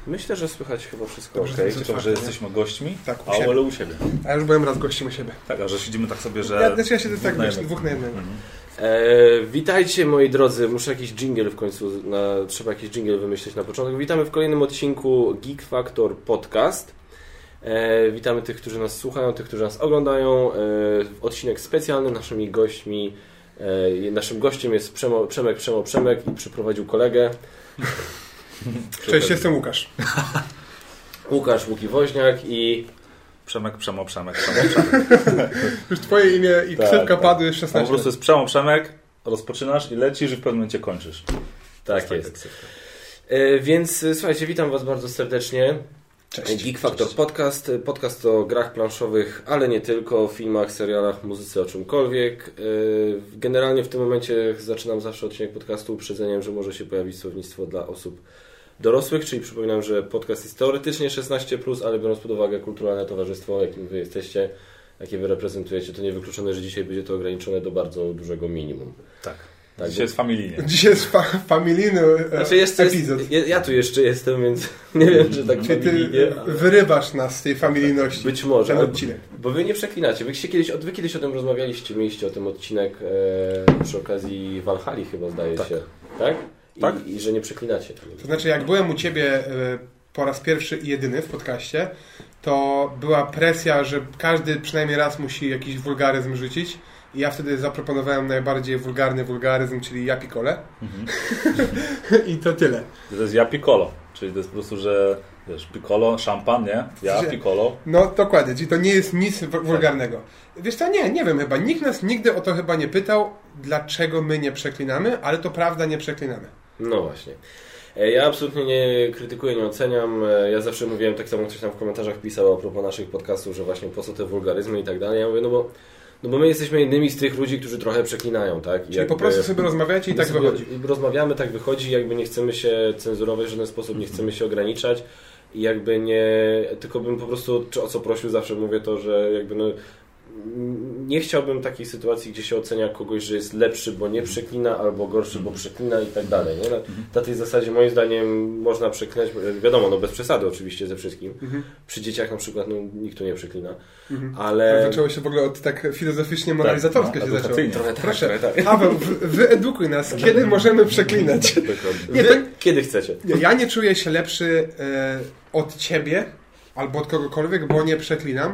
Myślę, że słychać chyba wszystko Dobrze, okej. że jesteśmy gośćmi, tak, ale u siebie. A ja już byłem raz gościem u siebie. Tak, a że siedzimy tak sobie, że... Ja siedzę tak, dwóch na jednego. Witajcie moi drodzy, muszę jakiś dżingiel w końcu, trzeba jakiś dżingiel wymyślić na początek. Witamy w kolejnym odcinku Geek Factor Podcast. Witamy tych, którzy nas słuchają, tych, którzy nas oglądają. Odcinek specjalny, naszym gościem jest Przemek i przyprowadził kolegę. Cześć, jestem Łukasz. Łuki Woźniak i... Przemek. Już twoje imię i ksywka padły już 16. Po prostu jest Przemek, rozpoczynasz i lecisz i w pewnym momencie kończysz. Tak jest. Więc słuchajcie, witam Was bardzo serdecznie. Cześć. Geek Factor Podcast. Podcast o grach planszowych, ale nie tylko, filmach, serialach, muzyce, o czymkolwiek. Generalnie w tym momencie zaczynam zawsze odcinek podcastu uprzedzeniem, że może się pojawić słownictwo dla osób dorosłych, czyli przypominam, że podcast jest teoretycznie 16+, ale biorąc pod uwagę kulturalne towarzystwo, jakim Wy jesteście, jakie Wy reprezentujecie, to niewykluczone, że dzisiaj będzie to ograniczone do bardzo dużego minimum. Tak. Dzisiaj jest familijnie. Dzisiaj jest familijny epizod. Ja tu jeszcze jestem, więc nie wiem, czy tak familijnie. Wyrywasz nas z tej familijności. Być może. Ten odcinek. Bo Wy nie przeklinacie. Wy kiedyś o tym rozmawialiście, mieliście o tym odcinek przy okazji Valhalli chyba, zdaje się. Tak? Tak? I że nie przeklinacie. To znaczy, jak byłem u Ciebie po raz pierwszy i jedyny w podcaście, to była presja, że każdy przynajmniej raz musi jakiś wulgaryzm rzucić. I ja wtedy zaproponowałem najbardziej wulgarny wulgaryzm, czyli ja piccolo. I to tyle. To jest ja piccolo, czyli to jest po prostu, że wiesz, piccolo, szampan, nie? Ja piccolo. No dokładnie, czyli to nie jest nic wulgarnego. Wiesz co, nie wiem chyba. Nikt nas nigdy o to chyba nie pytał, dlaczego my nie przeklinamy, ale to prawda, nie przeklinamy. No właśnie. Ja absolutnie nie krytykuję, nie oceniam. Ja zawsze mówiłem, tak samo ktoś tam w komentarzach pisał a propos naszych podcastów, że właśnie po co te wulgaryzmy i tak dalej. Ja mówię, no bo my jesteśmy jednymi z tych ludzi, którzy trochę przeklinają, tak? Czyli po prostu sobie rozmawiacie i tak wychodzi. Rozmawiamy, tak wychodzi, jakby nie chcemy się cenzurować w żaden sposób, nie chcemy się ograniczać i jakby nie... Tylko bym po prostu, o co prosił, zawsze mówię to, że jakby nie chciałbym takiej sytuacji, gdzie się ocenia kogoś, że jest lepszy, bo nie przeklina, albo gorszy, bo przeklina i tak dalej. Nie? Na tej zasadzie moim zdaniem można przeklinać, wiadomo, bez przesady oczywiście ze wszystkim. Przy dzieciach na przykład nikt tu nie przeklina, ale... Zaczęło się w ogóle od tak filozoficznie moralizatorskie się zaczęło. Trochę tak. Paweł, wyedukuj nas, kiedy możemy przeklinać. Kiedy chcecie. Ja nie czuję się lepszy od Ciebie albo od kogokolwiek, bo nie przeklinam.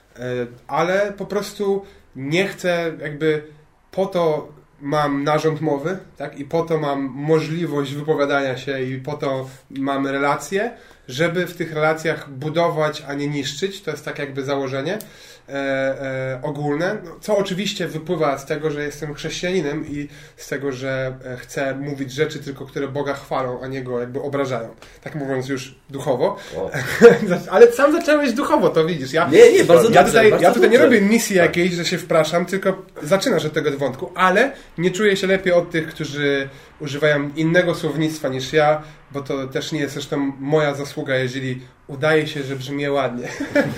Ale po prostu nie chcę, jakby po to mam narząd mowy, tak? I po to mam możliwość wypowiadania się i po to mam relacje, żeby w tych relacjach budować, a nie niszczyć. To jest tak jakby założenie ogólne, co oczywiście wypływa z tego, że jestem chrześcijaninem i z tego, że chcę mówić rzeczy tylko, które Boga chwalą, a nie Go jakby obrażają. Tak mówiąc już duchowo. Wow. Ale sam zacząłeś duchowo, to widzisz. Bardzo dobrze. Ja tutaj nie robię misji jakiejś, że się wpraszam, tylko zaczynasz od tego wątku, ale nie czuję się lepiej od tych, którzy używają innego słownictwa niż ja, bo to też nie jest zresztą moja zasługa, jeżeli udaje się, że brzmi ładnie.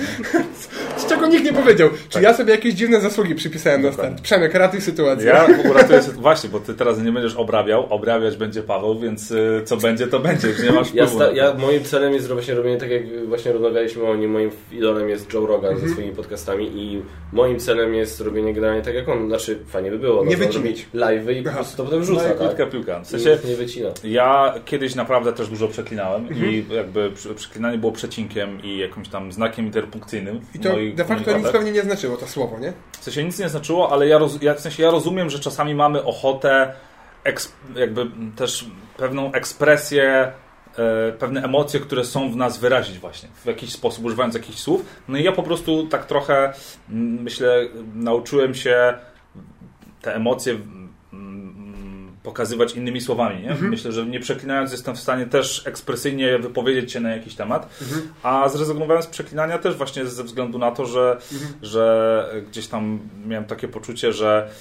Z czego nikt nie powiedział. Czy ja sobie jakieś dziwne zasługi przypisałem na start? Przemek, ratuj sytuację. Ja uratuję sytuację. Właśnie, bo ty teraz nie będziesz obrabiać będzie Paweł, więc co będzie, to będzie. Już nie masz wpływu. Moim celem jest właśnie robienie, tak jak właśnie rozmawialiśmy o nim, moim idolem jest Joe Rogan ze swoimi podcastami i moim celem jest robienie generalnie tak jak on. Znaczy, fajnie by było. Nie wycinić. Live'y i po prostu to potem wrzuca, tak? Piłka. W sensie, nie wycina. Ja kiedyś naprawdę też dużo przeklinałem i jakby przeklinanie było przecinkiem i jakimś tam znakiem interpunkcyjnym. I to de facto nic pewnie nie znaczyło to słowo, nie? W sensie nic nie znaczyło, ale ja rozumiem, że czasami mamy ochotę jakby też pewną ekspresję, pewne emocje, które są w nas wyrazić właśnie w jakiś sposób, używając jakichś słów. No i ja po prostu tak trochę, myślę, nauczyłem się te emocje pokazywać innymi słowami. Nie? Myślę, że nie przeklinając jestem w stanie też ekspresyjnie wypowiedzieć się na jakiś temat, a zrezygnowałem z przeklinania też właśnie ze względu na to, że gdzieś tam miałem takie poczucie, że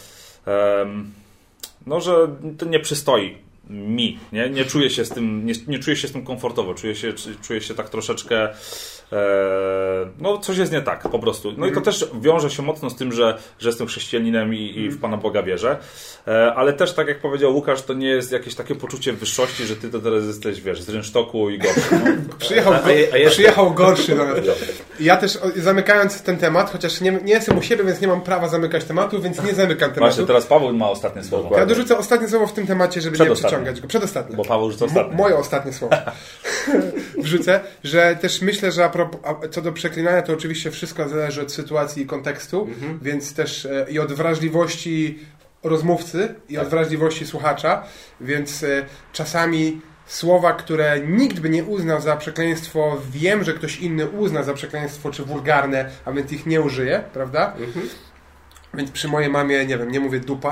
że to nie przystoi mi. Nie czuję się z tym, nie czuję się z tym komfortowo. Czuję się tak troszeczkę no coś jest nie tak po prostu. No i to też wiąże się mocno z tym, że jestem chrześcijaninem i w Pana Boga wierzę, ale też tak jak powiedział Łukasz, to nie jest jakieś takie poczucie wyższości, że ty to teraz jesteś, wiesz, z rynsztoku i gorszy. No. Przyjechał gorszy do nas. Ja też zamykając ten temat, chociaż nie jestem u siebie, więc nie mam prawa zamykać tematu, więc nie zamykam tematu. Właśnie, teraz Paweł ma ostatnie słowo. Ja dorzucę ostatnie słowo w tym temacie, żeby nie przyciągać go. Przedostatnie. Bo Paweł rzuca ostatnie. Moje ostatnie słowo. Wrzucę, że też myślę, że co do przeklinania, to oczywiście wszystko zależy od sytuacji i kontekstu, więc też i od wrażliwości rozmówcy i od wrażliwości słuchacza, więc czasami słowa, które nikt by nie uznał za przekleństwo, wiem, że ktoś inny uzna za przekleństwo czy wulgarne, a więc ich nie użyje, prawda? Więc przy mojej mamie, nie wiem, nie mówię dupa,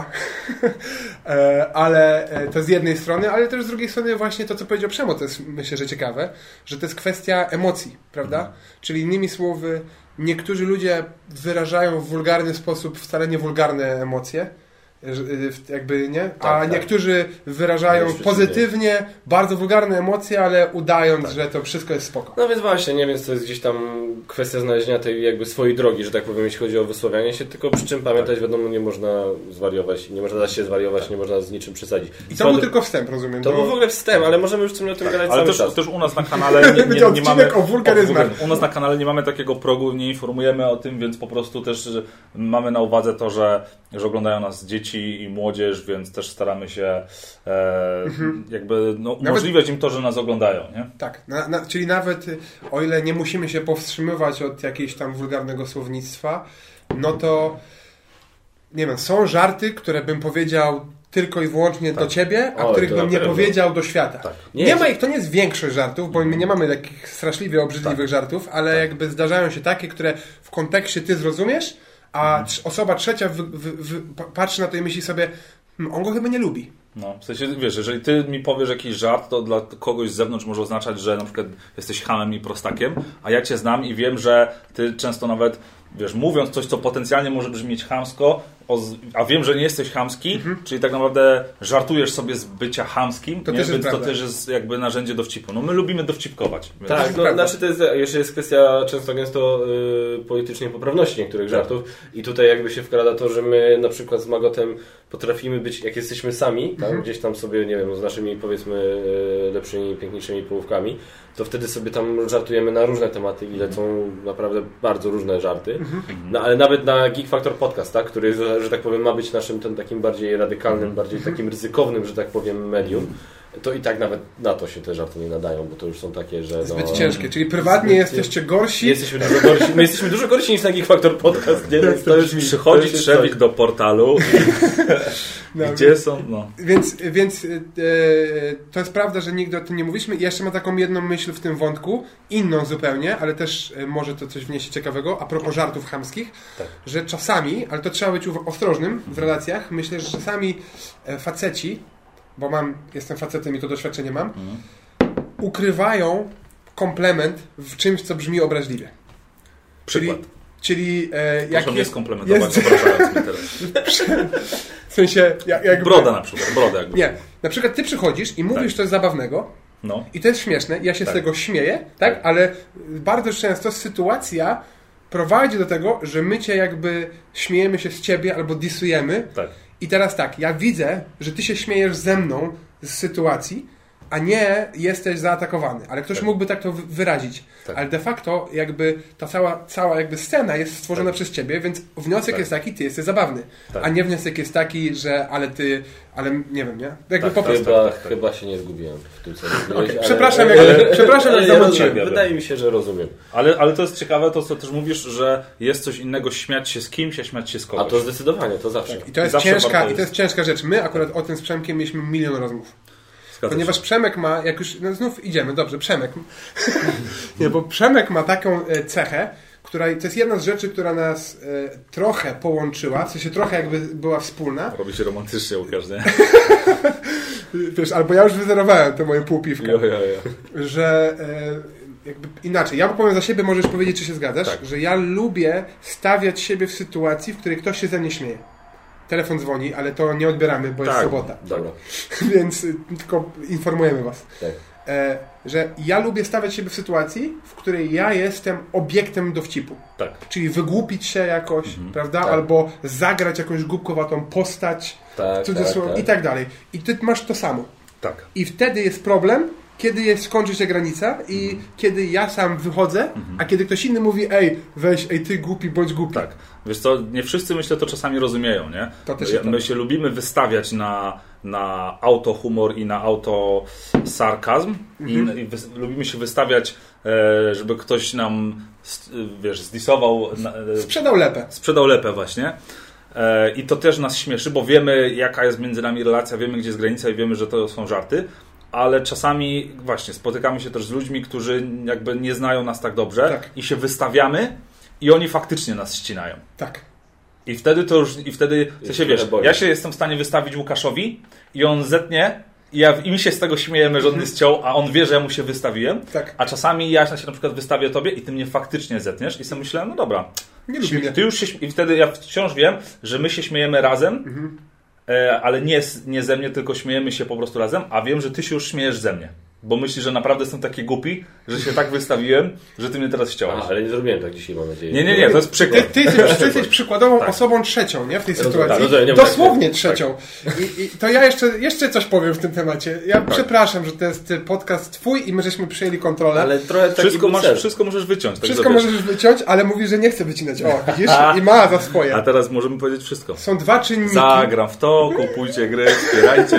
ale to z jednej strony, ale też z drugiej strony właśnie to, co powiedział Przemo, to jest myślę, że ciekawe, że to jest kwestia emocji, prawda? Czyli innymi słowy, niektórzy ludzie wyrażają w wulgarny sposób wcale nie wulgarne emocje, jakby, nie? A niektórzy wyrażają pozytywnie bardzo wulgarne emocje, ale udając, że to wszystko jest spoko. No więc właśnie, nie, więc to jest gdzieś tam kwestia znalezienia tej jakby swojej drogi, że tak powiem, jeśli chodzi o wysławianie się, tylko przy czym pamiętać, wiadomo, nie można zwariować, nie można dać się zwariować, nie można z niczym przesadzić. I to był tylko wstęp, rozumiem. To był w ogóle wstęp, ale możemy już w sumie o tym gadać ale cały czas. też u nas na kanale nie mamy o wulgaryzmach. U nas na kanale nie mamy takiego progu, nie informujemy o tym, więc po prostu też mamy na uwadze to, że oglądają nas dzieci i młodzież, więc też staramy się jakby umożliwiać im to, że nas oglądają, nie? Tak, czyli nawet o ile nie musimy się powstrzymywać od jakiegoś tam wulgarnego słownictwa, no to nie wiem, są żarty, które bym powiedział tylko i wyłącznie do ciebie, a których bym nie powiedział do świata. Tak. Nie ma ich, to nie jest większość żartów, bo my nie mamy takich straszliwie obrzydliwych żartów, ale jakby zdarzają się takie, które w kontekście ty zrozumiesz, a osoba trzecia patrzy na to i myśli sobie, on go chyba nie lubi. No, w sensie, wiesz, jeżeli ty mi powiesz jakiś żart, to dla kogoś z zewnątrz może oznaczać, że na przykład jesteś chamem i prostakiem, a ja cię znam i wiem, że ty często nawet, wiesz, mówiąc coś, co potencjalnie może brzmieć chamsko, a wiem, że nie jesteś chamski, czyli tak naprawdę żartujesz sobie z bycia chamskim, to więc to też jest jakby narzędzie dowcipu. No my lubimy dowcipkować. Więc... Tak, no, znaczy to jest, jeszcze jest kwestia często gęsto politycznej poprawności niektórych żartów i tutaj jakby się wkrada to, że my na przykład z Magotem potrafimy być, jak jesteśmy sami, tam, gdzieś tam sobie, nie wiem, z naszymi powiedzmy lepszymi, piękniejszymi połówkami, to wtedy sobie tam żartujemy na różne tematy i lecą naprawdę bardzo różne żarty. No ale nawet na Geek Factor Podcast, tak, który, że tak powiem, ma być naszym tym takim bardziej radykalnym, bardziej takim ryzykownym, że tak powiem, medium, to i tak nawet na to się te żarty nie nadają, bo to już są takie, że... Zbyt ciężkie, czyli prywatnie jesteście gorsi. Jesteśmy dużo gorsi. My jesteśmy dużo gorsi niż na Geek Factor Podcast. Nie? To już przychodzi Trzewik do portalu. Gdzie są? No. Więc to jest prawda, że nigdy o tym nie mówiliśmy. I jeszcze mam taką jedną myśl w tym wątku, inną zupełnie, ale też może to coś wniesie ciekawego, a propos żartów chamskich, że czasami, ale to trzeba być ostrożnym w relacjach, myślę, że czasami faceci, bo jestem facetem i to doświadczenie mam, ukrywają komplement w czymś, co brzmi obraźliwie. Przykład. Czyli proszę mnie skomplementować, obrażając mnie teraz. W sensie... jakby, broda na przykład. Broda jakby. Nie. Na przykład ty przychodzisz i mówisz coś zabawnego i to jest śmieszne, ja się z tego śmieję, tak? Ale bardzo często sytuacja prowadzi do tego, że my cię jakby śmiejemy się z ciebie albo disujemy. Tak. I teraz tak, ja widzę, że ty się śmiejesz ze mną z sytuacji, a nie jesteś zaatakowany. Ale ktoś mógłby tak to wyrazić. Tak. Ale de facto jakby ta cała jakby scena jest stworzona przez ciebie, więc wniosek jest taki, ty jesteś zabawny. A nie wniosek jest taki, że ale nie wiem, nie? Jakby po prostu. Chyba się nie zgubiłem w tym, co mówiłeś. Okay. Przepraszam, jak zamąciłem. Wydaje mi się, że rozumiem. Ale to jest ciekawe, to co też mówisz, że jest coś innego śmiać się z kimś, a śmiać się z kogoś. A to zdecydowanie, to zawsze. Tak. I to jest ciężka rzecz. My akurat o tym z Przemkiem mieliśmy 1 000 000 rozmów. Ponieważ Przemek ma, jak już znów idziemy, dobrze, Przemek. Nie, bo Przemek ma taką cechę, to jest jedna z rzeczy, która nas trochę połączyła, w sensie trochę jakby była wspólna. Robi się romantycznie, Łukasz, nie? Wiesz, albo ja już wyzerowałem to moje półpiwko. Że jakby inaczej, ja powiem za siebie, możesz powiedzieć, czy się zgadzasz, że ja lubię stawiać siebie w sytuacji, w której ktoś się ze mnie śmieje. telefon dzwoni, ale to nie odbieramy, bo jest sobota. Dobra. Więc tylko informujemy was. Tak. Że ja lubię stawiać siebie w sytuacji, w której ja jestem obiektem dowcipu. Tak. Czyli wygłupić się jakoś, prawda? Tak. Albo zagrać jakąś głupkowatą postać, i tak dalej. I ty masz to samo. Tak. I wtedy jest problem, kiedy skończy się granica i kiedy ja sam wychodzę, a kiedy ktoś inny mówi, ej ty głupi, bądź głupi. Tak. Wiesz co, nie wszyscy myślę to czasami rozumieją, nie? To też my się lubimy wystawiać na autohumor i na autosarkazm i lubimy się wystawiać, żeby ktoś nam zdisował. Sprzedał lepę właśnie. I to też nas śmieszy, bo wiemy, jaka jest między nami relacja, wiemy, gdzie jest granica i wiemy, że to są żarty. Ale czasami właśnie spotykamy się też z ludźmi, którzy jakby nie znają nas tak dobrze i się wystawiamy i oni faktycznie nas ścinają. Tak. I wtedy to już, ja się jestem w stanie wystawić Łukaszowi i on zetnie i my się z tego śmiejemy, że on mnie ściął, a on wie, że ja mu się wystawiłem. Tak. A czasami ja się na przykład wystawię tobie i ty mnie faktycznie zetniesz i sobie myślę, no dobra. Nie lubię mnie. Ty już się i wtedy ja wciąż wiem, że my się śmiejemy razem, ale nie ze mnie, tylko śmiejemy się po prostu razem, a wiem, że ty się już śmiejesz ze mnie. Bo myślisz, że naprawdę jestem taki głupi, że się tak wystawiłem, że ty mnie teraz ściąłeś. Ale nie zrobiłem tak dzisiaj, mam nadzieję. Nie, to jest przykład. Ty jesteś przykładową osobą trzecią, nie? W tej sytuacji. Dosłownie trzecią. I to ja jeszcze coś powiem w tym temacie. Ja przepraszam, że to jest podcast twój i my żeśmy przyjęli kontrolę. Ale trochę wszystko możesz wyciąć. Wszystko możesz wyciąć, ale mówisz, że nie chce wycinać. O, widzisz? I ma za swoje. A teraz możemy powiedzieć wszystko. Są dwa czynniki. Zagram w to, kupujcie gry, wspierajcie.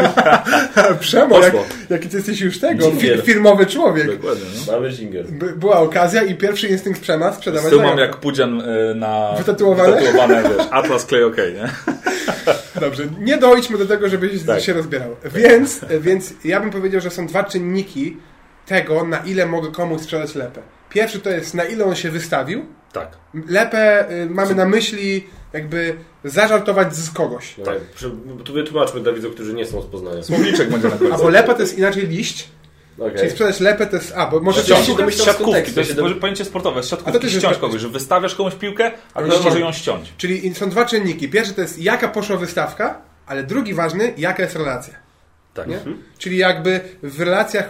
Przemo, jaki ty jesteś już tego, firmowy człowiek. Dokładnie, no. Mamy dżingiel. Była okazja i pierwszy instynkt Przema sprzedawać. Z tyłu mam jak Pudzian na wytatuowane, Atlas Clay OK, nie? Dobrze, nie dojdźmy do tego, żebyś się rozbierał. Więc ja bym powiedział, że są dwa czynniki tego, na ile mogę komuś sprzedać lepę. Pierwszy to jest, na ile on się wystawił. Tak. Lepę mamy na myśli jakby zażartować z kogoś. No, tak. Tu wytłumaczmy dla widzów, którzy nie są z Poznania. Słowniczek będzie na końcu. Albo lepa to jest inaczej liść. Okay. Czyli sprzedać lepę to jest... bo może siatkówki, to jest pojęcie sportowe. Siatkówki, ściąć kogoś, że wystawiasz komuś piłkę, a ktoś może ją ściąć. Czyli są dwa czynniki. Pierwszy to jest jaka poszła wystawka, ale drugi ważny, jaka jest relacja. Tak. Nie? Czyli jakby w relacjach,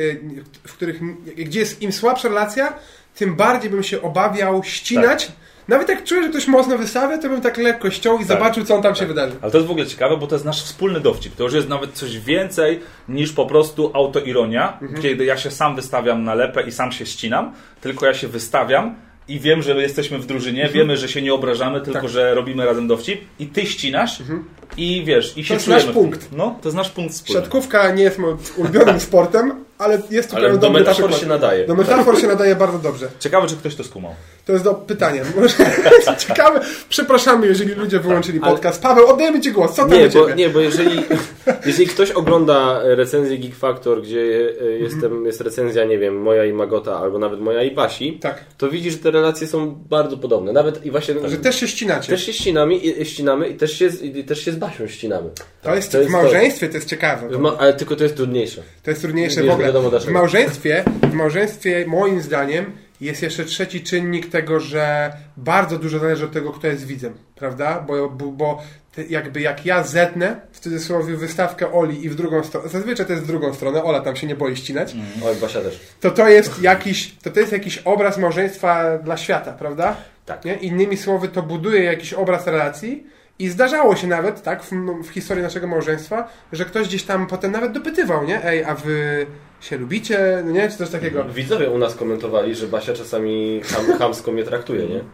w których gdzie jest im słabsza relacja, tym bardziej bym się obawiał ścinać. Tak. Nawet jak czuję, że ktoś mocno wystawia, to bym tak lekko ściął i zobaczył, co on tam się wydarzy. Ale to jest w ogóle ciekawe, bo to jest nasz wspólny dowcip. To już jest nawet coś więcej niż po prostu autoironia, kiedy ja się sam wystawiam na lepę i sam się ścinam, tylko ja się wystawiam i wiem, że jesteśmy w drużynie, wiemy, że się nie obrażamy, tylko że robimy razem dowcip i ty ścinasz i wiesz, i się czujemy. To jest nasz punkt. No, to jest nasz punkt wspólny. Siatkówka nie jest moim ulubionym sportem, ale jest tu dobry metafor przykład. Się nadaje. Do metafor się nadaje bardzo dobrze. Ciekawe, czy ktoś to skumał. To jest pytanie. Ciekawe. Przepraszamy, jeżeli ludzie wyłączyli podcast. Paweł, oddajemy Ci głos. Co tam u Ciebie? Nie, bo jeżeli ktoś ogląda recenzję Geek Factor, gdzie jest recenzja, nie wiem, moja i Magota, albo nawet moja i Basi, to widzi, że te relacje są bardzo podobne. Nawet i właśnie... Że też się ścinacie. Też się ścinamy i też się z Basią ścinamy. To jest w małżeństwie, to jest ciekawe. Ale tylko to jest trudniejsze. To jest trudniejsze w ogóle. W małżeństwie moim zdaniem jest jeszcze trzeci czynnik tego, że bardzo dużo zależy od tego, kto jest widzem, prawda? Bo jakby jak ja zetnę, w cudzysłowie, wystawkę Oli i w drugą stronę, zazwyczaj to jest w drugą stronę, Ola tam się nie boi ścinać. Oj, Basia też. To jest jakiś obraz małżeństwa dla świata, prawda? Tak. Nie? Innymi słowy, to buduje jakiś obraz relacji. I zdarzało się nawet, tak, w historii naszego małżeństwa, że ktoś gdzieś tam potem nawet dopytywał, nie? Ej, a wy się lubicie? No nie? Czy coś takiego? Widzowie u nas komentowali, że Basia czasami chamsko mnie traktuje, nie?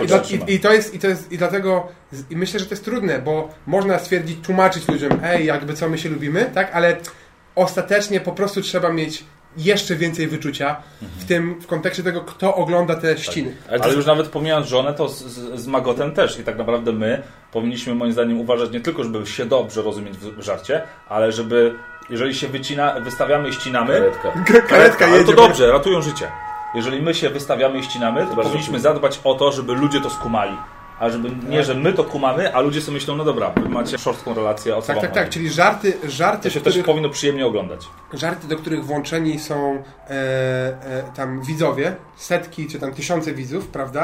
I dlatego myślę, że to jest trudne, bo można stwierdzić, tłumaczyć ludziom, ej, jakby co, my się lubimy, tak? Ale ostatecznie po prostu trzeba mieć jeszcze więcej wyczucia w kontekście tego, kto ogląda te ściny. Ale już nawet pomijając żonę, to z Magotem też. I tak naprawdę my powinniśmy moim zdaniem uważać nie tylko, żeby się dobrze rozumieć w żarcie, ale żeby, jeżeli się wystawiamy i ścinamy... Karetka ale to dobrze, ratują życie. Jeżeli my się wystawiamy i ścinamy, to powinniśmy zadbać o to, żeby ludzie to skumali. A żeby nie, że my to kumamy, a ludzie sobie myślą, no dobra, wy macie szorstką relację, o co wam tak, czyli żarty... To się też powinno przyjemnie oglądać. Żarty, do których włączeni są tam widzowie, setki czy tam tysiące widzów, prawda?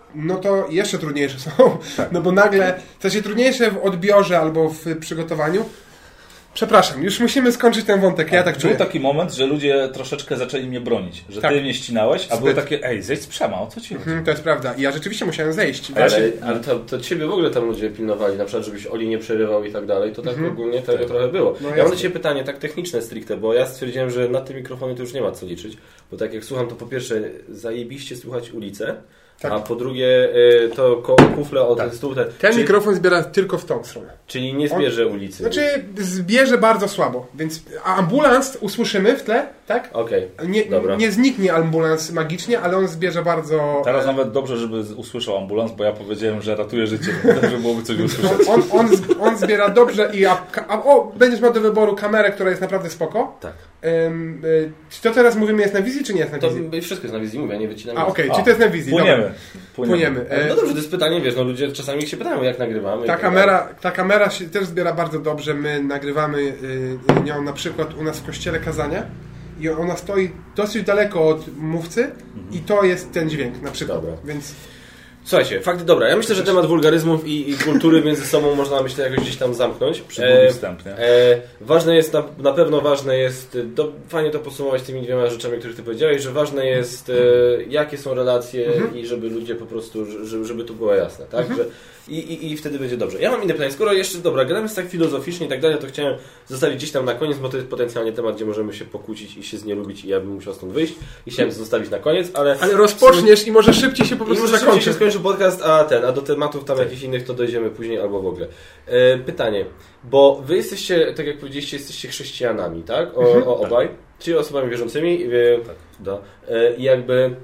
no to jeszcze trudniejsze są. No bo nagle, w sensie trudniejsze w odbiorze albo w przygotowaniu. Przepraszam, już musimy skończyć ten wątek, ja tak czuję. Był taki moment, że ludzie troszeczkę zaczęli mnie bronić, że ty mnie ścinałeś, a były takie, zejdź z Przema, o co ci chodzi? To jest prawda i ja rzeczywiście musiałem zejść. Ale to ciebie w ogóle tam ludzie pilnowali, na przykład żebyś Oli nie przerywał i tak dalej, to tak ogólnie tego trochę było. No ja mam do ciebie pytanie tak techniczne stricte, bo ja stwierdziłem, że na te mikrofony to już nie ma co liczyć, bo tak jak słucham, to po pierwsze zajebiście słychać ulicę, a po drugie to kufle o ten stół. Ten mikrofon zbiera tylko w tą stronę. Czyli nie zbierze ulicy. Znaczy zbierze bardzo słabo, więc ambulans usłyszymy w tle, tak? Okej, nie zniknie ambulans magicznie, ale on zbierze bardzo... Teraz nawet dobrze, żeby usłyszał ambulans, bo ja powiedziałem, że ratuje życie, żeby byłoby coś usłyszeć. On zbiera dobrze i będziesz miał do wyboru kamerę, która jest naprawdę spoko. Tak. Czy to teraz mówimy jest na wizji, czy nie jest na wizji? To wszystko jest na wizji, mówię, nie wycinam. Okej, czy to jest na wizji? Płyniemy. No dobrze, to jest pytanie, wiesz, no ludzie czasami się pytają, jak nagrywamy. Ta kamera się też zbiera bardzo dobrze. My nagrywamy nią na przykład u nas w kościele kazania i ona stoi dosyć daleko od mówcy i to jest ten dźwięk na przykład. Dobra. Więc... Słuchajcie, dobra, ja myślę, że temat wulgaryzmów i kultury między sobą można, myślę, jakoś gdzieś tam zamknąć. Wstępnie. Ważne jest, na pewno ważne jest, fajnie to podsumować tymi dwiema rzeczami, które ty powiedziałeś, że ważne jest, jakie są relacje i żeby ludzie po prostu, żeby to było jasne, tak? Że, i wtedy będzie dobrze. Ja mam inne pytanie, skoro jeszcze, gadamy tak filozoficznie i tak dalej, to chciałem zostawić gdzieś tam na koniec, bo to jest potencjalnie temat, gdzie możemy się pokłócić i się znielubić i ja bym musiał stąd wyjść i chciałem to zostawić na koniec, ale rozpoczniesz i może szybciej się po prostu zakończy podcast, a do tematów tam jakichś innych to dojdziemy później albo w ogóle. Pytanie, bo wy jesteście, tak jak powiedzieliście, jesteście chrześcijanami, tak? Obaj, czyli osobami wierzącymi. I jakby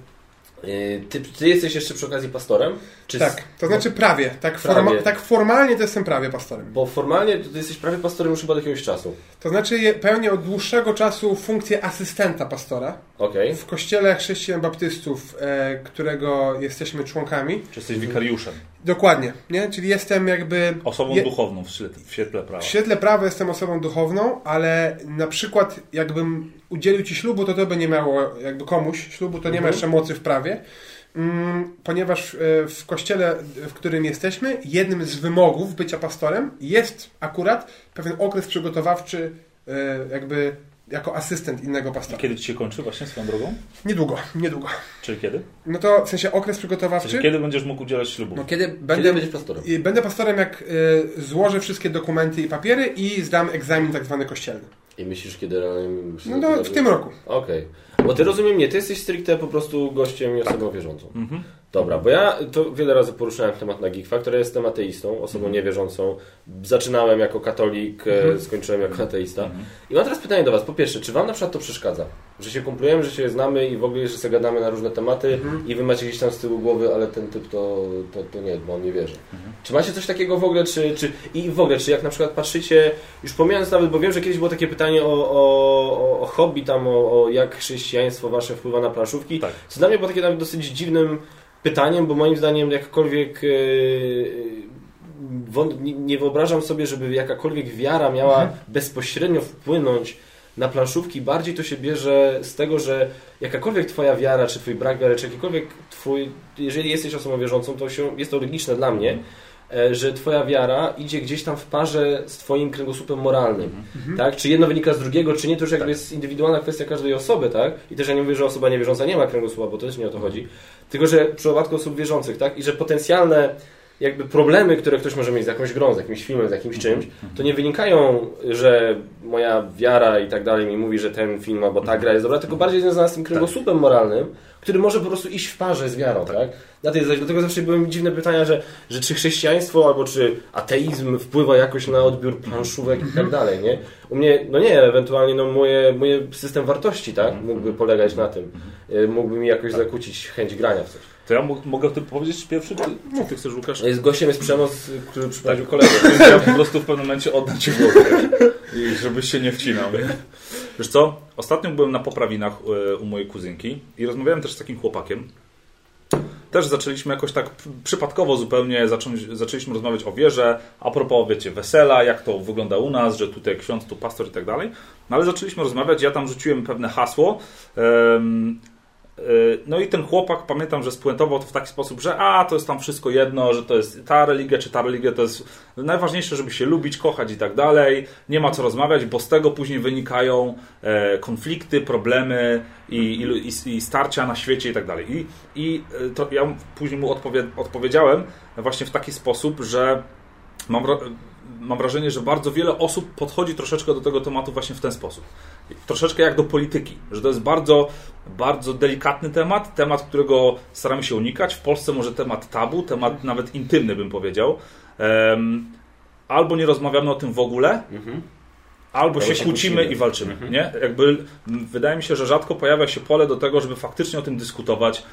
ty jesteś jeszcze przy okazji pastorem? Tak, to znaczy prawie. Tak formalnie to jestem prawie pastorem. Bo formalnie ty jesteś prawie pastorem już chyba od jakiegoś czasu. To znaczy pełnię od dłuższego czasu funkcję asystenta pastora. Okay. W kościele chrześcijan baptystów, którego jesteśmy członkami. Czy jesteś wikariuszem? Dokładnie, nie? Czyli jestem jakby... Osobą duchowną w świetle prawa. W świetle prawa jestem osobą duchowną, ale na przykład jakbym udzielił ci ślubu, to by nie miało jakby komuś ślubu, to nie ma jeszcze mocy w prawie. Ponieważ w kościele, w którym jesteśmy, jednym z wymogów bycia pastorem jest akurat pewien okres przygotowawczy jakby jako asystent innego pastora. Kiedy ci się kończy właśnie swoją drogą? Niedługo. Czyli kiedy? No to w sensie okres przygotowawczy. Kiedy będziesz mógł udzielać ślubu? No kiedy będziesz pastorem? Będę pastorem, jak złożę wszystkie dokumenty i papiery i zdam egzamin tak zwany kościelny. I myślisz, kiedy realnie... w tym roku. Okej. Bo ty rozumiem, nie, ty jesteś stricte po prostu gościem i osobą wierzącą. Dobra, bo ja to wiele razy poruszałem temat na Geek Factor, jestem ateistą, osobą niewierzącą. Zaczynałem jako katolik, skończyłem jako ateista. I mam teraz pytanie do was. Po pierwsze, czy wam na przykład to przeszkadza? Że się kumplujemy, że się znamy i w ogóle, że sobie gadamy na różne tematy i wy macie gdzieś tam z tyłu głowy, ale ten typ to nie, bo on nie wierzy. Czy macie coś takiego w ogóle, czy jak na przykład patrzycie, już pomijając nawet, bo wiem, że kiedyś było takie pytanie o hobby, tam o jak chrześcijaństwo wasze wpływa na planszówki, co dla mnie było takie nawet dosyć dziwnym pytaniem, bo moim zdaniem jakkolwiek nie wyobrażam sobie, żeby jakakolwiek wiara miała bezpośrednio wpłynąć na planszówki. Bardziej to się bierze z tego, że jakakolwiek twoja wiara, czy twój brak wiary, czy jakikolwiek jeżeli jesteś osobą wierzącą, to jest to logiczne dla mnie, że twoja wiara idzie gdzieś tam w parze z twoim kręgosłupem moralnym. Tak? Czy jedno wynika z drugiego, czy nie, to już jakby jest indywidualna kwestia każdej osoby, tak? I też ja nie mówię, że osoba niewierząca nie ma kręgosłupa, bo to też nie o to chodzi. Tylko, że w przypadku osób wierzących, tak? I że potencjalne jakby problemy, które ktoś może mieć z jakąś grą, z jakimś filmem, z jakimś czymś, to nie wynikają, że moja wiara i tak dalej mi mówi, że ten film albo ta gra jest dobra, tylko bardziej związana z tym kręgosłupem moralnym, który może po prostu iść w parze z wiarą, tak? Dlatego zawsze były mi dziwne pytania, że czy chrześcijaństwo albo czy ateizm wpływa jakoś na odbiór planszówek i tak dalej, nie? U mnie, no nie, ewentualnie no mój system wartości, tak? Mógłby polegać na tym. Mógłby mi jakoś zakłócić chęć grania w coś. To ja mogę o tym powiedzieć pierwszy? Czy ty chcesz, Łukasz? Gościem jest Przemoc, który przyprowadził kolegę. Więc ja po prostu w pewnym momencie oddam ci głos. I żebyś się nie wcinał. Nie? Wiesz co? Ostatnio byłem na poprawinach u mojej kuzynki i rozmawiałem też z takim chłopakiem. Też zaczęliśmy jakoś tak przypadkowo zupełnie, zaczęliśmy rozmawiać o wierze, a propos, wiecie, wesela, jak to wygląda u nas, że tutaj ksiądz, tu pastor i tak dalej. No ale zaczęliśmy rozmawiać, ja tam rzuciłem pewne hasło, no i ten chłopak, pamiętam, że spuentował to w taki sposób, że to jest tam wszystko jedno, że to jest ta religia czy ta religia, to jest najważniejsze, żeby się lubić, kochać i tak dalej, nie ma co rozmawiać, bo z tego później wynikają konflikty, problemy i starcia na świecie i tak dalej. I to ja później mu odpowiedziałem właśnie w taki sposób, że mam wrażenie, że bardzo wiele osób podchodzi troszeczkę do tego tematu właśnie w ten sposób. Troszeczkę jak do polityki, że to jest bardzo, bardzo delikatny temat, którego staramy się unikać. W Polsce może temat tabu, temat nawet intymny, bym powiedział. Albo nie rozmawiamy o tym w ogóle, albo się kłócimy i walczymy. Nie? Jakby, wydaje mi się, że rzadko pojawia się pole do tego, żeby faktycznie o tym dyskutować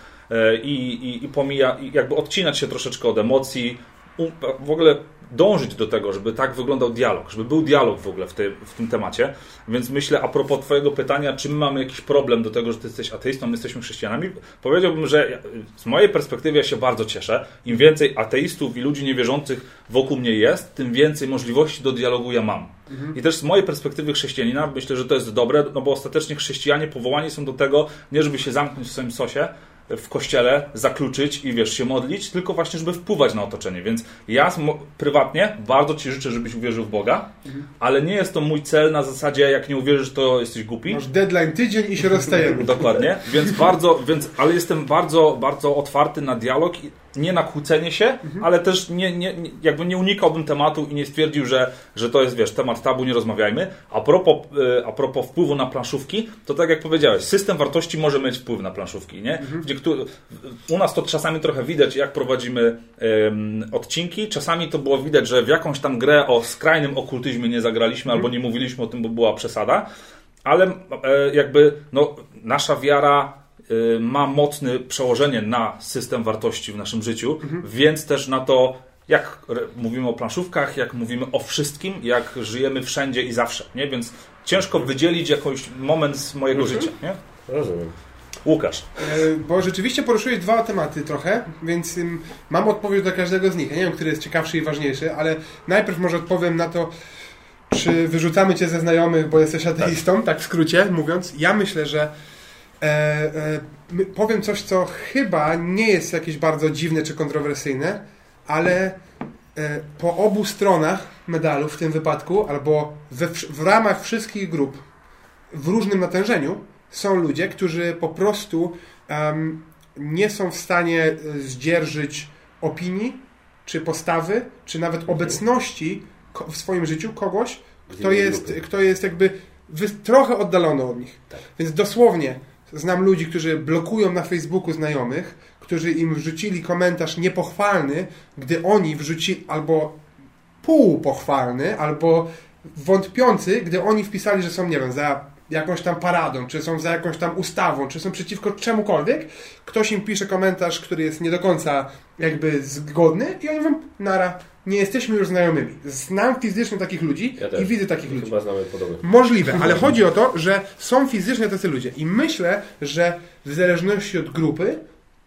i jakby odcinać się troszeczkę od emocji, w ogóle dążyć do tego, żeby tak wyglądał dialog, żeby był dialog w ogóle w tym temacie. Więc myślę, a propos twojego pytania, czy my mamy jakiś problem do tego, że ty jesteś ateistą, my jesteśmy chrześcijanami, powiedziałbym, że z mojej perspektywy ja się bardzo cieszę. Im więcej ateistów i ludzi niewierzących wokół mnie jest, tym więcej możliwości do dialogu ja mam. I też z mojej perspektywy chrześcijanina myślę, że to jest dobre, no bo ostatecznie chrześcijanie powołani są do tego, nie żeby się zamknąć w swoim sosie, w kościele, zakluczyć i się modlić, tylko właśnie, żeby wpływać na otoczenie. Więc ja prywatnie bardzo Ci życzę, żebyś uwierzył w Boga, ale nie jest to mój cel na zasadzie, jak nie uwierzysz, to jesteś głupi. Masz deadline tydzień i się rozstajemy. Dokładnie, ale jestem bardzo, bardzo otwarty na dialog, nie na kłócenie się, ale też jakby nie unikałbym tematu i nie stwierdził, że to jest, temat tabu, nie rozmawiajmy. A propos wpływu na planszówki, to tak jak powiedziałeś, system wartości może mieć wpływ na planszówki, nie? U nas to czasami trochę widać, jak prowadzimy odcinki. Czasami to było widać, że w jakąś tam grę o skrajnym okultyzmie nie zagraliśmy albo nie mówiliśmy o tym, bo była przesada. Ale nasza wiara ma mocne przełożenie na system wartości w naszym życiu, więc też na to, jak mówimy o planszówkach, jak mówimy o wszystkim, jak żyjemy wszędzie i zawsze, nie? Więc ciężko wydzielić jakiś moment z mojego życia, nie? Rozumiem. Łukasz. Bo rzeczywiście poruszyłeś dwa tematy trochę, więc mam odpowiedź do każdego z nich. Ja nie wiem, który jest ciekawszy i ważniejszy, ale najpierw może odpowiem na to, czy wyrzucamy Cię ze znajomych, bo jesteś ateistą, tak w skrócie mówiąc. Ja myślę, że powiem coś, co chyba nie jest jakieś bardzo dziwne czy kontrowersyjne, ale po obu stronach medalu w tym wypadku, albo w ramach wszystkich grup w różnym natężeniu są ludzie, którzy po prostu nie są w stanie zdzierżyć opinii, czy postawy, czy nawet obecności w swoim życiu kogoś, kto jest jakby trochę oddalony od nich. Tak. Więc dosłownie znam ludzi, którzy blokują na Facebooku znajomych, którzy im wrzucili komentarz niepochwalny, gdy oni wrzucili albo półpochwalny, albo wątpiący, gdy oni wpisali, że są, nie wiem, za jakąś tam paradą, czy są za jakąś tam ustawą, czy są przeciwko czemukolwiek. Ktoś im pisze komentarz, który jest nie do końca jakby zgodny i oni mówią, nara, nie jesteśmy już znajomymi. Znam fizycznie takich ludzi i widzę takich ludzi. Chyba znamy podobnych. Możliwe, ale chodzi o to, że są fizycznie tacy ludzie i myślę, że w zależności od grupy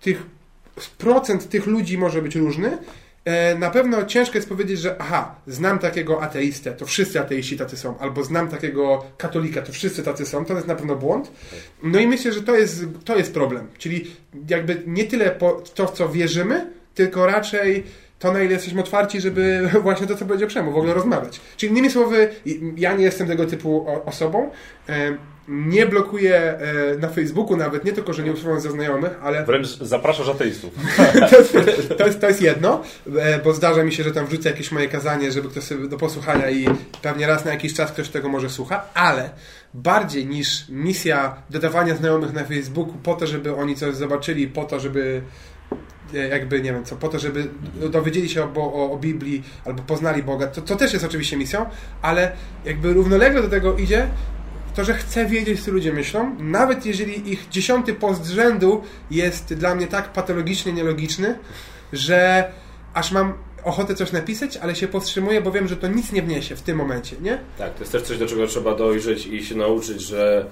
procent tych ludzi może być różny. Na pewno ciężko jest powiedzieć, że znam takiego ateistę, to wszyscy ateiści tacy są, albo znam takiego katolika, to wszyscy tacy są, to jest na pewno błąd. No i myślę, że to jest problem. Czyli jakby nie tyle to, w co wierzymy, tylko raczej to, na ile jesteśmy otwarci, żeby właśnie to, co powiedział Przemo, w ogóle rozmawiać. Czyli innymi słowy, ja nie jestem tego typu osobą, nie blokuję na Facebooku nawet, nie tylko, że nie usuwam ze znajomych, ale... Wręcz zapraszasz ateistów. to jest jedno, bo zdarza mi się, że tam wrzucę jakieś moje kazanie, żeby ktoś sobie do posłuchania i pewnie raz na jakiś czas ktoś tego może słucha, ale bardziej niż misja dodawania znajomych na Facebooku po to, żeby oni coś zobaczyli, po to, żeby jakby, nie wiem co, po to, żeby dowiedzieli się o Biblii albo poznali Boga, to też jest oczywiście misją, ale jakby równolegle do tego idzie to, że chcę wiedzieć, co ludzie myślą, nawet jeżeli ich 10. post z rzędu jest dla mnie tak patologicznie nielogiczny, że aż mam ochotę coś napisać, ale się powstrzymuję, bo wiem, że to nic nie wniesie w tym momencie, nie? Tak, to jest też coś, do czego trzeba dojrzeć i się nauczyć, że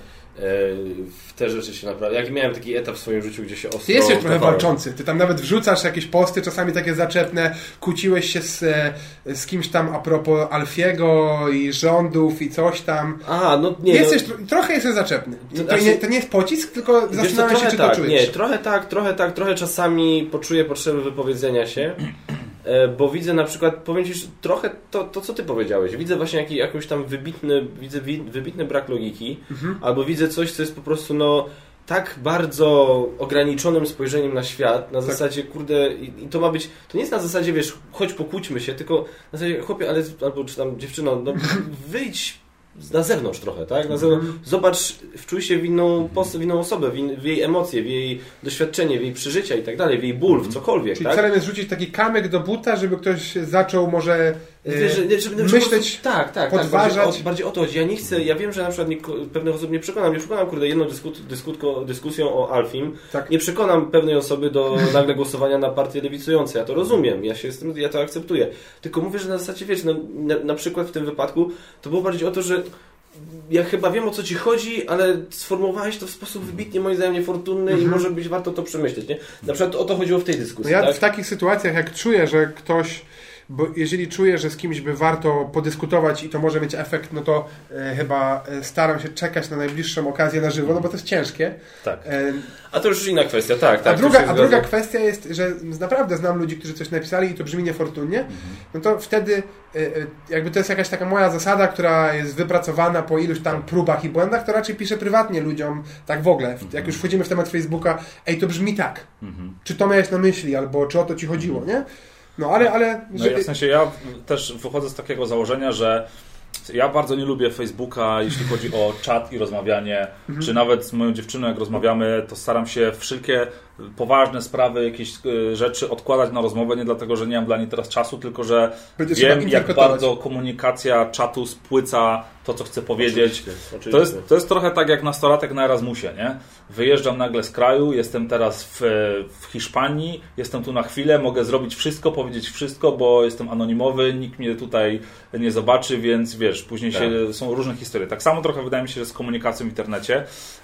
w te rzeczy się naprawdę... Jak miałem taki etap w swoim życiu, gdzie się ostro... Ty jesteś trochę walczący. Ty tam nawet wrzucasz jakieś posty, czasami takie zaczepne. Kłóciłeś się z kimś tam a propos Alfiego i rządów i coś tam. No nie. Trochę jesteś zaczepny. To nie jest pocisk, tylko zastanawiam się, czy to czujesz. Nie, trochę czasami poczuję potrzebę wypowiedzenia się. Bo widzę na przykład, powiem Ci, trochę to co Ty powiedziałeś, widzę właśnie jakoś tam wybitny brak logiki, albo widzę coś, co jest po prostu tak bardzo ograniczonym spojrzeniem na świat, na zasadzie, kurde, i to ma być, to nie jest na zasadzie, wiesz, chodź pokłóćmy się, tylko na zasadzie, chłopie, albo czy tam dziewczyno, wyjdź na zewnątrz trochę, tak? Zobacz, wczuj się w inną osobę, w jej emocje, w jej doświadczenie, w jej przeżycia i tak dalej, w jej ból, w cokolwiek. Czyli tak? celem jest rzucić taki kamyk do buta, żeby ktoś zaczął może myśleć, podważać. Bardziej o to chodzi. Ja wiem, że na przykład pewnych osób nie przekonam, kurde, jedną dyskusją o Alfim, nie przekonam pewnej osoby do nagle głosowania na partie lewicujące. Ja to rozumiem, ja to akceptuję. Tylko mówię, że na zasadzie, wiesz, na przykład w tym wypadku to było bardziej o to, że ja chyba wiem, o co Ci chodzi, ale sformułowałeś to w sposób wybitnie, moim zdaniem, niefortunny i może być warto to przemyśleć, nie? Na przykład o to chodziło w tej dyskusji. Ja w takich sytuacjach, jak czuję, że ktoś, bo jeżeli czuję, że z kimś by warto podyskutować i to może mieć efekt, no to chyba staram się czekać na najbliższą okazję na żywo, no bo to jest ciężkie. Tak. A to już inna kwestia, tak. A druga kwestia jest, że naprawdę znam ludzi, którzy coś napisali i to brzmi niefortunnie, no to wtedy jakby to jest jakaś taka moja zasada, która jest wypracowana po iluś tam próbach i błędach, to raczej piszę prywatnie ludziom, tak w ogóle. Jak już wchodzimy w temat Facebooka, to brzmi tak. Czy to miałeś na myśli, albo czy o to Ci chodziło, nie? No ale w sensie ja też wychodzę z takiego założenia, że ja bardzo nie lubię Facebooka, jeśli chodzi o czat i rozmawianie, czy nawet z moją dziewczyną jak rozmawiamy, to staram się wszelkie poważne sprawy, jakieś rzeczy odkładać na rozmowę, nie dlatego, że nie mam dla niej teraz czasu, tylko że wiem, jak bardzo komunikacja czatu spłyca to, co chcę powiedzieć. Oczywiście. To jest trochę tak jak nastolatek na Erasmusie, nie? Wyjeżdżam nagle z kraju, jestem teraz w Hiszpanii, jestem tu na chwilę, mogę zrobić wszystko, powiedzieć wszystko, bo jestem anonimowy, nikt mnie tutaj nie zobaczy, więc wiesz, później są różne historie. Tak samo trochę wydaje mi się, że z komunikacją w internecie,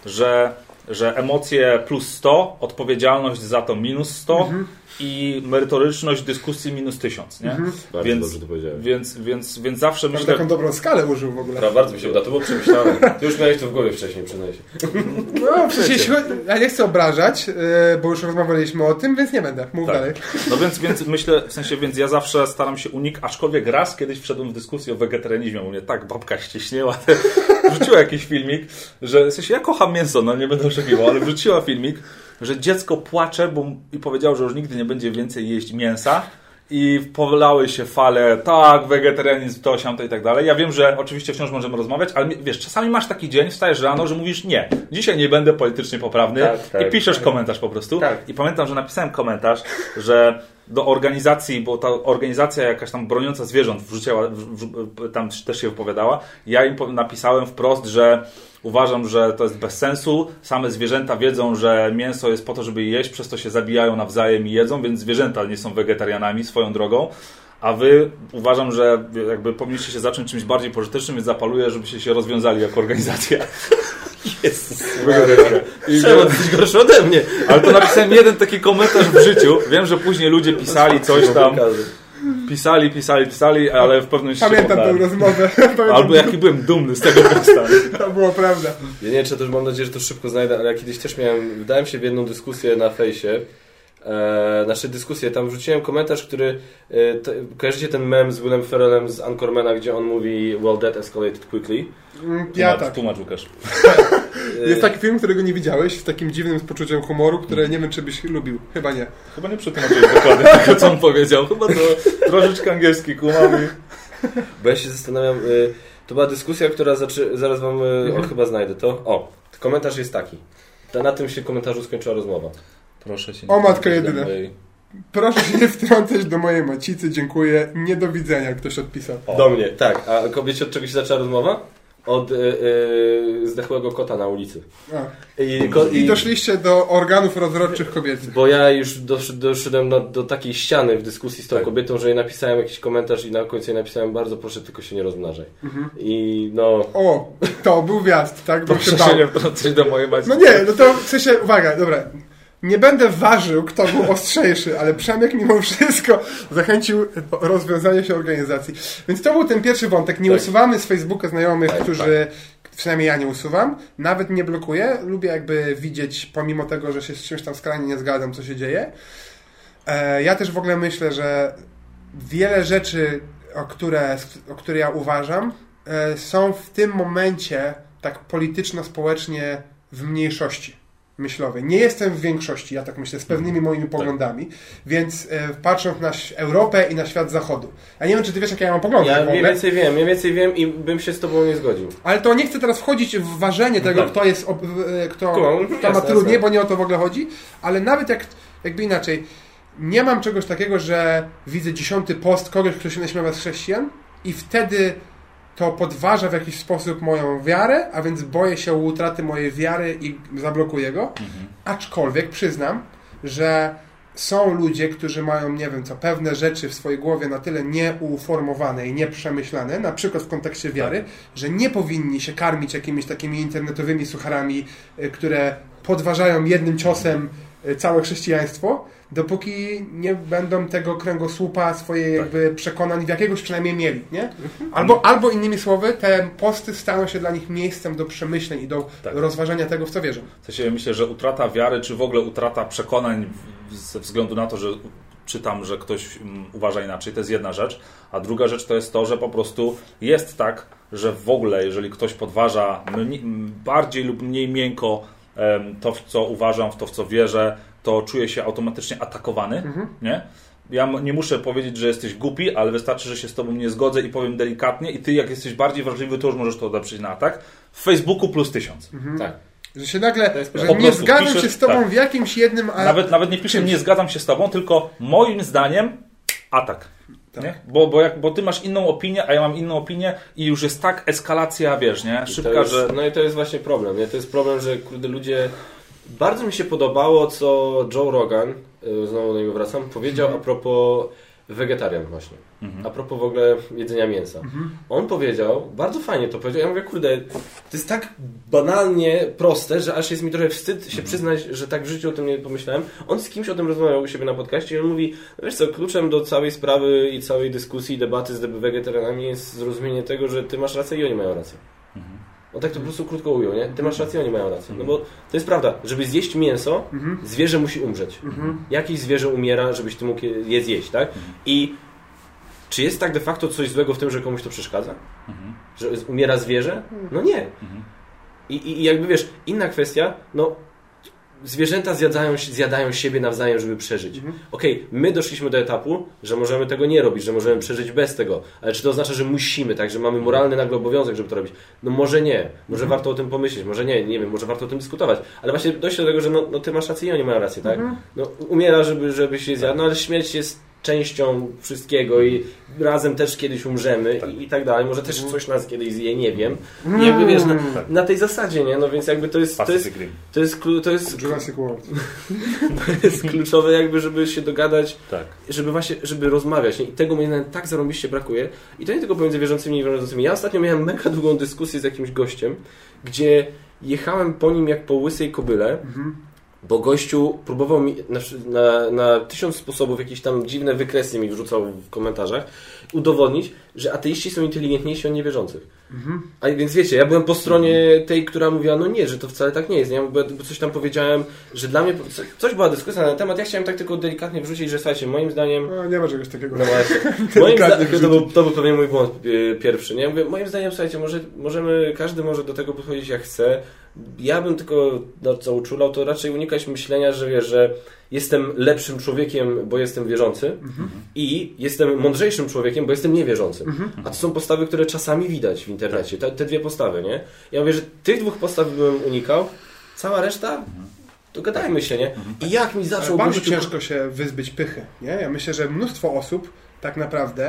że emocje plus 100, odpowiedzialność za to minus 100 i merytoryczność dyskusji minus 1000, nie? Bardzo dobrze to powiedziałeś. Więc zawsze myślę... taką dobrą skalę użył w ogóle. Bardzo mi się uda, to było przemyślane. Ty już miałeś to w głowie wcześniej, przynajmniej. No przecież ja nie chcę obrażać, bo już rozmawialiśmy o tym, więc nie będę. Mów dalej. No więc myślę, w sensie, więc ja zawsze staram się unikać, aczkolwiek raz kiedyś wszedłem w dyskusję o wegetarianizmie, bo mnie tak babka ścieśnięła, wrzuciła jakiś filmik, że w sensie ja kocham mięso, no nie będę oszukiwał, ale wrzuciła filmik, że dziecko płacze i powiedział, że już nigdy nie będzie więcej jeść mięsa i powlały się fale, tak, wegetarianizm, to, siamto i tak dalej. Ja wiem, że oczywiście wciąż możemy rozmawiać, ale wiesz, czasami masz taki dzień, wstajesz rano, że mówisz nie, dzisiaj nie będę politycznie poprawny i piszesz komentarz po prostu. I pamiętam, że napisałem komentarz, że do organizacji, bo ta organizacja jakaś tam broniąca zwierząt tam też się wypowiadała, ja im napisałem wprost, że uważam, że to jest bez sensu. Same zwierzęta wiedzą, że mięso jest po to, żeby je jeść, przez to się zabijają nawzajem i jedzą, więc zwierzęta nie są wegetarianami swoją drogą. A wy uważam, że jakby powinniście się zacząć czymś bardziej pożytecznym, więc apeluję, żebyście się rozwiązali jako organizacja. Jezus, Szymon, jesteś gorszy ode mnie. Ale to napisałem jeden taki komentarz w życiu. Wiem, że później ludzie pisali coś tam. Pisali, ale w pewnym momencie pamiętam tę rozmowę. Albo jaki byłem dumny z tego powstania. To było prawda. Ja nie wiem, czy też mam nadzieję, że to szybko znajdę, ale ja kiedyś też wdałem się w jedną dyskusję na fejsie. Nasze dyskusje, tam wrzuciłem komentarz, który kojarzycie ten mem z Willem Ferrellem z Anchormana, gdzie on mówi well that escalated quickly. Tłumacz Łukasz. Jest taki film, którego nie widziałeś, z takim dziwnym poczuciem humoru, które nie wiem, czy byś lubił. Chyba nie. Chyba nie przetłumaczyłeś dokładnie tego, co on powiedział. Chyba to troszeczkę angielski, kumamy. Bo ja się zastanawiam, to była dyskusja, która zaraz wam chyba znajdę to. O, komentarz jest taki. Na tym się komentarzu skończyła rozmowa. Proszę się. O matko jedyna. Proszę się nie wtrącać do mojej macicy, dziękuję. Nie do widzenia, ktoś odpisał. Do mnie, tak. A wiecie, od czego się zaczęła rozmowa? od zdechłego kota na ulicy. I doszliście do organów rozrodczych kobiety. Bo ja już doszedłem do takiej ściany w dyskusji z tą kobietą, że jej napisałem jakiś komentarz i na końcu jej napisałem: bardzo proszę, tylko się nie rozmnażaj. I no... O, to był wjazd, tak? Bo proszę się nie wtrącać do mojej matki. No nie, no to w sensie, uwaga, dobra. Nie będę ważył, kto był ostrzejszy, ale Przemek mimo wszystko zachęcił rozwiązanie się organizacji. Więc to był ten pierwszy wątek. Nie usuwamy z Facebooka znajomych, którzy... Przynajmniej ja nie usuwam. Nawet nie blokuję. Lubię jakby widzieć, pomimo tego, że się z czymś tam skrajnie nie zgadzam, co się dzieje. Ja też w ogóle myślę, że wiele rzeczy, o które ja uważam, są w tym momencie tak polityczno-społecznie w mniejszości myślowej. Nie jestem w większości, ja tak myślę, z pewnymi moimi poglądami, więc patrząc na Europę i na świat zachodu. Ja nie wiem, czy ty wiesz, jakie ja mam poglądy. Ja mniej więcej wiem i bym się z tobą nie zgodził. Ale to nie chcę teraz wchodzić w ważenie tego, kto jest, kto ma trudniej, bo nie o to w ogóle chodzi, ale nawet jakby inaczej, nie mam czegoś takiego, że widzę 10. post kogoś, kto się naśmiewa z chrześcijan i wtedy to podważa w jakiś sposób moją wiarę, a więc boję się utraty mojej wiary i zablokuję go. Aczkolwiek przyznam, że są ludzie, którzy mają, nie wiem co, pewne rzeczy w swojej głowie na tyle nieuformowane i nieprzemyślane, na przykład w kontekście wiary, że nie powinni się karmić jakimiś takimi internetowymi sucharami, które podważają jednym ciosem całe chrześcijaństwo, dopóki nie będą tego kręgosłupa swojej jakby przekonań w jakiegoś przynajmniej mieli, nie? Albo innymi słowy, te posty staną się dla nich miejscem do przemyśleń i do rozważania tego, w co wierzą. W sensie myślę, że utrata wiary, czy w ogóle utrata przekonań ze względu na to, że czytam, że ktoś uważa inaczej, to jest jedna rzecz, a druga rzecz to jest to, że po prostu jest tak, że w ogóle, jeżeli ktoś podważa bardziej lub mniej miękko to, w co uważam, w to, w co wierzę, to czuję się automatycznie atakowany, nie? Ja nie muszę powiedzieć, że jesteś głupi, ale wystarczy, że się z tobą nie zgodzę i powiem delikatnie i ty, jak jesteś bardziej wrażliwy, to już możesz to odeprzeć na atak. W Facebooku plus 1000. Tak. Że się nagle, że nie zgadzam się z tobą w jakimś jednym... Nawet nie piszę, nie zgadzam się z tobą, tylko moim zdaniem atak. Nie? Bo ty masz inną opinię, a ja mam inną opinię i już jest tak eskalacja, wiesz, nie? Szybka, że... No i to jest właśnie problem, nie? To jest problem, że kurde, ludzie... Bardzo mi się podobało, co Joe Rogan, znowu do niego wracam, powiedział a propos wegetarian właśnie. A propos w ogóle jedzenia mięsa. On powiedział, bardzo fajnie to powiedział, ja mówię, kurde, to jest tak banalnie proste, że aż jest mi trochę wstyd się przyznać, że tak w życiu o tym nie pomyślałem. On z kimś o tym rozmawiał u siebie na podcaście i on mówi, wiesz co, kluczem do całej sprawy i całej dyskusji i debaty z wegetarianami jest zrozumienie tego, że ty masz rację i oni mają rację. On tak to po prostu krótko ujął, nie? Ty masz rację, oni mają rację. No bo to jest prawda, żeby zjeść mięso, zwierzę musi umrzeć. Jakieś zwierzę umiera, żebyś ty mógł je zjeść, tak? I czy jest tak de facto coś złego w tym, że komuś to przeszkadza? Że umiera zwierzę? No nie. I jakby wiesz, inna kwestia, no zwierzęta zjadają siebie nawzajem, żeby przeżyć. Okej, my doszliśmy do etapu, że możemy tego nie robić, że możemy przeżyć bez tego. Ale czy to oznacza, że musimy, tak? Że mamy moralny nagle obowiązek, żeby to robić? No może nie. Może warto o tym pomyśleć. Może nie wiem, może warto o tym dyskutować. Ale właśnie dojść do tego, że no ty masz rację i oni mają rację, tak? No umiera, żeby się zjadł, no ale śmierć jest częścią wszystkiego i razem też kiedyś umrzemy i tak dalej. Może też coś nas kiedyś zje, nie wiem. I jakby wiesz, na tej zasadzie, nie? No więc jakby to jest Jurassic World. To jest kluczowe jakby, żeby się dogadać, żeby rozmawiać. Nie? I tego mnie tak zarąbiście brakuje. I to nie tylko pomiędzy wierzącymi i niewierzącymi. Ja ostatnio miałem mega długą dyskusję z jakimś gościem, gdzie jechałem po nim jak po łysej kobyle, bo gościu próbował mi na 1000 sposobów jakieś tam dziwne wykresy mi wrzucał w komentarzach udowodnić, że ateiści są inteligentniejsi od niewierzących. A więc wiecie, ja byłem po stronie tej, która mówiła, no nie, że to wcale tak nie jest. Nie? Bo coś tam powiedziałem, że dla mnie... Coś była dyskusja na ten temat, ja chciałem tak tylko delikatnie wrzucić, że słuchajcie, moim zdaniem... No, nie ma czegoś takiego. No właśnie. Moim zdaniem, to był pewnie mój błąd pierwszy. Nie? Ja mówię, moim zdaniem, słuchajcie, każdy może do tego podchodzić jak chce. Ja bym tylko na co uczulał, to raczej unikać myślenia, że wiesz, że jestem lepszym człowiekiem, bo jestem wierzący i jestem mądrzejszym człowiekiem, bo jestem niewierzący. A to są postawy, które czasami widać w internecie. Te dwie postawy, nie? Ja mówię, że tych dwóch postaw bym unikał, cała reszta dogadajmy się, nie? I jak mi zaczął... Bardzo ciężko się wyzbyć pychy, nie? Ja myślę, że mnóstwo osób tak naprawdę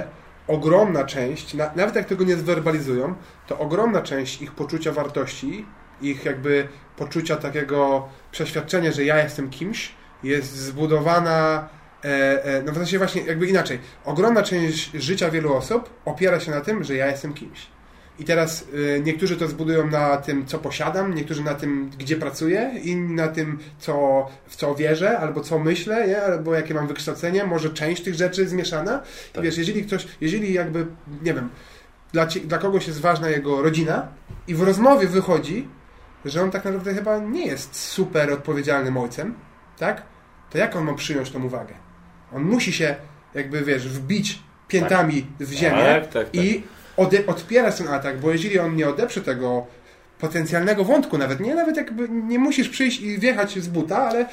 ogromna część, nawet jak tego nie zwerbalizują, to ogromna część ich poczucia wartości, ich jakby poczucia takiego przeświadczenia, że ja jestem kimś, jest zbudowana, no w sensie właśnie jakby inaczej. Ogromna część życia wielu osób opiera się na tym, że ja jestem kimś. I teraz niektórzy to zbudują na tym, co posiadam, niektórzy na tym, gdzie pracuję, inni na tym, w co wierzę, albo co myślę, nie? Albo jakie mam wykształcenie, może część tych rzeczy zmieszana. Tak. I wiesz, jeżeli jakby, nie wiem, dla kogoś jest ważna jego rodzina i w rozmowie wychodzi, że on tak naprawdę chyba nie jest super odpowiedzialnym ojcem, tak? To jak on ma przyjąć tą uwagę? On musi się jakby, wiesz, wbić piętami w ziemię i odpierać ten atak, bo jeżeli on nie odeprze tego potencjalnego wątku, nawet jakby nie musisz przyjść i wjechać z buta, ale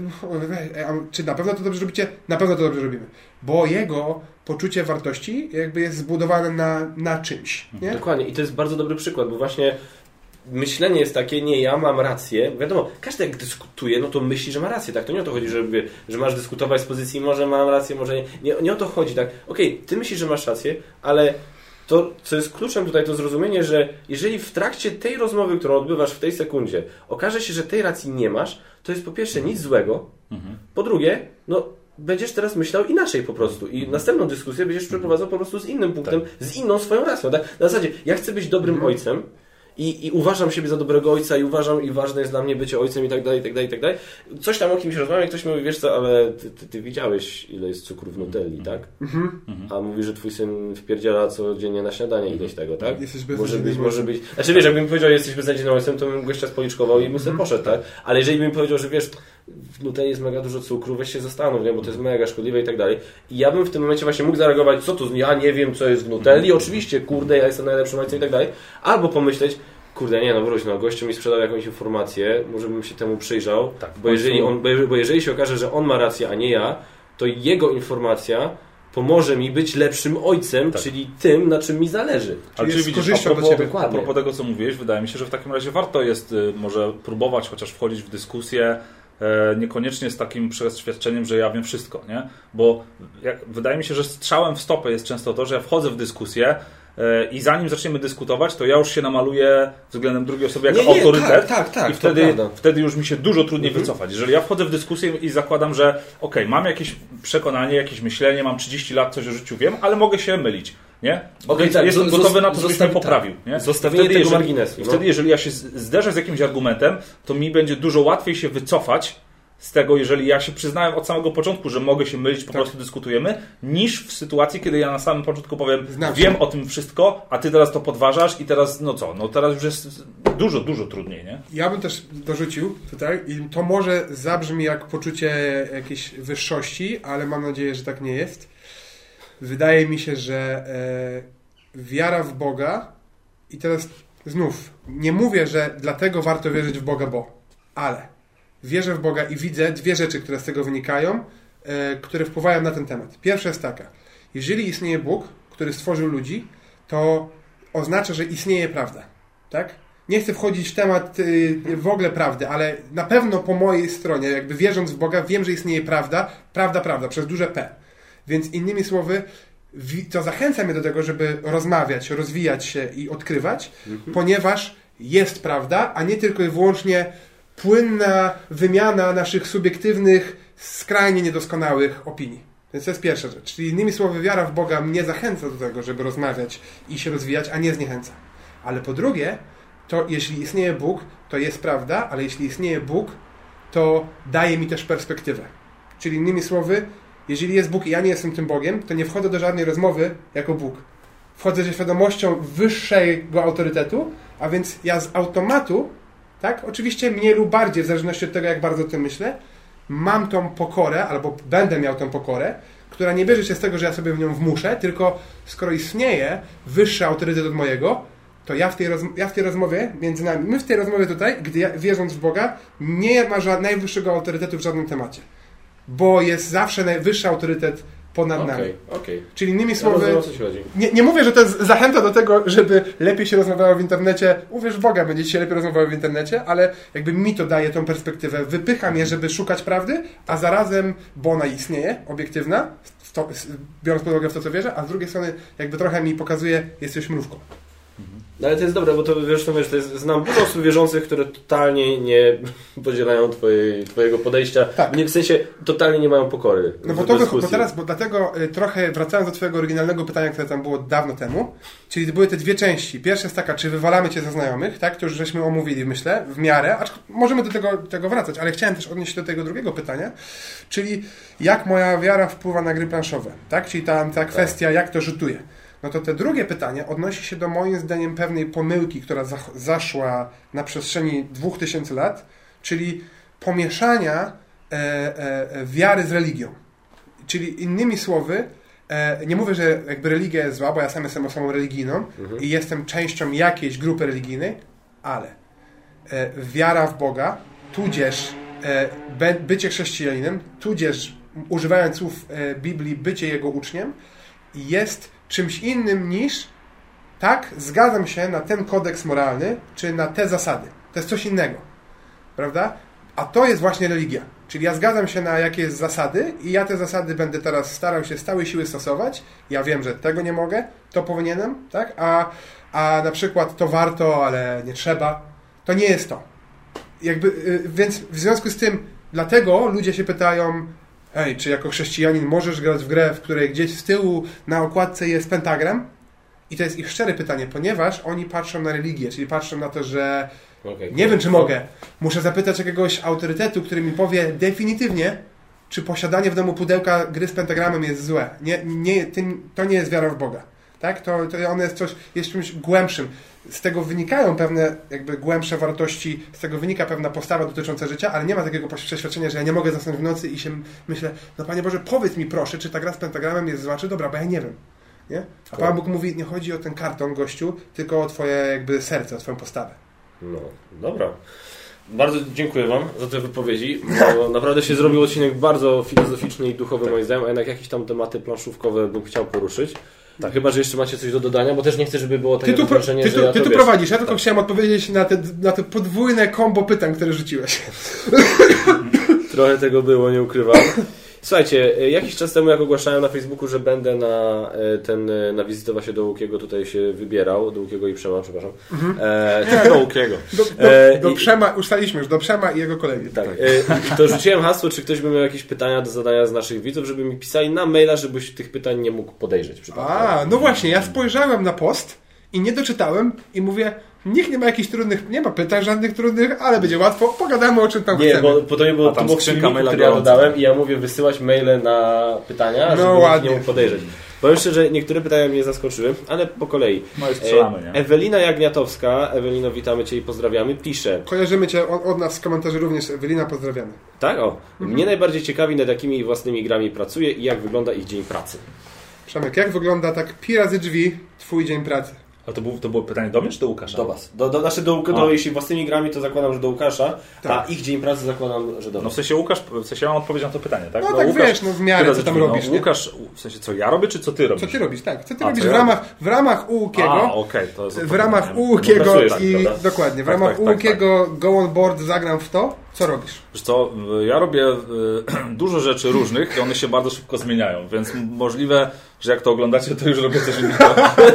czy na pewno to dobrze robicie? Na pewno to dobrze robimy. Bo jego poczucie wartości jakby jest zbudowane na czymś. Nie? Dokładnie. I to jest bardzo dobry przykład, bo właśnie myślenie jest takie, nie, ja mam rację. Wiadomo, każdy jak dyskutuje, no to myśli, że ma rację, tak? To nie o to chodzi, że masz dyskutować z pozycji, może mam rację, może nie. Nie o to chodzi, tak? Okej, ty myślisz, że masz rację, ale to, co jest kluczem tutaj, to zrozumienie, że jeżeli w trakcie tej rozmowy, którą odbywasz w tej sekundzie, okaże się, że tej racji nie masz, to jest po pierwsze nic złego, po drugie, no będziesz teraz myślał inaczej po prostu i następną dyskusję będziesz przeprowadzał po prostu z innym punktem, z inną swoją racją, tak? Na zasadzie, ja chcę być dobrym ojcem, I uważam siebie za dobrego ojca i ważne jest dla mnie bycie ojcem i tak dalej, i tak dalej, i tak dalej. Coś tam o kimś rozmawiam i ktoś mówi, wiesz co, ale ty widziałeś, ile jest cukru w Nutelli, tak? A mówi, że twój syn wpierdziela codziennie na śniadanie ileś tego, tak? Może być. Znaczy wiesz, jakbym powiedział, jesteś beznadziejnym ojcem, to bym gościa spoliczkował i bym sobie poszedł, tak? Ale jeżeli bym powiedział, że wiesz, w Nutelli jest mega dużo cukru, weź się zastanów, nie? Bo to jest mega szkodliwe i tak dalej. I ja bym w tym momencie właśnie mógł zareagować, co tu, ja nie wiem, co jest w Nutelli, oczywiście, kurde, ja jestem najlepszym ojcem i tak dalej. Albo pomyśleć, kurde, nie, no wróć, no gościu mi sprzedał jakąś informację, może bym się temu przyjrzał, tak, bo jeżeli się okaże, że on ma rację, a nie ja, to jego informacja pomoże mi być lepszym ojcem, tak, czyli tym, na czym mi zależy. Ale czy widzisz, a propos tego, co mówiłeś, wydaje mi się, że w takim razie warto jest może próbować chociaż wchodzić w dyskusję, niekoniecznie z takim przeświadczeniem, że ja wiem wszystko, nie? Bo wydaje mi się, że strzałem w stopę jest często to, że ja wchodzę w dyskusję i zanim zaczniemy dyskutować, to ja już się namaluję względem drugiej osoby jako autorytet tak, i wtedy już mi się dużo trudniej wycofać. Jeżeli ja wchodzę w dyskusję i zakładam, że mam jakieś przekonanie, jakieś myślenie, mam 30 lat, coś o życiu wiem, ale mogę się mylić. Nie? Jestem gotowy na to, żebyś mnie poprawił. Nie? Zostawienie tego marginesu. Wtedy, jeżeli ja się zderzę z jakimś argumentem, to mi będzie dużo łatwiej się wycofać z tego, jeżeli ja się przyznałem od samego początku, że mogę się mylić, po prostu dyskutujemy, niż w sytuacji, kiedy ja na samym początku powiem, wiem o tym wszystko, a ty teraz to podważasz i teraz, teraz już jest dużo, dużo trudniej, nie? Ja bym też dorzucił tutaj i to może zabrzmi jak poczucie jakiejś wyższości, ale mam nadzieję, że tak nie jest. Wydaje mi się, że wiara w Boga i teraz znów, nie mówię, że dlatego warto wierzyć w Boga, ale wierzę w Boga i widzę dwie rzeczy, które z tego wynikają, które wpływają na ten temat. Pierwsza jest taka. Jeżeli istnieje Bóg, który stworzył ludzi, to oznacza, że istnieje prawda. Tak? Nie chcę wchodzić w temat w ogóle prawdy, ale na pewno po mojej stronie, jakby wierząc w Boga, wiem, że istnieje prawda, przez duże P. Więc innymi słowy, to zachęca mnie do tego, żeby rozmawiać, rozwijać się i odkrywać, ponieważ jest prawda, a nie tylko i wyłącznie płynna wymiana naszych subiektywnych, skrajnie niedoskonałych opinii. Więc to jest pierwsza rzecz. Czyli innymi słowy, wiara w Boga mnie zachęca do tego, żeby rozmawiać i się rozwijać, a nie zniechęca. Ale po drugie, to jeśli istnieje Bóg, to jest prawda, ale jeśli istnieje Bóg, to daje mi też perspektywę. Czyli innymi słowy, jeżeli jest Bóg i ja nie jestem tym Bogiem, to nie wchodzę do żadnej rozmowy jako Bóg. Wchodzę ze świadomością wyższego autorytetu, a więc ja z automatu, tak, oczywiście mniej lub bardziej, w zależności od tego, jak bardzo o tym myślę, mam tą pokorę, albo będę miał tą pokorę, która nie bierze się z tego, że ja sobie w nią wmuszę, tylko skoro istnieje wyższy autorytet od mojego, to ja w tej rozmowie między nami, my w tej rozmowie tutaj, wierząc w Boga, nie ma najwyższego autorytetu w żadnym temacie. Bo jest zawsze najwyższy autorytet ponad nami. Okej. Czyli innymi Ja słowy, rozumiem, o co ci chodzi. nie mówię, że to jest zachęta do tego, żeby lepiej się rozmawiało w internecie. Uwierz w Boga, będziecie się lepiej rozmawiały w internecie, ale jakby mi to daje tą perspektywę. Wypycham je, żeby szukać prawdy, a zarazem, bo ona istnieje, obiektywna, biorąc pod uwagę w to, co wierzę, a z drugiej strony jakby trochę mi pokazuje, jesteś mrówką. No ale to jest dobre, bo to wiesz, znam dużo osób wierzących, które totalnie nie podzielają twojego podejścia. Tak. W sensie totalnie nie mają pokory. No bo dlatego trochę wracając do twojego oryginalnego pytania, które tam było dawno temu, czyli były te dwie części. Pierwsza jest taka, czy wywalamy cię ze znajomych, tak? To już żeśmy omówili, myślę, w miarę, możemy do tego wracać, ale chciałem też odnieść się do tego drugiego pytania, czyli jak moja wiara wpływa na gry planszowe, tak? Czyli ta kwestia, jak to rzutuje. No to te drugie pytanie odnosi się do moim zdaniem pewnej pomyłki, która zaszła na przestrzeni 2000 lat, czyli pomieszania wiary z religią. Czyli innymi słowy, nie mówię, że jakby religia jest zła, bo ja sam jestem osobą religijną i jestem częścią jakiejś grupy religijnej, ale wiara w Boga, tudzież bycie chrześcijaninem, tudzież używając słów Biblii, bycie jego uczniem, jest czymś innym niż tak, zgadzam się na ten kodeks moralny, czy na te zasady. To jest coś innego. Prawda? A to jest właśnie religia. Czyli ja zgadzam się na jakieś zasady i ja te zasady będę teraz starał się z całej siły stosować. Ja wiem, że tego nie mogę, to powinienem, tak? A na przykład to warto, ale nie trzeba. To nie jest to. Więc w związku z tym, dlatego ludzie się pytają, czy jako chrześcijanin możesz grać w grę, w której gdzieś z tyłu na okładce jest pentagram? I to jest ich szczere pytanie, ponieważ oni patrzą na religię, czyli patrzą na to, że nie wiem, czy mogę. Muszę zapytać jakiegoś autorytetu, który mi powie definitywnie, czy posiadanie w domu pudełka gry z pentagramem jest złe. To nie jest wiara w Boga. Tak? To ono jest czymś głębszym. Z tego wynikają pewne jakby głębsze wartości, z tego wynika pewna postawa dotycząca życia, ale nie ma takiego przeświadczenia, że ja nie mogę zasnąć w nocy i się myślę, no Panie Boże, powiedz mi proszę, czy ta gra z pentagramem jest zła, czy dobra, bo ja nie wiem. Nie? A Pan Bóg mówi, nie chodzi o ten karton, gościu, tylko o twoje jakby serce, o twoją postawę. No, dobra. Bardzo dziękuję Wam za te wypowiedzi, bo naprawdę się zrobił odcinek bardzo filozoficzny i duchowy moim zdaniem, a jednak jakieś tam tematy planszówkowe bym chciał poruszyć. Tak, chyba, że jeszcze macie coś do dodania, bo też nie chcę, żeby było takie wrażenie, że ja Ty tu prowadzisz, ja tylko chciałem odpowiedzieć na te podwójne kombo pytań, które rzuciłeś. Trochę tego było, nie ukrywam. Słuchajcie, jakiś czas temu jak ogłaszałem na Facebooku, że będę na wizytować się do Łukiego, tutaj się wybierał, do Łukiego i Przema, przepraszam. Do Łukiego. Do Przema, ustaliliśmy już, do Przema i jego kolegi. Tak. To rzuciłem hasło, czy ktoś by miał jakieś pytania do zadania z naszych widzów, żeby mi pisali na maila, żebyś tych pytań nie mógł podejrzeć. No właśnie, ja spojrzałem na post i nie doczytałem i mówię, nikt nie ma jakichś trudnych, nie ma pytań żadnych trudnych, ale będzie łatwo, pogadamy o czym tam chcemy. Nie, bo to nie było tłumok filmiku, który ja dodałem i ja mówię wysyłać maile na pytania, żeby nikt nie mógł podejrzeć. Powiem szczerze, że niektóre pytania mnie zaskoczyły, ale po kolei. No i strzelamy, nie? Ewelina Jagniatowska, Ewelino, witamy Cię i pozdrawiamy, pisze. Kojarzymy Cię od nas z komentarzy również, Ewelina, pozdrawiamy. Tak? Mnie najbardziej ciekawi, nad jakimi własnymi grami pracuję i jak wygląda ich dzień pracy. Przemek, jak wygląda tak pi razy drzwi Twój dzień pracy? A to było pytanie do mnie, czy do Łukasza? Do Was. Jeśli własnymi grami, to zakładam, że do Łukasza, tak. A ich dzień pracy zakładam, że do Was. No w sensie Łukasz, ja mam odpowiedź na to pytanie, tak? No tak Łukasz, wiesz, w miarę co tam robisz. Łukasz, w sensie co ja robię, czy co ty robisz? Co ty robisz, tak. Co ty robisz w ramach Łukiego. To jest w ramach Łukiego dokładnie, w ramach Łukiego Go on board zagram w to. Co robisz? Wiesz co, ja robię dużo rzeczy różnych i one się bardzo szybko zmieniają, więc możliwe, że jak to oglądacie, to już robię coś innego.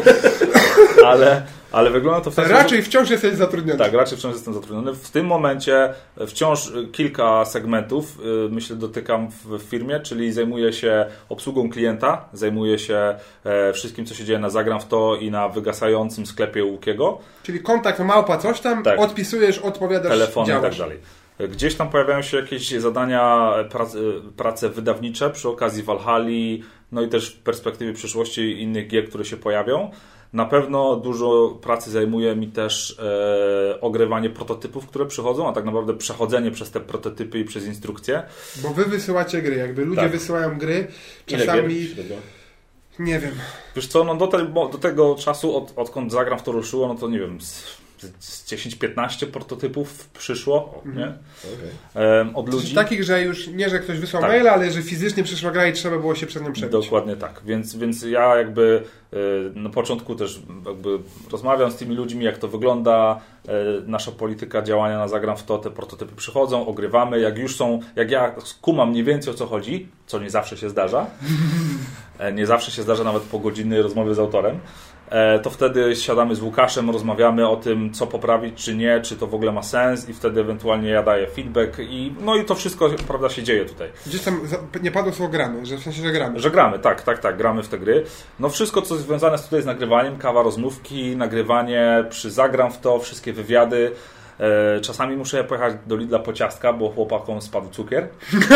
Ale wygląda to w ten Raczej wciąż jesteś zatrudniony. Tak, raczej wciąż jestem zatrudniony. W tym momencie wciąż kilka segmentów, myślę, dotykam w firmie, czyli zajmuję się obsługą klienta, zajmuję się wszystkim, co się dzieje na Zagram w to i na wygasającym sklepie Łukiego. Czyli kontakt małpa coś tam, tak. Odpisujesz, odpowiadasz, telefony działasz. I tak dalej. Gdzieś tam pojawiają się jakieś zadania, prace wydawnicze przy okazji Valhalli, no i też w perspektywie przyszłości innych gier, które się pojawią. Na pewno dużo pracy zajmuje mi też ogrywanie prototypów, które przychodzą, a tak naprawdę przechodzenie przez te prototypy i przez instrukcje. Bo wy wysyłacie gry, jakby ludzie wysyłają gry, czasami... Nie wiem. Wiesz co, no do tego czasu, odkąd Zagram w to ruszyło, no to nie wiem, z 10-15 prototypów przyszło, nie? Od ludzi. Takich, że już nie, że ktoś wysłał maila, ale że fizycznie przyszła gra i trzeba było się przez nią przebić. Dokładnie tak. Więc ja jakby na początku też jakby rozmawiam z tymi ludźmi, jak to wygląda, nasza polityka działania na Zagram w to, te prototypy przychodzą, ogrywamy, jak ja skumam mniej więcej o co chodzi, co nie zawsze się zdarza, nie zawsze się zdarza nawet po godzinnej rozmowie z autorem, to wtedy siadamy z Łukaszem, rozmawiamy o tym, co poprawić, czy nie, czy to w ogóle ma sens i wtedy ewentualnie ja daję feedback i to wszystko, prawda, się dzieje tutaj. Gdzieś tam nie padło słowo gramy, że w sensie, że gramy. Że gramy, tak, gramy w te gry. No wszystko, co jest związane tutaj z nagrywaniem, kawa, rozmówki, nagrywanie, Zagram w to, wszystkie wywiady. Czasami muszę pojechać do Lidla po ciastka, bo chłopakom spadł cukier.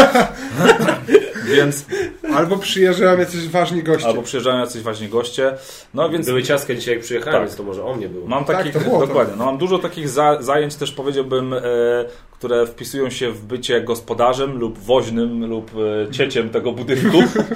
Więc... Albo przyjeżdżają jacyś ważni goście. No, więc... Były ciastka dzisiaj, jak przyjechałem, więc to może o mnie było. Mam dokładnie. No, mam dużo takich zajęć też, powiedziałbym, które wpisują się w bycie gospodarzem lub woźnym lub cieciem tego budynku.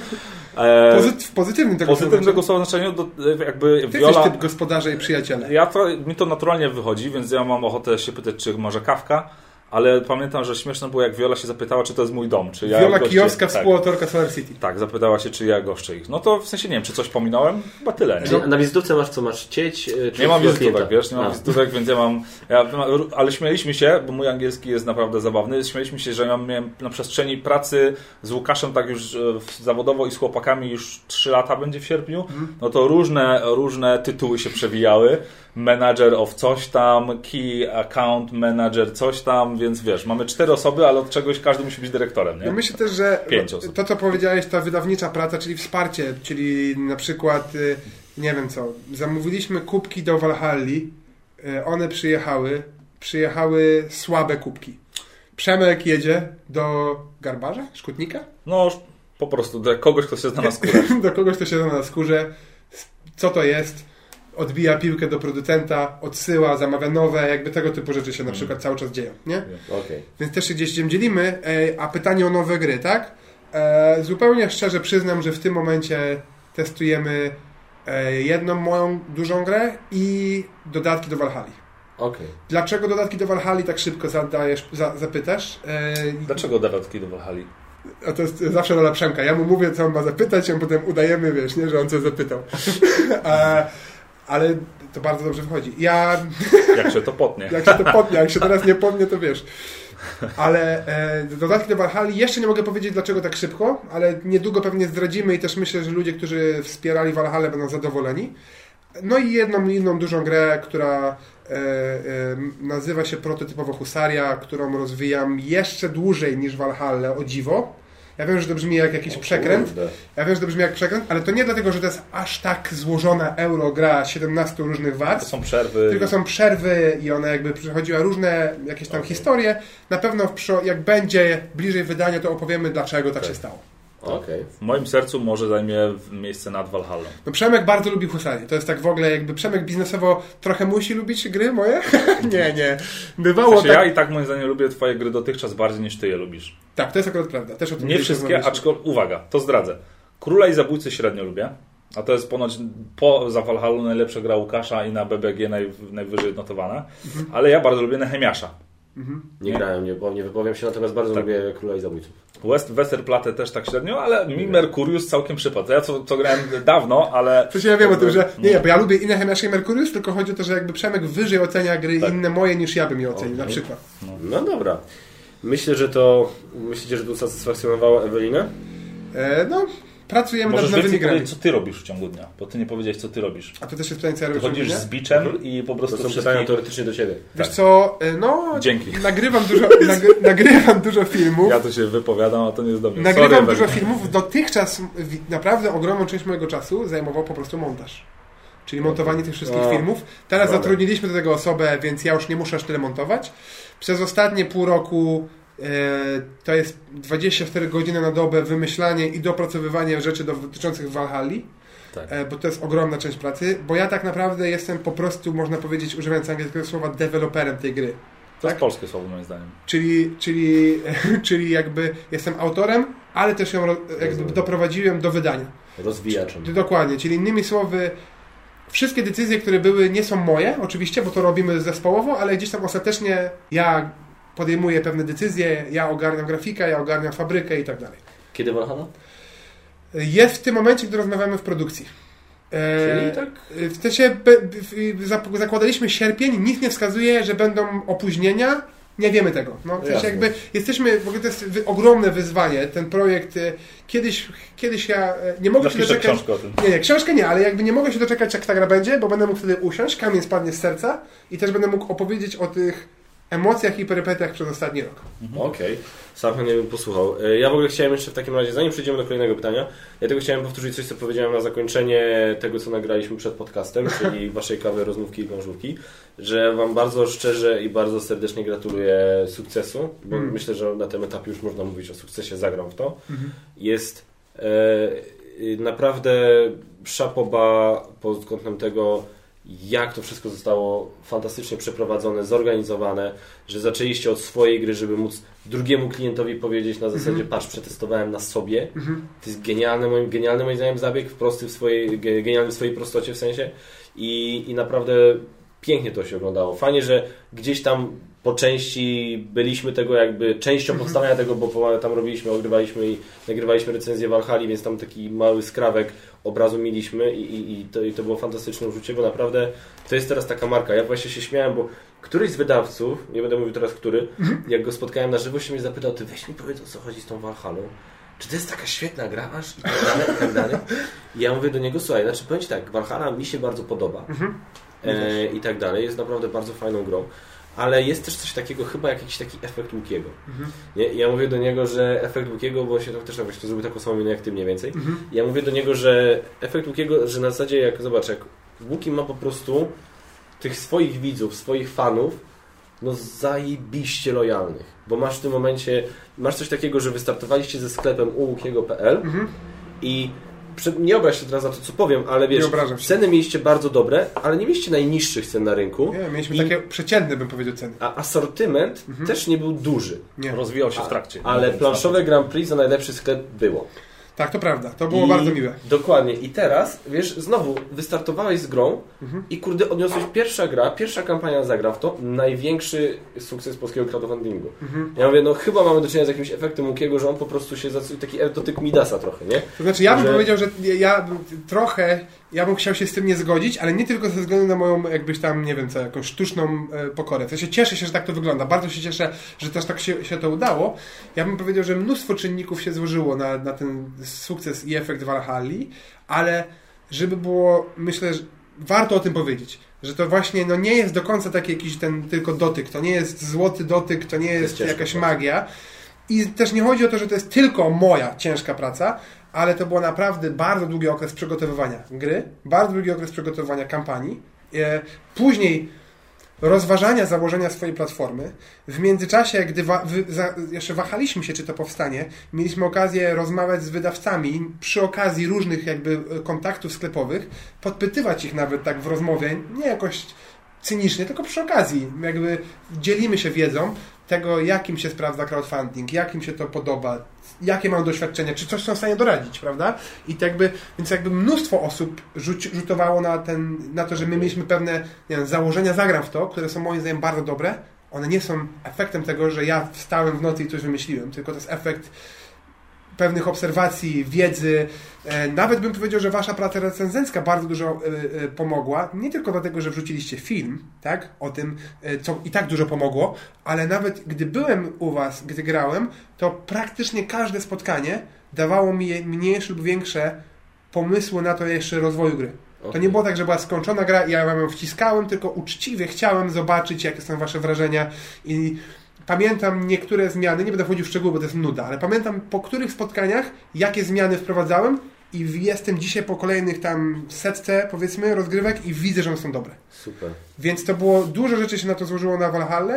W pozytywnym tego słowa znaczeniu, jakby Ty jesteś typ gospodarza i przyjaciela. Mi to naturalnie wychodzi, więc ja mam ochotę się pytać, czy może kawka, ale pamiętam, że śmieszne było, jak Wiola się zapytała, czy to jest mój dom. Czy Wiola Kijowska, współautorka Solar City. Tak, zapytała się, czy ja goszczę ich. No to w sensie nie wiem, czy coś pominąłem? Chyba tyle. Nie? A na wizytówce masz cieć? Czy nie mam wizytówek, wiesz, więc ale śmieliśmy się, bo mój angielski jest naprawdę zabawny, śmieliśmy się, że ja miałem na przestrzeni pracy z Łukaszem tak już zawodowo i z chłopakami już 3 lata będzie w sierpniu, no to różne tytuły się przewijały. Manager of coś tam, key account manager coś tam, więc wiesz, mamy 4 osoby, ale od czegoś każdy musi być dyrektorem, nie? No myślę też, że 5 osób. To, co powiedziałeś, ta wydawnicza praca, czyli wsparcie, czyli na przykład, nie wiem co, zamówiliśmy kubki do Valhalli, one przyjechały słabe kubki. Przemek jedzie do garbarza, szkutnika? No, po prostu do kogoś, kto się zna na skórze. Do kogoś, kto się zna na skórze. Co to jest? Odbija piłkę do producenta, odsyła, zamawia nowe, jakby tego typu rzeczy się na przykład cały czas dzieją, nie? Okay. Więc też się gdzieś tym dzielimy, a pytanie o nowe gry, tak? Zupełnie szczerze przyznam, że w tym momencie testujemy jedną moją dużą grę i dodatki do Valhalli. Okay. Dlaczego dodatki do Valhalli tak szybko zapytasz? Dlaczego dodatki do Valhalli? A to jest zawsze rola Przemka. Ja mu mówię, co on ma zapytać, a potem udajemy, wiesz, nie, że on coś zapytał. Ale to bardzo dobrze wychodzi. Jak się to potnie. Jak się teraz nie potnie, to wiesz. Ale dodatki do Valhalli jeszcze nie mogę powiedzieć, dlaczego tak szybko, ale niedługo pewnie zdradzimy i też myślę, że ludzie, którzy wspierali Valhallę, będą zadowoleni. No i jedną inną dużą grę, która nazywa się prototypowo Husaria, którą rozwijam jeszcze dłużej niż Valhallę, o dziwo. Ja wiem, że to brzmi jak jakiś przekręt. Ale to nie dlatego, że to jest aż tak złożona gra 17 różnych warstw. To są przerwy. Tylko są przerwy i ona jakby przechodziła różne jakieś tam historie. Na pewno jak będzie bliżej wydania, to opowiemy, dlaczego tak się stało. Okay. W moim sercu może zajmie miejsce nad Valhallą. No Przemek bardzo lubi Husarię. To jest tak w ogóle jakby Przemek biznesowo trochę musi lubić gry moje? nie. Bywało w sensie tak... Ja i tak moim zdaniem lubię twoje gry dotychczas bardziej niż ty je lubisz. Tak, to jest akurat prawda. Też o tym nie wszystkie, aczkolwiek uwaga, to zdradzę. Króla i Zabójcy średnio lubię. A to jest ponoć za Valhallą najlepsza gra Łukasza i na BBG najwyżej notowana. Ale ja bardzo lubię Nehemiasza. Nie grałem, nie wypowiem się, natomiast bardzo lubię Króla i Zabójców. Westerplatte też tak średnio, ale mi Mercurius całkiem przypadł. Ja co grałem dawno, ale... Przecież ja wiem o tym, że... Nie, bo ja lubię i Nehemiasza i Mercurius, tylko chodzi o to, że jakby Przemek wyżej ocenia gry inne moje niż ja bym je ocenił, na przykład. No dobra. Myślicie, że to usatysfakcjonowało Ewelinę? Pracujemy nad nowymi grami. Co ty robisz w ciągu dnia? Bo ty nie powiedziałeś, co ty robisz. A to też jest pytanie, co ja robię. Chodzisz z biczem i po prostu to są pytania teoretycznie do ciebie. Wiesz co, dzięki. Nagrywam dużo filmów. Ja tu się wypowiadam, a to nie jest dobrze. Nagrywam dużo filmów. Dotychczas naprawdę ogromną część mojego czasu zajmował po prostu montaż. Czyli montowanie tych wszystkich filmów. Teraz zatrudniliśmy do tego osobę, więc ja już nie muszę aż tyle montować. Przez ostatnie pół roku to jest 24 godziny na dobę wymyślanie i dopracowywanie rzeczy dotyczących Valhalli, bo to jest ogromna część pracy, bo ja tak naprawdę jestem po prostu, można powiedzieć, używając angielskiego słowa, deweloperem tej gry. To jest polskie słowo moim zdaniem. Czyli jakby jestem autorem, ale też ją jakby doprowadziłem do wydania. Rozwijaczem. Dokładnie, czyli innymi słowy wszystkie decyzje, które były, nie są moje, oczywiście, bo to robimy zespołowo, ale gdzieś tam ostatecznie ja podejmuję pewne decyzje, ja ogarniam grafikę, ja ogarniam fabrykę i tak dalej. Kiedy Valhalla? Jest w tym momencie, gdy rozmawiamy w produkcji. Czyli tak? W sensie zakładaliśmy sierpień, nic nie wskazuje, że będą opóźnienia. Nie wiemy tego. No, w sensie jakby jesteśmy, w ogóle to jest ogromne wyzwanie. Ten projekt kiedyś ja nie mogę się doczekać. Książkę o tym. Nie, książkę nie, ale jakby nie mogę się doczekać, jak ta gra będzie, bo będę mógł wtedy usiąść, kamień spadnie z serca i też będę mógł opowiedzieć o tych emocjach i perypetiach przez ostatni rok. Okej. Sam chętnie bym posłuchał. Ja w ogóle chciałem jeszcze w takim razie, zanim przejdziemy do kolejnego pytania, ja tylko chciałem powtórzyć coś, co powiedziałem na zakończenie tego, co nagraliśmy przed podcastem, czyli waszej kawy, rozmówki i gążówki, że wam bardzo szczerze i bardzo serdecznie gratuluję sukcesu, bo myślę, że na tym etapie już można mówić o sukcesie, zagram w to. Jest naprawdę szapoba pod kątem tego, jak to wszystko zostało fantastycznie przeprowadzone, zorganizowane, że zaczęliście od swojej gry, żeby móc drugiemu klientowi powiedzieć na zasadzie patrz, przetestowałem na sobie. To jest genialny moim zdaniem zabieg, genialny w swojej prostocie w sensie i naprawdę pięknie to się oglądało. Fajnie, że gdzieś tam po części byliśmy tego jakby częścią powstawania tego, bo tam ogrywaliśmy i nagrywaliśmy recenzję Valhalli, więc tam taki mały skrawek obrazu mieliśmy i to było fantastyczne uczucie, bo naprawdę to jest teraz taka marka. Ja właśnie się śmiałem, bo któryś z wydawców, nie będę mówił teraz który, jak go spotkałem na żywo, się mnie zapytał, ty weź mi powiedz, o co chodzi z tą Valhallą. Czy to jest taka świetna gra aż i tak dalej. I ja mówię do niego, słuchaj, znaczy powiem ci tak, Valhalla mi się bardzo podoba i tak dalej, jest naprawdę bardzo fajną grą. Ale jest też coś takiego, chyba jakiś taki efekt Łukiego. Nie? Ja mówię do niego, że efekt Łukiego, bo się to też to zrobił taką samą minę jak ty mniej więcej. Ja mówię do niego, że efekt Łukiego, że na zasadzie jak zobacz, jak Łuki ma po prostu tych swoich widzów, swoich fanów, no zajebiście lojalnych. Bo masz w tym momencie, masz coś takiego, że wystartowaliście ze sklepem ułukiego.pl i nie obraź się teraz za to, co powiem, ale wiesz, ceny mieliście bardzo dobre, ale nie mieliście najniższych cen na rynku. Nie, mieliśmy takie przeciętne, bym powiedział, ceny. A asortyment też nie był duży. Nie. Rozwijał się w trakcie. Ale planszowe Grand Prix za najlepszy sklep było. Tak, to prawda. To było bardzo miłe. Dokładnie. I teraz, wiesz, znowu wystartowałeś z grą i kurde, odniosłeś pierwsza kampania zagra w to, największy sukces polskiego crowdfundingu. Ja mówię, no chyba mamy do czynienia z jakimś efektem Łukiego, że on po prostu się taki dotyk Midasa trochę, nie? To znaczy ja bym powiedział, że ja bym chciał się z tym nie zgodzić, ale nie tylko ze względu na moją jakbyś tam, nie wiem co, jakąś sztuczną pokorę. Ja się cieszę się, że tak to wygląda. Bardzo się cieszę, że też tak się to udało. Ja bym powiedział, że mnóstwo czynników się złożyło na ten sukces i efekt Valhalli, ale żeby było, myślę, że warto o tym powiedzieć, że to właśnie no, nie jest do końca taki jakiś ten tylko dotyk, to nie jest złoty dotyk, to nie jest jakaś magia i też nie chodzi o to, że to jest tylko moja ciężka praca, ale to był naprawdę bardzo długi okres przygotowywania gry, bardzo długi okres przygotowywania kampanii, później rozważania założenia swojej platformy. W międzyczasie, gdy jeszcze wahaliśmy się, czy to powstanie, mieliśmy okazję rozmawiać z wydawcami przy okazji różnych jakby kontaktów sklepowych, podpytywać ich nawet tak w rozmowie, nie jakoś cynicznie, tylko przy okazji. Jakby dzielimy się wiedzą tego, jakim się sprawdza crowdfunding, jakim się to podoba, jakie mają doświadczenia, czy coś są w stanie doradzić, prawda? Więc jakby mnóstwo osób rzutowało na to, że my mieliśmy pewne nie wiem, założenia, zagram w to, które są moim zdaniem bardzo dobre. One nie są efektem tego, że ja wstałem w nocy i coś wymyśliłem, tylko to jest efekt pewnych obserwacji, wiedzy. Nawet bym powiedział, że wasza praca recenzencka bardzo dużo pomogła. Nie tylko dlatego, że wrzuciliście film, tak? O tym, co i tak dużo pomogło, ale nawet gdy byłem u was, gdy grałem, to praktycznie każde spotkanie dawało mi mniejsze lub większe pomysły na to jeszcze rozwoju gry. To nie było tak, że była skończona gra i ja ją wciskałem, tylko uczciwie chciałem zobaczyć, jakie są wasze wrażenia i pamiętam niektóre zmiany, nie będę wchodził w szczegóły, bo to jest nuda, ale pamiętam po których spotkaniach, jakie zmiany wprowadzałem i jestem dzisiaj po kolejnych tam setce, powiedzmy, rozgrywek i widzę, że one są dobre. Super. Więc to było, dużo rzeczy się na to złożyło na Valhallę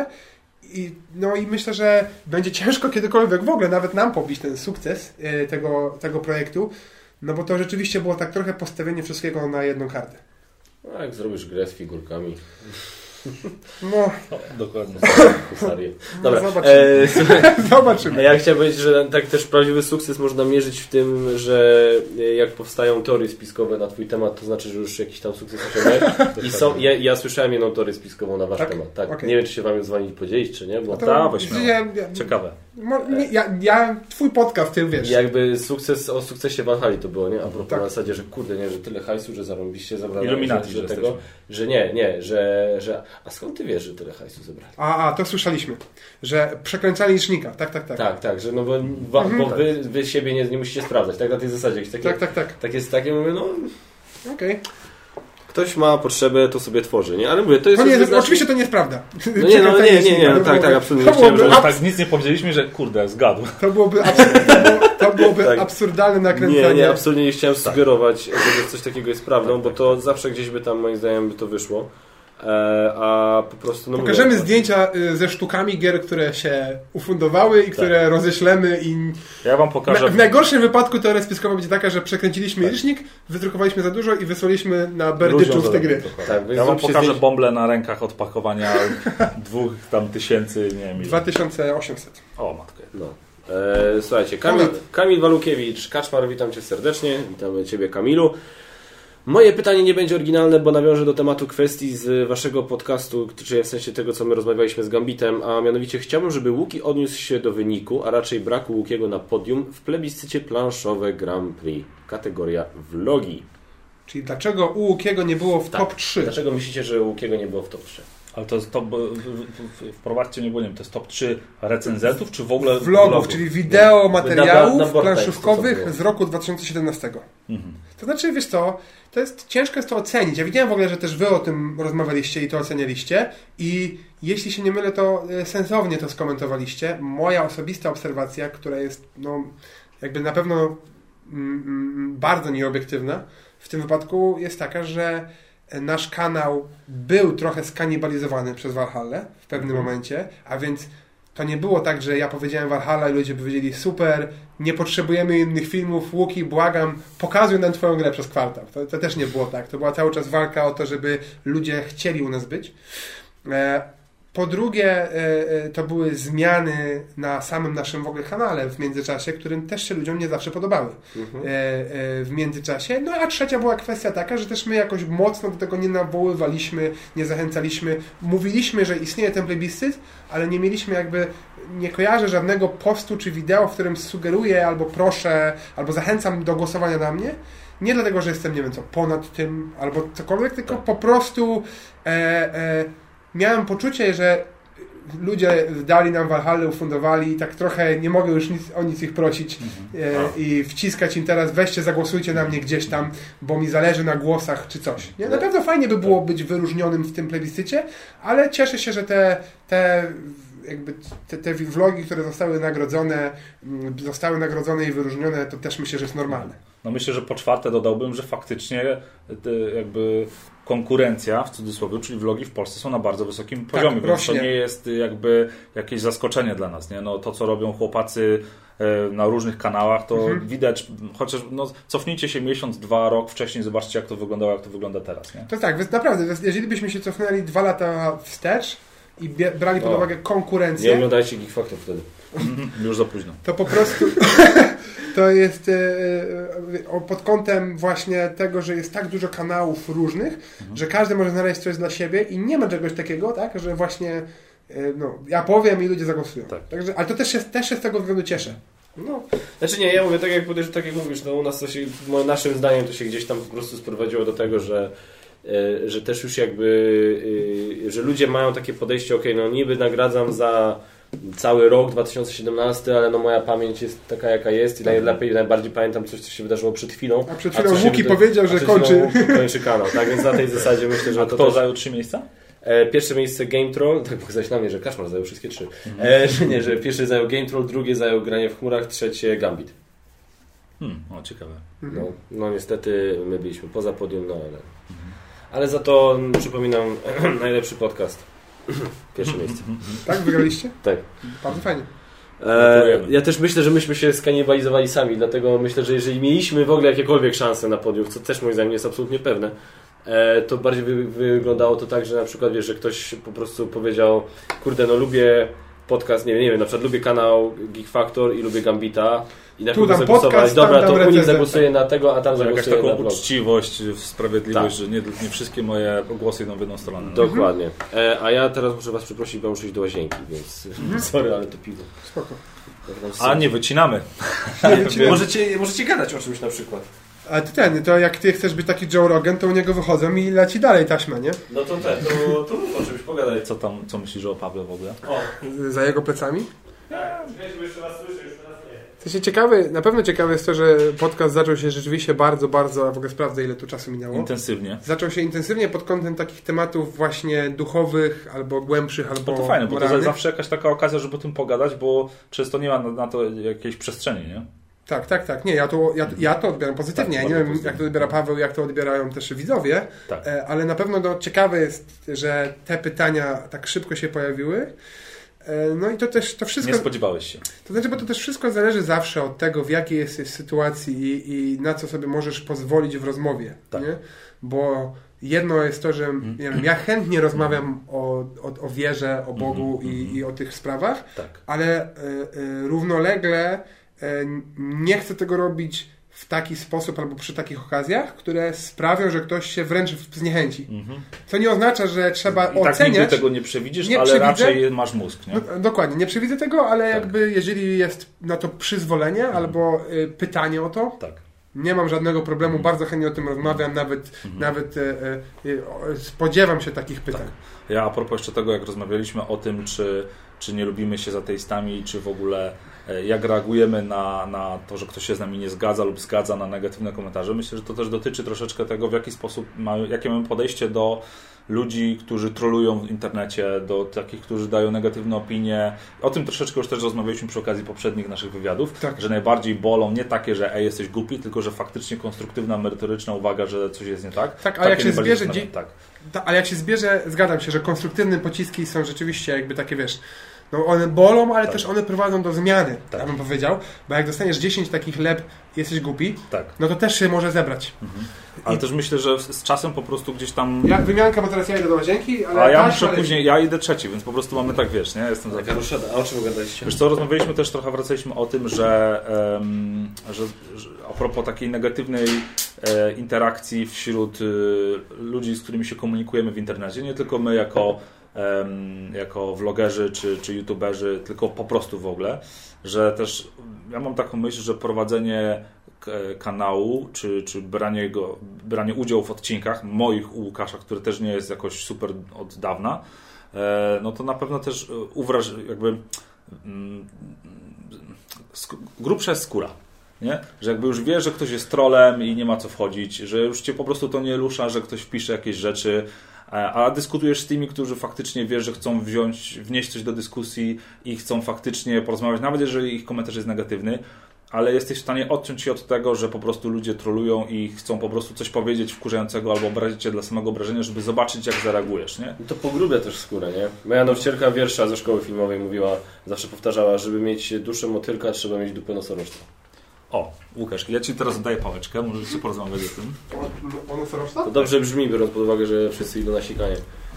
i myślę, że będzie ciężko kiedykolwiek w ogóle nawet nam pobić ten sukces tego projektu, no bo to rzeczywiście było tak trochę postawienie wszystkiego na jedną kartę. No jak zrobisz grę z figurkami... No, dokładnie. Dobra, zobaczymy. Ja chciałem powiedzieć, że tak też prawdziwy sukces można mierzyć w tym, że jak powstają teorie spiskowe na twój temat, to znaczy, że już jakiś tam sukces osiągnąłeś. I ja słyszałem jedną teorię spiskową na wasz temat. Tak. Okay. Nie wiem, czy się wam dzwonić podzielić, czy nie? Bo ciekawe. Ja twój podcast, ty wiesz. Jakby o sukcesie Van Hali to było, nie? A propos na zasadzie, że kurde, nie, że tyle hajsu, że zarąbiście zabrali. Iluminaci, że tego, że nie, że a skąd ty wiesz, że tyle hajsu zebrali? To słyszeliśmy, że przekręcali licznika, tak, że no bo wy siebie nie musicie sprawdzać, tak, na tej zasadzie. Tak jest takie, mówię, no okej. Ktoś ma potrzebę, to sobie tworzy, nie? Ale mówię, to jest... Oczywiście to nie jest prawda. Nie, tak, absolutnie. Tak nic nie powiedzieliśmy, że kurde, zgadł. To byłoby tak. Absurdalne nakręcanie. Nie, absolutnie nie chciałem sugerować, że coś takiego jest prawdą, bo to zawsze gdzieś by tam, moim zdaniem, by to wyszło. A po prostu... No pokażemy zdjęcia ze sztukami gier, które się ufundowały i które roześlemy i... Ja wam pokażę... W najgorszym wypadku teoria spiskowa będzie taka, że przekręciliśmy licznik, wydrukowaliśmy za dużo i wysłaliśmy na berdyczów z tej gry. Ja wam pokażę bąble na rękach od pakowania 2000, nie wiem... 2800. O, matko. No. Słuchajcie, Kamil Walukiewicz, Kaczmar, witam Cię serdecznie. Witamy Ciebie, Kamilu. Moje pytanie nie będzie oryginalne, bo nawiążę do tematu kwestii z waszego podcastu, czyli w sensie tego, co my rozmawialiśmy z Gambitem, a mianowicie chciałbym, żeby Łuki odniósł się do wyniku, a raczej braku Łukiego na podium w plebiscycie planszowe Grand Prix, kategoria vlogi. Czyli dlaczego u Łukiego nie było w top 3? Dlaczego myślicie, że Łukiego nie było w top 3? Ale to jest top, wprowadźcie mnie, bo nie wiem, to jest top 3 recenzentów, czy w ogóle vlogów, czyli wideo, materiałów planszówkowych z roku 2017. To znaczy, wiesz co, ciężko jest to ocenić. Ja widziałem w ogóle, że też wy o tym rozmawialiście i to ocenialiście i jeśli się nie mylę, to sensownie to skomentowaliście. Moja osobista obserwacja, która jest jakby na pewno bardzo nieobiektywna w tym wypadku, jest taka, że nasz kanał był trochę skanibalizowany przez Valhalla w pewnym momencie, a więc to nie było tak, że ja powiedziałem Valhalla i ludzie powiedzieli super, nie potrzebujemy innych filmów, Łuki, błagam, pokazuj nam twoją grę przez kwartał. To też nie było tak. To była cały czas walka o to, żeby ludzie chcieli u nas być. Po drugie, to były zmiany na samym naszym w ogóle kanale w międzyczasie, którym też się ludziom nie zawsze podobały w międzyczasie. No a trzecia była kwestia taka, że też my jakoś mocno do tego nie nawoływaliśmy, nie zachęcaliśmy. Mówiliśmy, że istnieje ten plebiscyt, ale nie mieliśmy nie kojarzę żadnego postu czy wideo, w którym sugeruję albo proszę, albo zachęcam do głosowania na mnie. Nie dlatego, że jestem, nie wiem co, ponad tym albo cokolwiek, tylko po prostu miałem poczucie, że ludzie dali nam Valhalla, ufundowali i tak trochę nie mogę już o nic ich prosić i wciskać im teraz, weźcie, zagłosujcie na mnie gdzieś tam, bo mi zależy na głosach czy coś. Nie? Na pewno fajnie by było być wyróżnionym w tym plebiscycie, ale cieszę się, że te vlogi, które zostały nagrodzone i wyróżnione, to też myślę, że jest normalne. No myślę, że po czwarte dodałbym, że faktycznie jakby konkurencja, w cudzysłowie, czyli vlogi w Polsce są na bardzo wysokim poziomie, więc to nie jest jakby jakieś zaskoczenie dla nas. Nie? No, to, co robią chłopacy na różnych kanałach, to widać, chociaż cofnijcie się miesiąc, 2, rok wcześniej, zobaczcie, jak to wyglądało, jak to wygląda teraz. Nie? To tak, naprawdę, jeżeli byśmy się cofnęli 2 lata wstecz i brali pod uwagę konkurencję... Nie oglądajcie Geek Factor wtedy. Już za późno. To po prostu... To jest pod kątem właśnie tego, że jest tak dużo kanałów różnych, że każdy może znaleźć coś dla siebie i nie ma czegoś takiego, tak, że właśnie ja powiem i ludzie zagłosują. Tak. Także, ale to też się z tego względu cieszę. No. Znaczy nie, ja mówię, tak jak mówisz, u nas to się, naszym zdaniem to się gdzieś tam po prostu sprowadziło do tego, że też już że ludzie mają takie podejście, niby nagradzam za cały rok 2017, ale moja pamięć jest taka, jaka jest i najlepiej, najbardziej pamiętam coś, co się wydarzyło przed chwilą. A przed chwilą Łuki powiedział, że kończy kanał, tak? Więc na tej zasadzie myślę, że Kto zajął 3 miejsca? Pierwsze miejsce Game Troll, tak pokazać na mnie, że Kaszmar zajął wszystkie 3. Że pierwszy zajął Game Troll, drugie zajął Granie w chmurach, trzecie Gambit. Ciekawe. No niestety my byliśmy poza podium, ale za to przypominam najlepszy podcast. Pierwsze miejsce. Tak? Wygraliście? Tak. Bardzo fajnie. Ja też myślę, że myśmy się skanibalizowali sami, dlatego myślę, że jeżeli mieliśmy w ogóle jakiekolwiek szanse na podium, co też moim zdaniem jest absolutnie pewne, to bardziej wyglądało to tak, że na przykład wiesz, że ktoś po prostu powiedział, kurde, no lubię podcast, nie wiem, na przykład lubię kanał Geek Factor i lubię Gambita i na kogo zagłosować. Dobra, to u nich zagłosuję na tego, a tam zagłosuję na taką uczciwość, sprawiedliwość, że nie wszystkie moje głosy idą w jedną stronę. Dokładnie. A ja teraz muszę was przeprosić, bo muszę iść do łazienki, więc sorry, ale to piwo. Spoko. A nie wycinamy. Możecie gadać o czymś na przykład. A to jak ty chcesz być taki Joe Rogan, to u niego wychodzą i leci dalej taśma, nie? No to mów o czymś, pogadaj. Co myślisz o Pawle w ogóle? Za jego plecami? Tak, jeszcze raz słyszę, już teraz nie. Na pewno ciekawe jest to, że podcast zaczął się rzeczywiście bardzo, bardzo, a w ogóle sprawdzę, ile tu czasu minęło. Intensywnie. Zaczął się intensywnie pod kątem takich tematów właśnie duchowych, albo głębszych, albo to fajne, bo moralnych. to zawsze jakaś taka okazja, żeby o tym pogadać, bo często nie ma na to jakiejś przestrzeni, nie? Tak. Nie, ja to odbieram pozytywnie. Tak, ja nie wiem, jak to odbiera Paweł, jak to odbierają też widzowie, tak. Ale na pewno ciekawe jest, że te pytania tak szybko się pojawiły. No i to wszystko... Nie spodziewałeś się. To znaczy, bo to też wszystko zależy zawsze od tego, w jakiej jesteś sytuacji i na co sobie możesz pozwolić w rozmowie. Tak. Nie? Bo jedno jest to, że nie wiem, ja chętnie rozmawiam o wierze, o Bogu i o tych sprawach, tak. ale równolegle nie chcę tego robić w taki sposób albo przy takich okazjach, które sprawią, że ktoś się wręcz zniechęci. Co nie oznacza, że trzeba oceniać. Tak nigdy tego nie przewidzisz, ale raczej masz mózg. Nie? No, dokładnie, nie przewidzę tego, ale jakby jeżeli jest na to przyzwolenie albo pytanie o to, nie mam żadnego problemu, bardzo chętnie o tym rozmawiam, nawet spodziewam się takich pytań. Tak. Ja a propos jeszcze tego, jak rozmawialiśmy o tym, czy nie lubimy się z ateistami, czy w ogóle jak reagujemy na to, że ktoś się z nami nie zgadza lub zgadza na negatywne komentarze. Myślę, że to też dotyczy troszeczkę tego, w jaki sposób jakie mamy podejście do ludzi, którzy trolują w internecie, do takich, którzy dają negatywne opinie. O tym troszeczkę już też rozmawialiśmy przy okazji poprzednich naszych wywiadów, że najbardziej bolą nie takie, że jesteś głupi, tylko że faktycznie konstruktywna, merytoryczna uwaga, że coś jest nie tak. Tak, ale jak się zbierze... Ale jak się zbierze, zgadzam się, że konstruktywne pociski są rzeczywiście jakby takie, wiesz... No one bolą, ale też one prowadzą do zmiany, ja bym powiedział. Bo jak dostaniesz 10 takich lep i jesteś głupi, no to też się może zebrać. Ale też myślę, że z czasem po prostu gdzieś tam... Wymianka, bo teraz ja idę do łazienki, ale... A ja muszę później, ja idę trzeci, więc po prostu mamy tak, wiesz, nie? Jestem za... A o czym gadaliście? Wiesz co, rozmawialiśmy też, trochę wracaliśmy o tym, że a propos takiej negatywnej interakcji wśród ludzi, z którymi się komunikujemy w internecie, nie tylko my jako vlogerzy czy youtuberzy, tylko po prostu w ogóle, że też ja mam taką myśl, że prowadzenie kanału, czy branie udziału w odcinkach moich u Łukasza, który też nie jest jakoś super od dawna, no to na pewno też grubsza jest skóra. Nie? Że jakby już wiesz, że ktoś jest trolem i nie ma co wchodzić, że już cię po prostu to nie rusza, że ktoś wpisze jakieś rzeczy, a dyskutujesz z tymi, którzy faktycznie wiesz, że chcą wnieść coś do dyskusji i chcą faktycznie porozmawiać, nawet jeżeli ich komentarz jest negatywny, ale jesteś w stanie odciąć się od tego, że po prostu ludzie trolują i chcą po prostu coś powiedzieć wkurzającego albo obrazić cię dla samego obrażenia, żeby zobaczyć, jak zareagujesz, nie? To pogrubia też skórę, nie? Moja nauczycielka wiersza ze szkoły filmowej mówiła, zawsze powtarzała, żeby mieć duszę motylka, trzeba mieć dupę nosorożca. O, Łukasz, ja Ci teraz oddaję pałeczkę, możesz się porozmawiać o tym. O nosorożca? To dobrze brzmi, biorąc pod uwagę, że wszyscy idą na sikanie.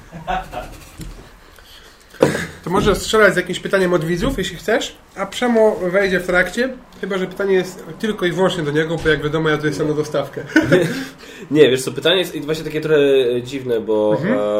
To może strzelać z jakimś pytaniem od widzów, jeśli chcesz, a Przemo wejdzie w trakcie, chyba że pytanie jest tylko i wyłącznie do niego, bo jak wiadomo ja tu jestem na dostawkę. Nie, wiesz co, pytanie jest właśnie takie trochę dziwne, bo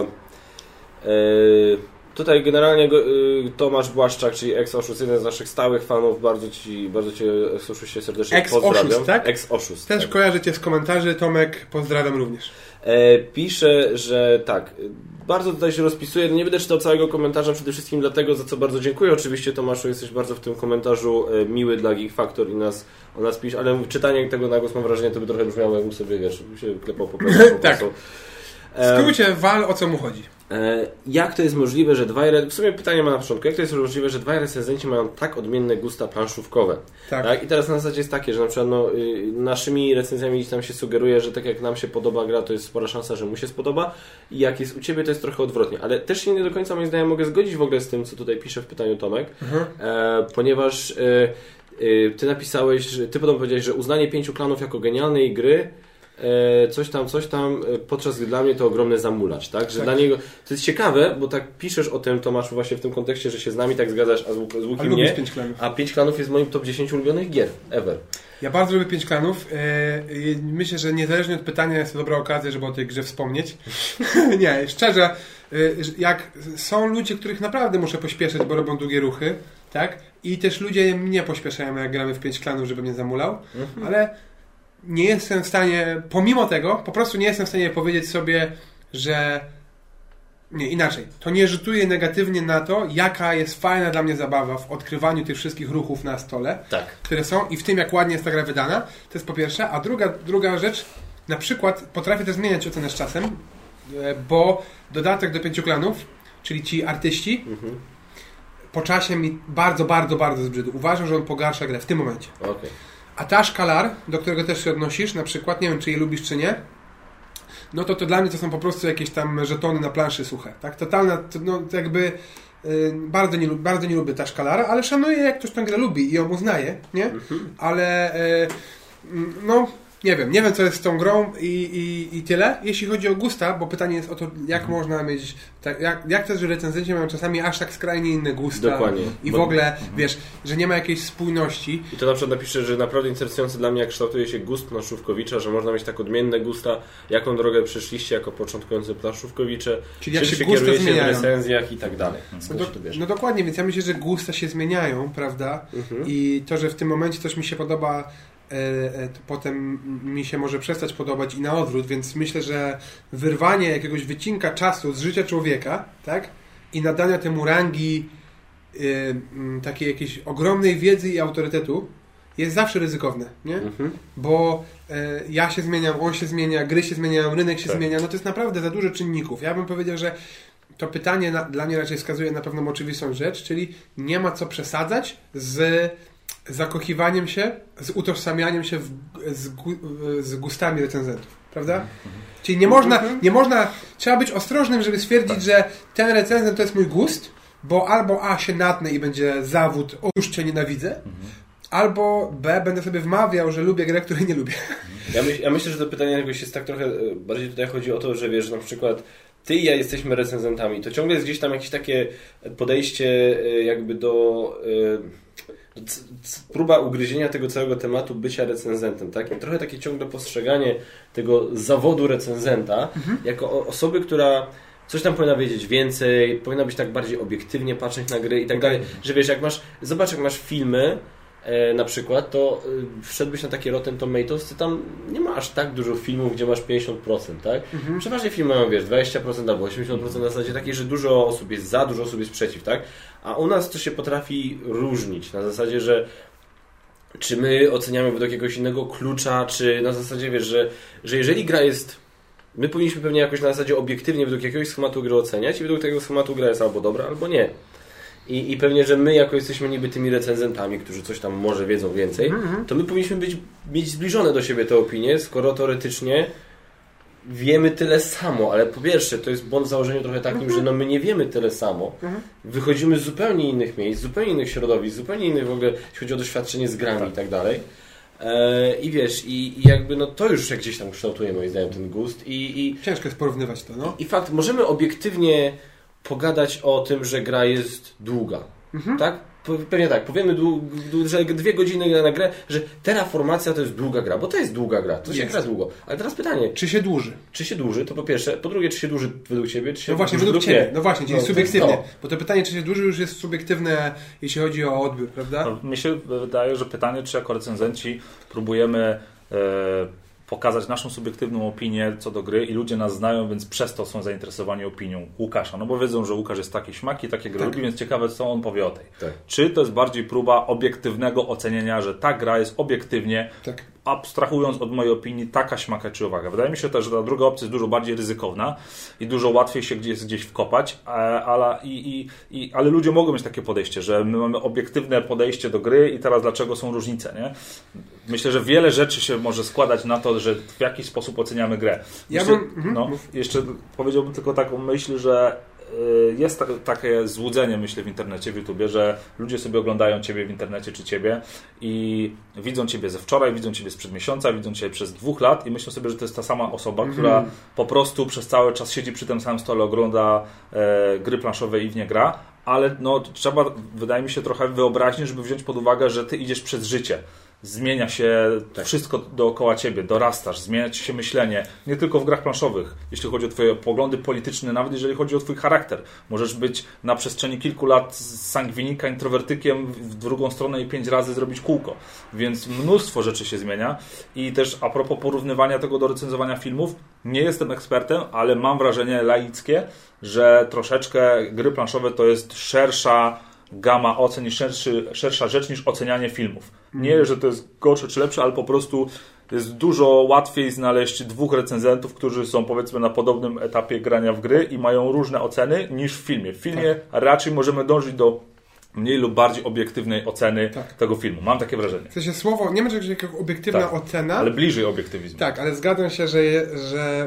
tutaj generalnie Tomasz Błaszczak, czyli Ex-Oszust, jeden z naszych stałych fanów, bardzo Cię Ex-Oszuście serdecznie pozdrawiam. Tak? Ex-Oszust, też tak. Kojarzę Cię z komentarzy, Tomek, pozdrawiam również. Pisze, że tak, bardzo tutaj się rozpisuje, nie będę czytał całego komentarza, przede wszystkim dlatego, za co bardzo dziękuję. Oczywiście Tomaszu, jesteś bardzo w tym komentarzu miły dla Geek Factor i o nas pisze, ale czytanie tego na głos mam wrażenie, to by trochę brzmiało, jakbym sobie, wiesz, się klepał po prostu. Tak. W skrócie wal, o co mu chodzi. Jak to jest możliwe, że w sumie pytanie ma na początku, jak to jest możliwe, że dwaj recenzenci mają tak odmienne gusta planszówkowe? Tak? I teraz na zasadzie jest takie, że na przykład naszymi recenzjami gdzieś tam się sugeruje, że tak jak nam się podoba gra, to jest spora szansa, że mu się spodoba i jak jest u Ciebie, to jest trochę odwrotnie. Ale też się nie do końca moim zdaniem mogę zgodzić w ogóle z tym, co tutaj pisze w pytaniu Tomek, ponieważ ty napisałeś, ty potem powiedziałeś, że uznanie 5 klanów jako genialnej gry coś tam, podczas gdy dla mnie to ogromny zamulacz, tak? Że dla niego, to jest ciekawe, bo tak piszesz o tym, Tomaszu, właśnie w tym kontekście, że się z nami tak zgadzasz, a z Łukiem nie. 5 klanów. A 5 klanów jest w moim top 10 ulubionych gier ever. Ja bardzo lubię 5 klanów. Myślę, że niezależnie od pytania jest to dobra okazja, żeby o tej grze wspomnieć. Nie, szczerze, jak są ludzie, których naprawdę muszę pośpieszyć, bo robią długie ruchy, tak? I też ludzie mnie pośpieszają, jak gramy w 5 klanów, żeby mnie zamulał, ale nie jestem w stanie, pomimo tego, po prostu nie jestem w stanie powiedzieć sobie, że nie, inaczej. To nie rzutuje negatywnie na to, jaka jest fajna dla mnie zabawa w odkrywaniu tych wszystkich ruchów na stole, które są i w tym, jak ładnie jest ta gra wydana. To jest po pierwsze. A druga rzecz, na przykład potrafię też zmieniać ocenę z czasem, bo dodatek do 5 klanów, czyli ci artyści, po czasie mi bardzo, bardzo, bardzo zbrzydł. Uważam, że on pogarsza grę w tym momencie. Okay. A Tash Kalar, do którego też się odnosisz, na przykład, nie wiem, czy je lubisz, czy nie, no to dla mnie to są po prostu jakieś tam żetony na planszy suche. Tak? Totalna, no jakby bardzo nie lubię Tash Kalara, ale szanuję, jak ktoś tę grę lubi i ją uznaje, nie? Ale no nie wiem co jest z tą grą i tyle. Jeśli chodzi o gusta, bo pytanie jest o to, jak można mieć, jak też recenzenci mają czasami aż tak skrajnie inne gusta. Dokładnie. I w ogóle, wiesz, że nie ma jakiejś spójności. I to na przykład napiszę, że naprawdę interesujące dla mnie, jak kształtuje się gust planszówkowicza, że można mieć tak odmienne gusta, jaką drogę przeszliście jako początkujący planszówkowicze, czyli jak się gusta zmieniają w recenzjach i tak dalej. No dokładnie, więc ja myślę, że gusta się zmieniają, prawda? I to, że w tym momencie coś mi się podoba, to potem mi się może przestać podobać i na odwrót, więc myślę, że wyrwanie jakiegoś wycinka czasu z życia człowieka, tak? I nadania temu rangi takiej jakiejś ogromnej wiedzy i autorytetu jest zawsze ryzykowne, nie? Bo ja się zmieniam, on się zmienia, gry się zmieniają, rynek się zmienia, no to jest naprawdę za dużo czynników. Ja bym powiedział, że to pytanie dla mnie raczej wskazuje na pewną oczywistą rzecz, czyli nie ma co przesadzać z zakochiwaniem się, z utożsamianiem się z gustami recenzentów, prawda? Czyli nie można, trzeba być ostrożnym, żeby stwierdzić, że ten recenzent to jest mój gust, bo albo A się natnę i będzie zawód, o już cię nienawidzę, albo B będę sobie wmawiał, że lubię grę, której nie lubię. Ja myślę, że to pytanie jakoś jest tak trochę, bardziej tutaj chodzi o to, że wiesz, że na przykład ty i ja jesteśmy recenzentami, to ciągle jest gdzieś tam jakieś takie podejście jakby próba ugryzienia tego całego tematu bycia recenzentem, tak? I trochę takie ciągle postrzeganie tego zawodu recenzenta jako osoby, która coś tam powinna wiedzieć więcej, powinna być tak bardziej obiektywnie patrzeć na gry i tak dalej, że wiesz, zobacz jak masz filmy na przykład, to wszedłbyś na takie Rotten Tomatoes, ty tam nie ma aż tak dużo filmów, gdzie masz 50%, tak? Przeważnie filmy mają, wiesz, 20% albo 80% na zasadzie takiej, że dużo osób jest za, dużo osób jest przeciw, tak? A u nas to się potrafi różnić, na zasadzie, że czy my oceniamy według jakiegoś innego klucza, czy na zasadzie, wiesz, że jeżeli gra jest... My powinniśmy pewnie jakoś na zasadzie obiektywnie według jakiegoś schematu gry oceniać i według tego schematu gra jest albo dobra, albo nie. I pewnie, że my jako jesteśmy niby tymi recenzentami, którzy coś tam może wiedzą więcej, to my powinniśmy mieć zbliżone do siebie te opinie, skoro teoretycznie wiemy tyle samo, ale po pierwsze to jest błąd w założeniu trochę takim, że no my nie wiemy tyle samo, wychodzimy z zupełnie innych miejsc, zupełnie innych środowisk, zupełnie innych w ogóle, jeśli chodzi o doświadczenie z grami i tak dalej. I wiesz, i jakby no to już gdzieś tam kształtuje moim zdaniem ten gust i ciężko jest porównywać to, no. I fakt, możemy obiektywnie pogadać o tym, że gra jest długa, tak? Pewnie tak, powiemy, że 2 godziny na grę, że Terraformacja to jest długa gra, bo to jest długa gra, to się gra długo. Ale teraz pytanie, czy się dłuży? Czy się dłuży, to po pierwsze, po drugie, czy się dłuży według Ciebie, czy się no właśnie, według Ciebie, no właśnie, czyli subiektywnie, bo to pytanie, czy się dłuży, już jest subiektywne, jeśli chodzi o odbiór, prawda? No, mi się wydaje, że pytanie, czy jako recenzenci próbujemy pokazać naszą subiektywną opinię co do gry i ludzie nas znają, więc przez to są zainteresowani opinią Łukasza. No bo wiedzą, że Łukasz jest taki śmaki, takie gry lubi, więc ciekawe, co on powie o tej. Tak. Czy to jest bardziej próba obiektywnego ocenienia, że ta gra jest obiektywnie, abstrahując od mojej opinii, taka śmaka czy uwaga. Wydaje mi się też, że ta druga opcja jest dużo bardziej ryzykowna i dużo łatwiej się gdzieś wkopać, ale ludzie mogą mieć takie podejście, że my mamy obiektywne podejście do gry i teraz dlaczego są różnice, nie? Myślę, że wiele rzeczy się może składać na to, że w jakiś sposób oceniamy grę. Jeszcze powiedziałbym tylko taką myśl, że jest takie złudzenie, myślę, w internecie, w YouTubie, że ludzie sobie oglądają Ciebie w internecie czy Ciebie i widzą Ciebie ze wczoraj, widzą Ciebie sprzed miesiąca, widzą Ciebie przez 2 lat i myślą sobie, że to jest ta sama osoba, która po prostu przez cały czas siedzi przy tym samym stole, ogląda gry planszowe i w nie gra, ale no, trzeba, wydaje mi się, trochę wyobraźni, żeby wziąć pod uwagę, że Ty idziesz przez życie. Zmienia się wszystko dookoła Ciebie, dorastasz, zmienia Ci się myślenie, nie tylko w grach planszowych, jeśli chodzi o Twoje poglądy polityczne, nawet jeżeli chodzi o Twój charakter. Możesz być na przestrzeni kilku lat z sangwinika, introwertykiem w drugą stronę i 5 razy zrobić kółko. Więc mnóstwo rzeczy się zmienia i też a propos porównywania tego do recenzowania filmów, nie jestem ekspertem, ale mam wrażenie laickie, że troszeczkę gry planszowe to jest szersza gama ocen i szersza rzecz niż ocenianie filmów. Nie, że to jest gorsze czy lepsze, ale po prostu jest dużo łatwiej znaleźć 2 recenzentów, którzy są powiedzmy na podobnym etapie grania w gry i mają różne oceny niż w filmie. W filmie raczej możemy dążyć do mniej lub bardziej obiektywnej oceny tego filmu. Mam takie wrażenie. W sensie słowo, nie ma czegoś jak obiektywna ocena. Ale bliżej obiektywizmu. Tak, ale zgadzam się, że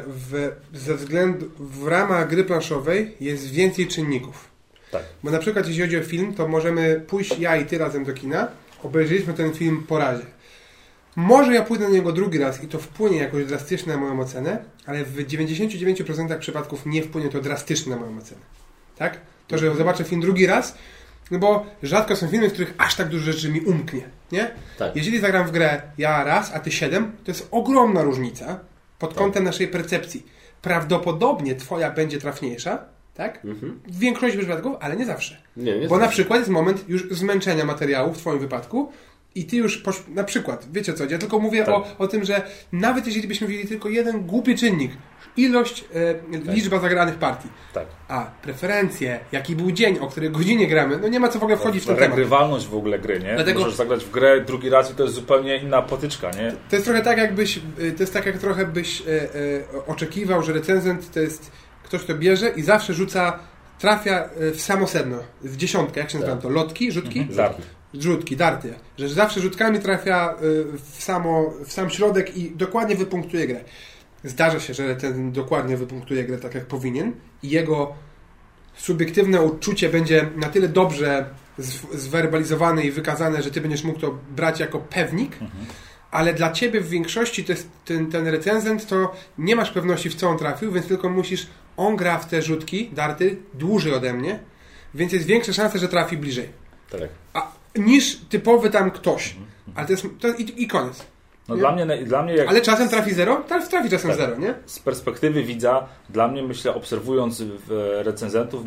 w ramach gry planszowej jest więcej czynników. Tak. Bo na przykład jeśli chodzi o film, to możemy pójść ja i ty razem do kina, obejrzeliśmy ten film po razie. Może ja pójdę na niego drugi raz i to wpłynie jakoś drastycznie na moją ocenę, ale w 99% przypadków nie wpłynie to drastycznie na moją ocenę. Tak? To, że zobaczę film drugi raz, no bo rzadko są filmy, w których aż tak dużo rzeczy mi umknie, nie? Tak. Jeżeli zagram w grę ja raz, a ty 7, to jest ogromna różnica pod kątem naszej percepcji. Prawdopodobnie twoja będzie trafniejsza, tak? W większości przypadków, ale nie zawsze. Nie bo na przykład jest moment już zmęczenia materiału w twoim wypadku i ty już, na przykład, wiecie co, ja tylko mówię o tym, że nawet jeżeli byśmy wzięli tylko jeden głupi czynnik, ilość, liczba zagranych partii, a preferencje, jaki był dzień, o której godzinie gramy, no nie ma co w ogóle wchodzić w ten temat. Regrywalność w ogóle gry, nie? Dlatego możesz zagrać w grę drugi raz i to jest zupełnie inna potyczka, nie? To jest trochę tak, jak trochę byś oczekiwał, że recenzent to jest ktoś, kto bierze i zawsze trafia w samo sedno, w dziesiątkę, jak się nazywa to? Lotki? Rzutki? Rzutki, darty. Że zawsze rzutkami trafia w sam środek i dokładnie wypunktuje grę. Zdarza się, że ten dokładnie wypunktuje grę tak, jak powinien i jego subiektywne uczucie będzie na tyle dobrze zwerbalizowane i wykazane, że ty będziesz mógł to brać jako pewnik, ale dla ciebie w większości to jest ten recenzent, to nie masz pewności, w co on trafił, więc tylko on gra w te rzutki, darty, dłużej ode mnie, więc jest większa szansa, że trafi bliżej. Tak. Niż typowy tam ktoś. Ale to jest i koniec. No dla mnie jak... Ale czasem trafi 0? Trafi czasem 0, nie? Z perspektywy widza, dla mnie, myślę, obserwując recenzentów,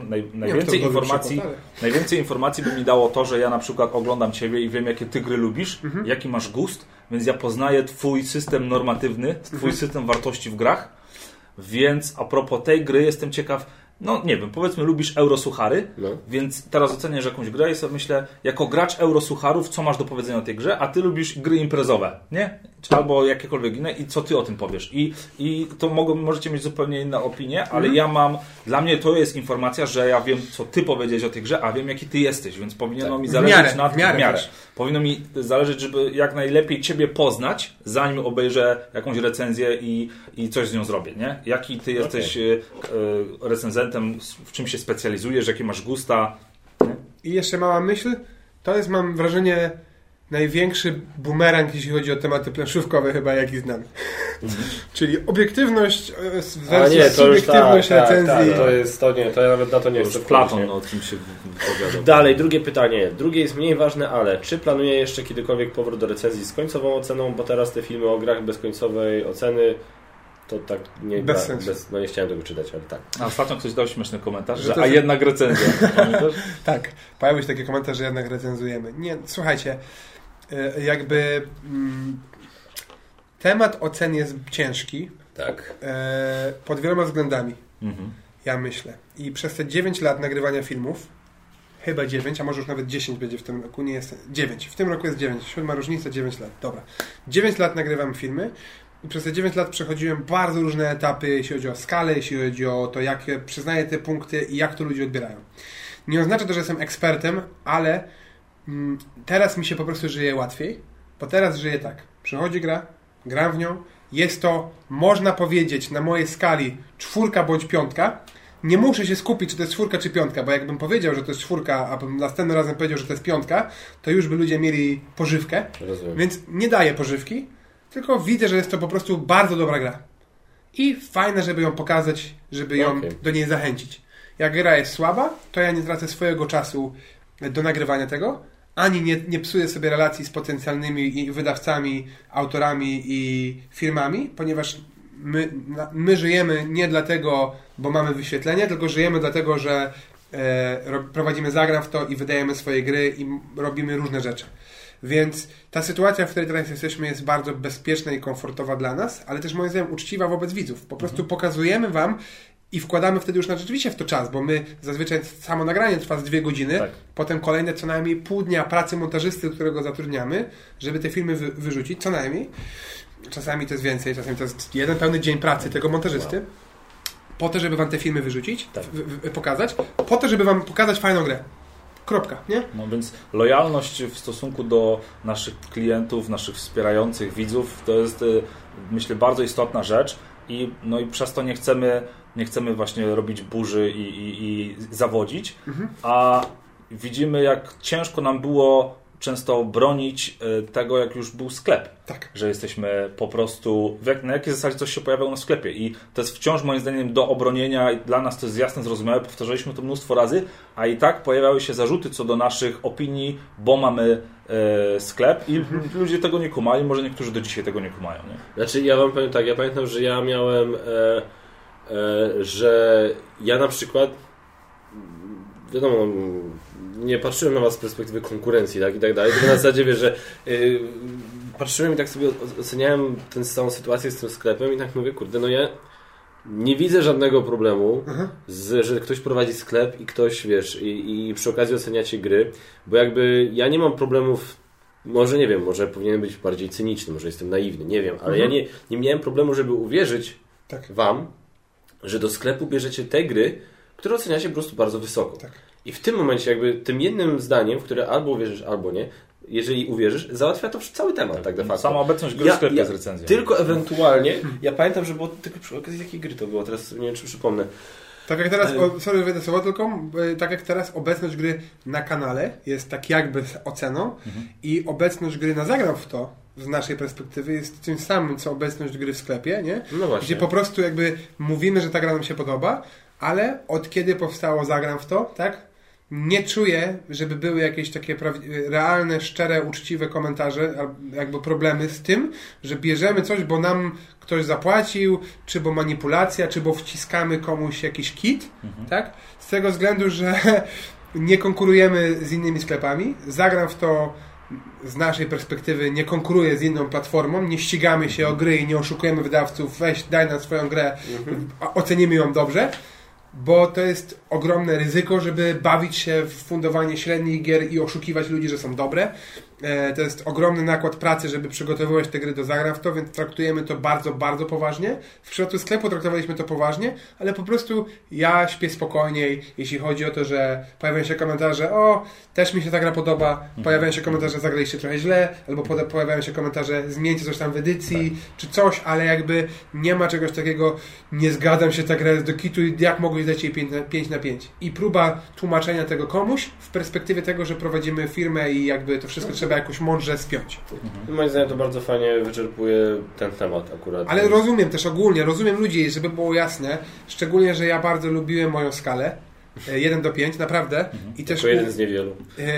najwięcej informacji by mi dało to, że ja na przykład oglądam Ciebie i wiem, jakie Ty gry lubisz, jaki masz gust, więc ja poznaję Twój system normatywny, Twój system wartości w grach, więc a propos tej gry jestem ciekaw, no nie wiem, powiedzmy lubisz eurosuchary, więc teraz oceniasz jakąś grę i sobie myślę, jako gracz eurosucharów, co masz do powiedzenia o tej grze, a ty lubisz gry imprezowe, nie? Albo jakiekolwiek inne i co ty o tym powiesz. I to możecie mieć zupełnie inne opinie, ale dla mnie to jest informacja, że ja wiem, co ty powiedziałeś o tej grze, a wiem, jaki ty jesteś, więc powinno mi zależeć w miarę. Powinno mi zależeć, żeby jak najlepiej ciebie poznać, zanim obejrzę jakąś recenzję i coś z nią zrobię, nie? Jaki ty jesteś recenzentem, w czym się specjalizujesz, jakie masz gusta. Nie? I jeszcze mała myśl, to jest, mam wrażenie, największy bumerang, jeśli chodzi o tematy planszówkowe chyba, jaki znam. Czyli obiektywność versus subiektywność recenzji. To ja nawet na to nie chcę. Platon o tym się wypowiadał. Dalej, drugie pytanie. Drugie jest mniej ważne, ale czy planuje jeszcze kiedykolwiek powrót do recenzji z końcową oceną, bo teraz te filmy o grach bez końcowej oceny to tak nie... Bez sensu. No nie chciałem tego czytać, ale tak. A ostatnio ktoś dał śmieszny komentarz, że jednak recenzja. Pamiętasz? Tak, pojawił się taki komentarz, że jednak recenzujemy. Nie, słuchajcie, temat ocen jest ciężki. Tak. Pod wieloma względami. Ja myślę. I przez te 9 lat nagrywania filmów, chyba 9, a może już nawet 10 będzie w tym roku, nie jest 9. W tym roku jest 9. 7 różnica, 9 lat. Dobra. 9 lat nagrywam filmy i przez te 9 lat przechodziłem bardzo różne etapy, jeśli chodzi o skalę, jeśli chodzi o to, jak przyznaję te punkty i jak to ludzie odbierają. Nie oznacza to, że jestem ekspertem, ale teraz mi się po prostu żyje łatwiej, bo teraz żyję tak. Przychodzi gra, gram w nią, jest to, można powiedzieć, na mojej skali 4 bądź 5. nie muszę się skupić, czy to jest 4 czy 5, bo jakbym powiedział, że to jest 4, a bym następnym razem powiedział, że to jest 5, to już by ludzie mieli pożywkę. Rozumiem. Więc nie daję pożywki, tylko widzę, że jest to po prostu bardzo dobra gra. I fajne, żeby ją pokazać, żeby ją do niej zachęcić. Jak gra jest słaba, to ja nie tracę swojego czasu do nagrywania tego, ani nie psuję sobie relacji z potencjalnymi wydawcami, autorami i firmami, ponieważ my żyjemy nie dlatego, bo mamy wyświetlenie, tylko żyjemy dlatego, że prowadzimy Zagram w to i wydajemy swoje gry i robimy różne rzeczy. Więc ta sytuacja, w której teraz jesteśmy, jest bardzo bezpieczna i komfortowa dla nas, ale też moim zdaniem uczciwa wobec widzów. Po prostu pokazujemy wam i wkładamy wtedy już rzeczywiście w to czas, bo my zazwyczaj samo nagranie trwa z 2 godziny, potem kolejne co najmniej pół dnia pracy montażysty, którego zatrudniamy, żeby te filmy wyrzucić, co najmniej. Czasami to jest więcej, czasami to jest jeden pełny dzień pracy tego montażysty, po to, żeby wam te filmy wyrzucić, pokazać, po to, żeby wam pokazać fajną grę. Kropka, nie? No więc lojalność w stosunku do naszych klientów, naszych wspierających widzów, to jest, myślę, bardzo istotna rzecz i przez to nie chcemy właśnie robić burzy i zawodzić, a widzimy, jak ciężko nam było często bronić tego, jak już był sklep. Tak. Że jesteśmy po prostu... Na jakiej zasadzie coś się pojawiało na sklepie. I to jest wciąż moim zdaniem do obronienia i dla nas to jest jasne, zrozumiałe. Powtarzaliśmy to mnóstwo razy, a i tak pojawiały się zarzuty co do naszych opinii, bo mamy sklep i ludzie tego nie kumają. Może niektórzy do dzisiaj tego nie kumają. Nie? Znaczy ja wam powiem tak, ja pamiętam, że ja miałem że ja na przykład wiadomo, nie patrzyłem na was z perspektywy konkurencji, tak, i tak dalej, tylko na zasadzie, wiesz, że patrzyłem i tak sobie oceniałem tę całą sytuację z tym sklepem i tak mówię, kurde, no ja nie widzę żadnego problemu, że ktoś prowadzi sklep i ktoś, wiesz, i przy okazji oceniacie gry, bo jakby ja nie mam problemów, może nie wiem, może powinienem być bardziej cyniczny, może jestem naiwny, nie wiem, ale ja nie miałem problemu, żeby uwierzyć wam, że do sklepu bierzecie te gry, które oceniacie po prostu bardzo wysoko. Tak. I w tym momencie jakby tym jednym zdaniem, w które albo uwierzysz, albo nie, jeżeli uwierzysz, załatwia to cały temat, tak de facto. Sama obecność gry w sklepie jest recenzją. Tylko ewentualnie, ja pamiętam, że było tylko przy okazji jakiej gry to było, teraz nie wiem, czy przypomnę. Tak jak teraz, sorry, wejdę słowo, tylko tak jak teraz obecność gry na kanale jest tak jakby oceną i obecność gry na Zagram w to z naszej perspektywy jest tym samym, co obecność gry w sklepie, nie? No właśnie. Gdzie po prostu jakby mówimy, że ta gra nam się podoba, ale od kiedy powstało Zagram w to, tak? Nie czuję, żeby były jakieś takie realne, szczere, uczciwe komentarze, jakby problemy z tym, że bierzemy coś, bo nam ktoś zapłacił, czy bo manipulacja, czy bo wciskamy komuś jakiś kit, tak? Z tego względu, że nie konkurujemy z innymi sklepami. Zagram w to z naszej perspektywy nie konkuruje z inną platformą, nie ścigamy się o gry i nie oszukujemy wydawców, weź, daj nam swoją grę, ocenimy ją dobrze, bo to jest ogromne ryzyko, żeby bawić się w fundowanie średnich gier i oszukiwać ludzi, że są dobre. To jest ogromny nakład pracy, żeby przygotowywać te gry do Zagram w to, więc traktujemy to bardzo, bardzo poważnie. W przypadku sklepu traktowaliśmy to poważnie, ale po prostu ja śpię spokojniej, jeśli chodzi o to, że pojawiają się komentarze, o, też mi się ta gra podoba, pojawiają się komentarze, zagraliście trochę źle, albo pojawiają się komentarze, zmieńcie coś tam w edycji, czy coś, ale jakby nie ma czegoś takiego, nie zgadzam się, ta gra jest do kitu i jak mogłeś dać jej 5 na 5. I próba tłumaczenia tego komuś w perspektywie tego, że prowadzimy firmę i jakby to wszystko trzeba jakoś mądrze spiąć. Moim zdaniem to bardzo fajnie wyczerpuje ten temat akurat. Ale rozumiem też ogólnie, rozumiem ludzi, żeby było jasne, szczególnie, że ja bardzo lubiłem moją skalę 1 do 5, naprawdę. I też tylko jeden z niewielu.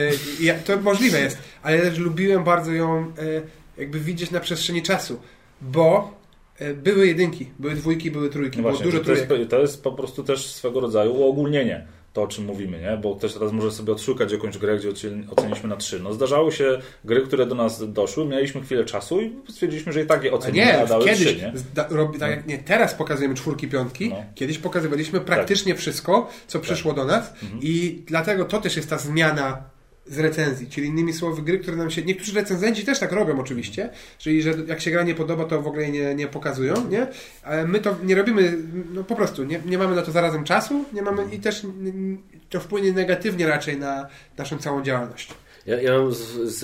To możliwe jest, ale też lubiłem bardzo ją jakby widzieć na przestrzeni czasu, bo były jedynki, były dwójki, były trójki, no było właśnie, dużo trójek. To jest po prostu też swego rodzaju uogólnienie. To, o czym mówimy, nie? Bo ktoś teraz może sobie odszukać jakąś grę, gdzie oceniliśmy na 3. No zdarzały się gry, które do nas doszły, mieliśmy chwilę czasu i stwierdziliśmy, że i tak je ocenimy, a dały kiedyś, 3, nie? Tak jak teraz pokazujemy 4, 5, kiedyś pokazywaliśmy praktycznie wszystko, co przyszło do nas i dlatego to też jest ta zmiana z recenzji, czyli innymi słowy gry, które nam się... Niektórzy recenzenci też tak robią oczywiście, czyli że jak się gra nie podoba, to w ogóle nie pokazują, nie? Ale my to nie robimy, no po prostu, nie mamy na to zarazem czasu, nie mamy i też to wpłynie negatywnie raczej na naszą całą działalność. Ja mam z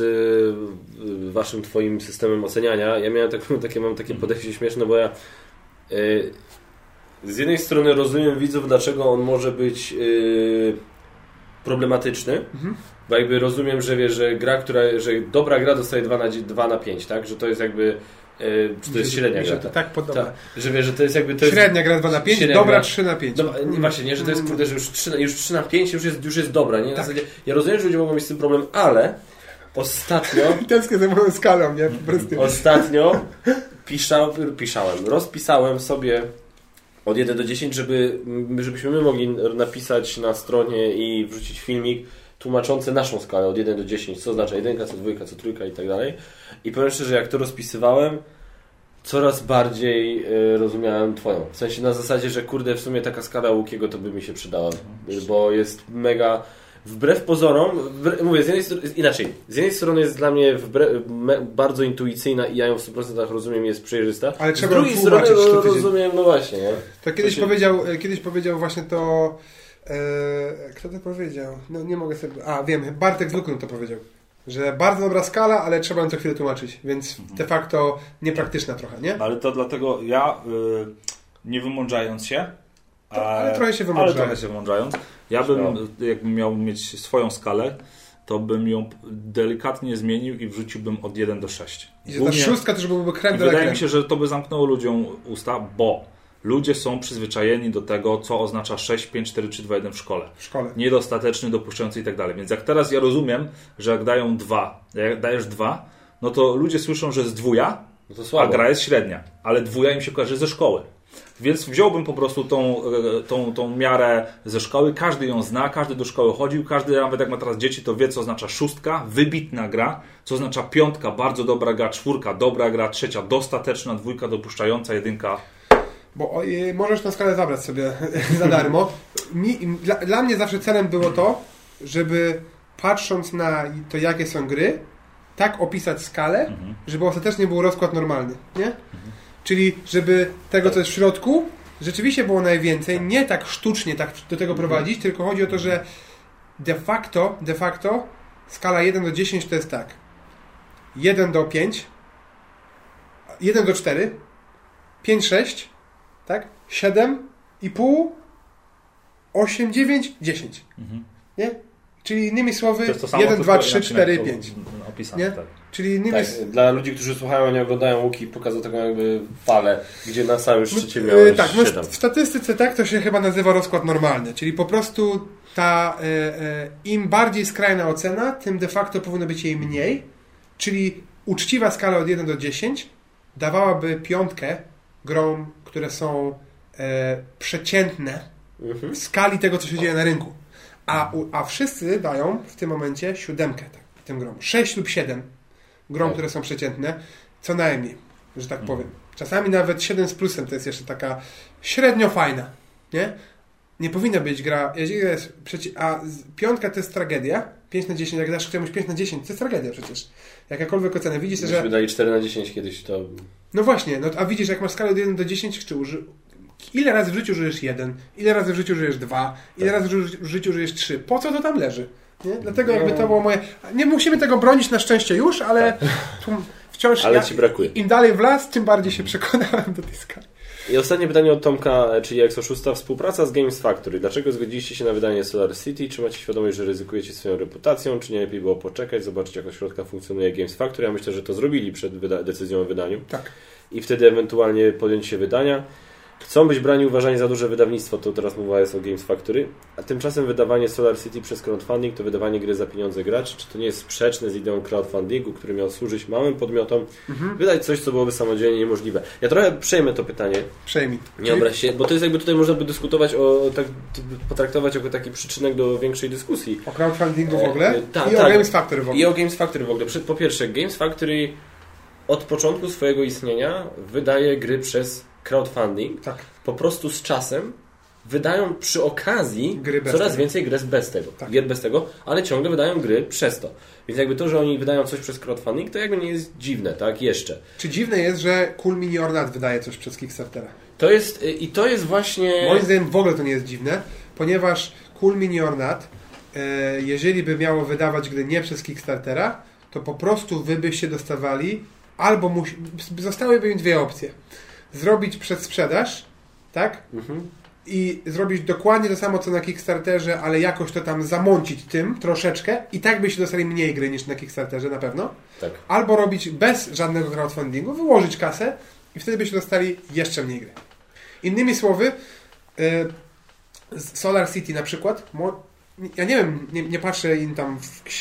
waszym twoim systemem oceniania, ja miałem takie podejście śmieszne, bo ja z jednej strony rozumiem widzów, dlaczego on może być problematyczny, bo jakby rozumiem, że wie, że dobra gra dostaje 2 na 5, tak? Że to jest jakby czy to jest średnia gra. To tak podoba. Że wie, że to jest jakby... Średnia gra 2 na 5, dobra 3 na 5. Właśnie, nie, że to jest kurde, że już 3 na 5 już jest dobra, nie? Na zasadzie, ja rozumiem, że ludzie mogą mieć z tym problem, ale ostatnio... Tęsknię za moją skalą, nie? Po prostu. Ostatnio rozpisałem sobie od 1 do 10, żebyśmy my mogli napisać na stronie i wrzucić filmik tłumaczący naszą skalę od 1 do 10, co oznacza 1, co 2, co 3 i tak dalej. I powiem szczerze, jak to rozpisywałem, coraz bardziej rozumiałem twoją. W sensie na zasadzie, że kurde, w sumie taka skala Łukiego to by mi się przydała, bo jest mega... Wbrew pozorom, mówię, z jednej strony jest dla mnie bardzo intuicyjna i ja ją w 100% rozumiem, jest przejrzysta. Ale z drugiej strony rozumiem, no właśnie. Nie? To kiedyś powiedział właśnie to... kto to powiedział? No nie mogę sobie... wiem, Bartek z Lukrum to powiedział. Że bardzo dobra skala, ale trzeba ją co chwilę tłumaczyć, więc de facto niepraktyczna trochę, nie? Ale to dlatego ja, nie wymądrzając się, ale trochę się wymądrzając, ja jakbym miał mieć swoją skalę, to bym ją delikatnie zmienił i wrzuciłbym od 1 do 6. I ta szóstka też byłby krem de la Wydaje mi się, że to by zamknęło ludziom usta, bo ludzie są przyzwyczajeni do tego, co oznacza 6, 5, 4, 3, 2, 1 w szkole. Niedostateczny, dopuszczający i tak dalej. Więc jak teraz ja rozumiem, że jak dają 2, jak dajesz 2, no to ludzie słyszą, że jest 2, no to słabo. A gra jest średnia. Ale 2 im się kojarzy ze szkoły. Więc wziąłbym po prostu tą miarę ze szkoły, każdy ją zna, każdy do szkoły chodził, każdy nawet jak ma teraz dzieci, to wie, co oznacza 6, wybitna gra, co oznacza 5, bardzo dobra gra, 4, dobra gra, 3, dostateczna, 2, dopuszczająca, 1. Bo możesz tę skalę zabrać sobie za darmo. Dla mnie zawsze celem było to, żeby patrząc na to, jakie są gry, tak opisać skalę, żeby ostatecznie był rozkład normalny, nie? Czyli żeby tego, co jest w środku, rzeczywiście było najwięcej, nie tak sztucznie tak do tego prowadzić, tylko chodzi o to, że de facto skala 1 do 10 to jest tak. 1 do 5, 1 do 4, 5, 6, tak? 7,5, 8, 9, 10. Nie? Czyli innymi słowy 1, 2, 3, 4, 5. Nie? Tak. Czyli innymi... Dla ludzi, którzy słuchają, nie oglądają Łuki, pokazał taką jakby falę, gdzie na samym szczycie miałeś 7. W statystyce tak to się chyba nazywa rozkład normalny, czyli po prostu im bardziej skrajna ocena, tym de facto powinno być jej mniej, czyli uczciwa skala od 1 do 10 dawałaby 5 grom, które są przeciętne w skali tego, co się dzieje na rynku. A wszyscy dają w tym momencie 7 tym grom. 6 lub 7 grom, które są przeciętne, co najmniej, że tak powiem. Czasami nawet 7 z plusem to jest jeszcze taka średnio fajna, nie? Nie powinna być gra, jeżeli jest a 5 to jest tragedia, 5 na 10, jak dasz komuś 5 na 10, to jest tragedia przecież. Jakakolwiek ocena, widzisz, że... Myśmy dali 4 na 10 kiedyś, to... No właśnie, a widzisz, jak masz skalę od 1 do 10, ile razy w życiu użyjesz 1, ile razy w życiu użyjesz 2, ile razy w życiu użyjesz 3, po co to tam leży? Nie? Dlatego jakby to było moje... Nie musimy tego bronić na szczęście już, ale wciąż... Ale ci brakuje. Im dalej w las, tym bardziej się przekonałem do tej skali. I ostatnie pytanie od Tomka, czyli Exo 6. Współpraca z Games Factory. Dlaczego zgodziliście się na wydanie Solar City? Czy macie świadomość, że ryzykujecie swoją reputacją? Czy nie lepiej było poczekać, zobaczyć, jak od środka funkcjonuje Games Factory? Ja myślę, że to zrobili przed decyzją o wydaniu. Tak. I wtedy ewentualnie podjąć się wydania. Chcą być brani uważani za duże wydawnictwo, to teraz mowa jest o Games Factory, a tymczasem wydawanie Solar City przez crowdfunding to wydawanie gry za pieniądze graczy. Czy to nie jest sprzeczne z ideą crowdfundingu, który miał służyć małym podmiotom, wydać coś, co byłoby samodzielnie niemożliwe? Ja trochę przejmę to pytanie. Przejmij. Nie obraź się, bo to jest jakby tutaj można by dyskutować potraktować jako taki przyczynek do większej dyskusji. O crowdfundingu w ogóle? I o Games Factory w ogóle. I o Games Factory w ogóle. Po pierwsze, Games Factory od początku swojego istnienia wydaje gry przez crowdfunding. Tak. Po prostu z czasem wydają przy okazji coraz więcej gier bez tego, ale ciągle wydają gry przez to. Więc jakby to, że oni wydają coś przez crowdfunding, to jakby nie jest dziwne, tak? Jeszcze. Czy dziwne jest, że Cool Mini or Not wydaje coś przez Kickstartera? To jest właśnie... Moim zdaniem w ogóle to nie jest dziwne, ponieważ Cool Mini or Not, jeżeli by miało wydawać gry nie przez Kickstartera, to po prostu wy byście dostawali albo zostałyby im dwie opcje. Zrobić przedsprzedaż tak? I zrobić dokładnie to samo, co na Kickstarterze, ale jakoś to tam zamącić tym troszeczkę i tak byście dostali mniej gry niż na Kickstarterze na pewno. Tak. Albo robić bez żadnego crowdfundingu, wyłożyć kasę i wtedy byście dostali jeszcze mniej gry. Innymi słowy, Solar City na przykład, ja nie wiem, nie patrzę im tam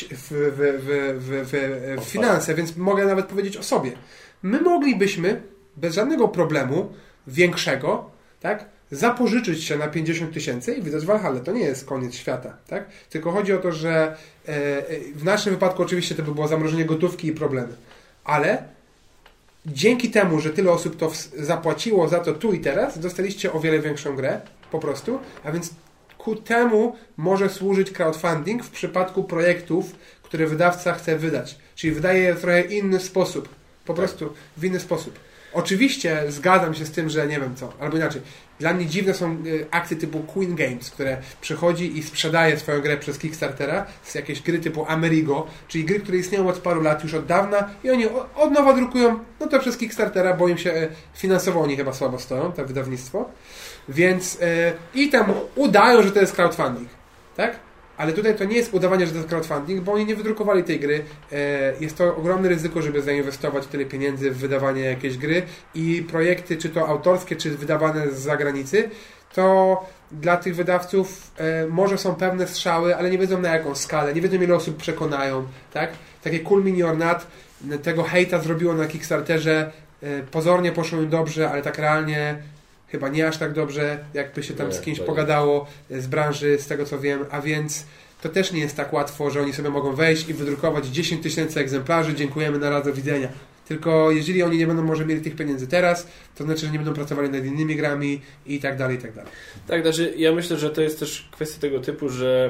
w finanse, więc mogę nawet powiedzieć o sobie. My moglibyśmy bez żadnego problemu większego, tak, zapożyczyć się na 50 000 i wydać Valhalla. To nie jest koniec świata, tak? Tylko chodzi o to, że w naszym wypadku oczywiście to by było zamrożenie gotówki i problemy. Ale dzięki temu, że tyle osób to zapłaciło za to tu i teraz, dostaliście o wiele większą grę, po prostu, a więc ku temu może służyć crowdfunding w przypadku projektów, które wydawca chce wydać. Czyli wydaje je w trochę inny sposób. Po prostu w inny sposób. Oczywiście zgadzam się z tym, że nie wiem co, albo inaczej. Dla mnie dziwne są akcje typu Queen Games, które przychodzi i sprzedaje swoją grę przez Kickstartera z jakiejś gry typu Amerigo, czyli gry, które istnieją od paru lat już od dawna i oni od nowa drukują, no to przez Kickstartera, bo im się finansowo oni chyba słabo stoją, to wydawnictwo. Więc i tam udają, że to jest crowdfunding, tak? Ale tutaj to nie jest udawanie, że to jest crowdfunding, bo oni nie wydrukowali tej gry. Jest to ogromne ryzyko, żeby zainwestować tyle pieniędzy w wydawanie jakiejś gry i projekty, czy to autorskie, czy wydawane z zagranicy, to dla tych wydawców może są pewne strzały, ale nie wiedzą na jaką skalę, nie wiedzą ile osób przekonają, tak? Takie Cool Mini or Not, tego hejta zrobiło na Kickstarterze, pozornie poszło im dobrze, ale tak realnie chyba nie aż tak dobrze, jakby się tam z kimś pogadało z branży, z tego co wiem, a więc to też nie jest tak łatwo, że oni sobie mogą wejść i wydrukować 10 000 egzemplarzy, dziękujemy, na razie, do widzenia. Tylko jeżeli oni nie będą może mieli tych pieniędzy teraz, to znaczy, że nie będą pracowali nad innymi grami i tak dalej, i tak dalej. Tak, znaczy ja myślę, że to jest też kwestia tego typu, że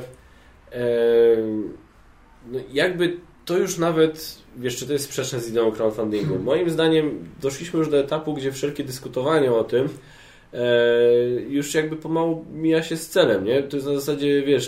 no jakby to już nawet, wiesz, czy to jest sprzeczne z ideą crowdfundingu. Moim zdaniem doszliśmy już do etapu, gdzie wszelkie dyskutowanie o tym już jakby pomału mija się z celem, nie? To jest na zasadzie, wiesz,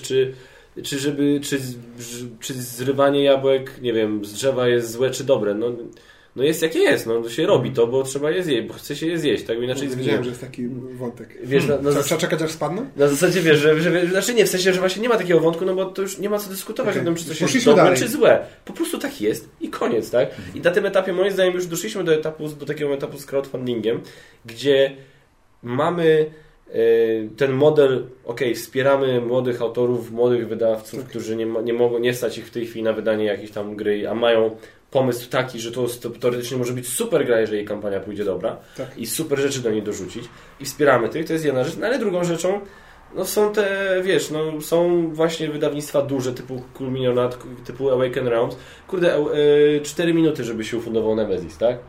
czy zrywanie jabłek, nie wiem, z drzewa jest złe czy dobre. No jest jakie jest, no to się robi to, bo trzeba je zjeść, bo chce się je zjeść, tak? Inaczej wiedziałem, że jest taki wątek. Wiesz, trzeba czekać aż spadną? Na zasadzie, wiesz, że znaczy nie, w sensie, że właśnie nie ma takiego wątku, no bo to już nie ma co dyskutować o tym, czy coś jest dobre, czy złe. Po prostu tak jest i koniec, tak? I na tym etapie, moim zdaniem, już doszliśmy do takiego etapu z crowdfundingiem, gdzie mamy ten model, wspieramy młodych autorów, młodych wydawców, którzy nie stać ich w tej chwili na wydanie jakiejś tam gry, a mają pomysł taki, że to teoretycznie może być super gra, jeżeli kampania pójdzie dobra i super rzeczy do niej dorzucić i wspieramy tych, to jest jedna rzecz, no ale drugą rzeczą są te, wiesz, są właśnie wydawnictwa duże typu Cool Mini or Not, typu Awaken Realms, 4 minuty, żeby się ufundował Nemesis, tak?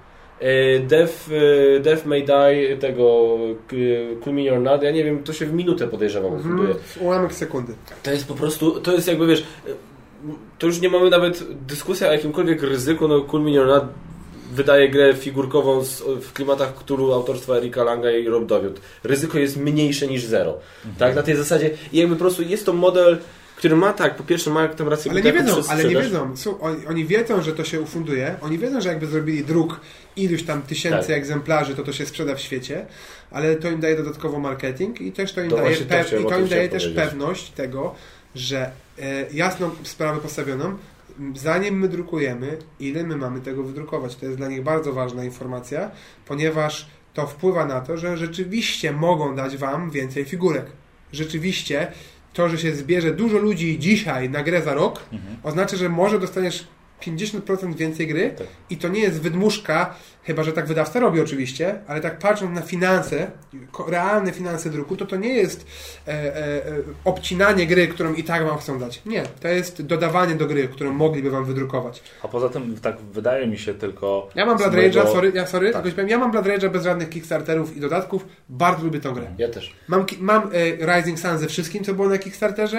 Death May Die tego Cool Mini or Not, ja nie wiem, to się w minutę podejrzewam ufunduje. Ułamek sekundy. To jest po prostu, to jest jakby, wiesz, to już nie mamy nawet dyskusji o jakimkolwiek ryzyku, Cool Mini or Not wydaje grę figurkową w klimatach Cthulhu autorstwa Erika Langa i Rob Dowiod. Ryzyko jest mniejsze niż zero. Tak, na tej zasadzie i jakby po prostu jest to model, który ma po pierwsze ma tam rację. Ale nie wiedzą. Oni wiedzą, że to się ufunduje. Oni wiedzą, że jakby zrobili druk iluś tam tysięcy egzemplarzy, to się sprzeda w świecie, ale to im daje dodatkowo marketing i też to im daje też pewność tego, że jasną sprawę postawioną, zanim my drukujemy, ile my mamy tego wydrukować. To jest dla nich bardzo ważna informacja, ponieważ to wpływa na to, że rzeczywiście mogą dać Wam więcej figurek. Rzeczywiście to, że się zbierze dużo ludzi dzisiaj na grę za rok, oznacza, że może dostaniesz 50% więcej gry i to nie jest wydmuszka, chyba że tak wydawca robi oczywiście, ale tak patrząc na finanse, realne finanse druku, to nie jest obcinanie gry, którą i tak Wam chcą dać. Nie, to jest dodawanie do gry, którą mogliby Wam wydrukować. A poza tym tak wydaje mi się tylko... Ja mam Blood Rage'a, ja mam Blood Rage'a bez żadnych Kickstarterów i dodatków, bardzo lubię tę grę. Ja też. Mam Rising Sun ze wszystkim, co było na Kickstarterze,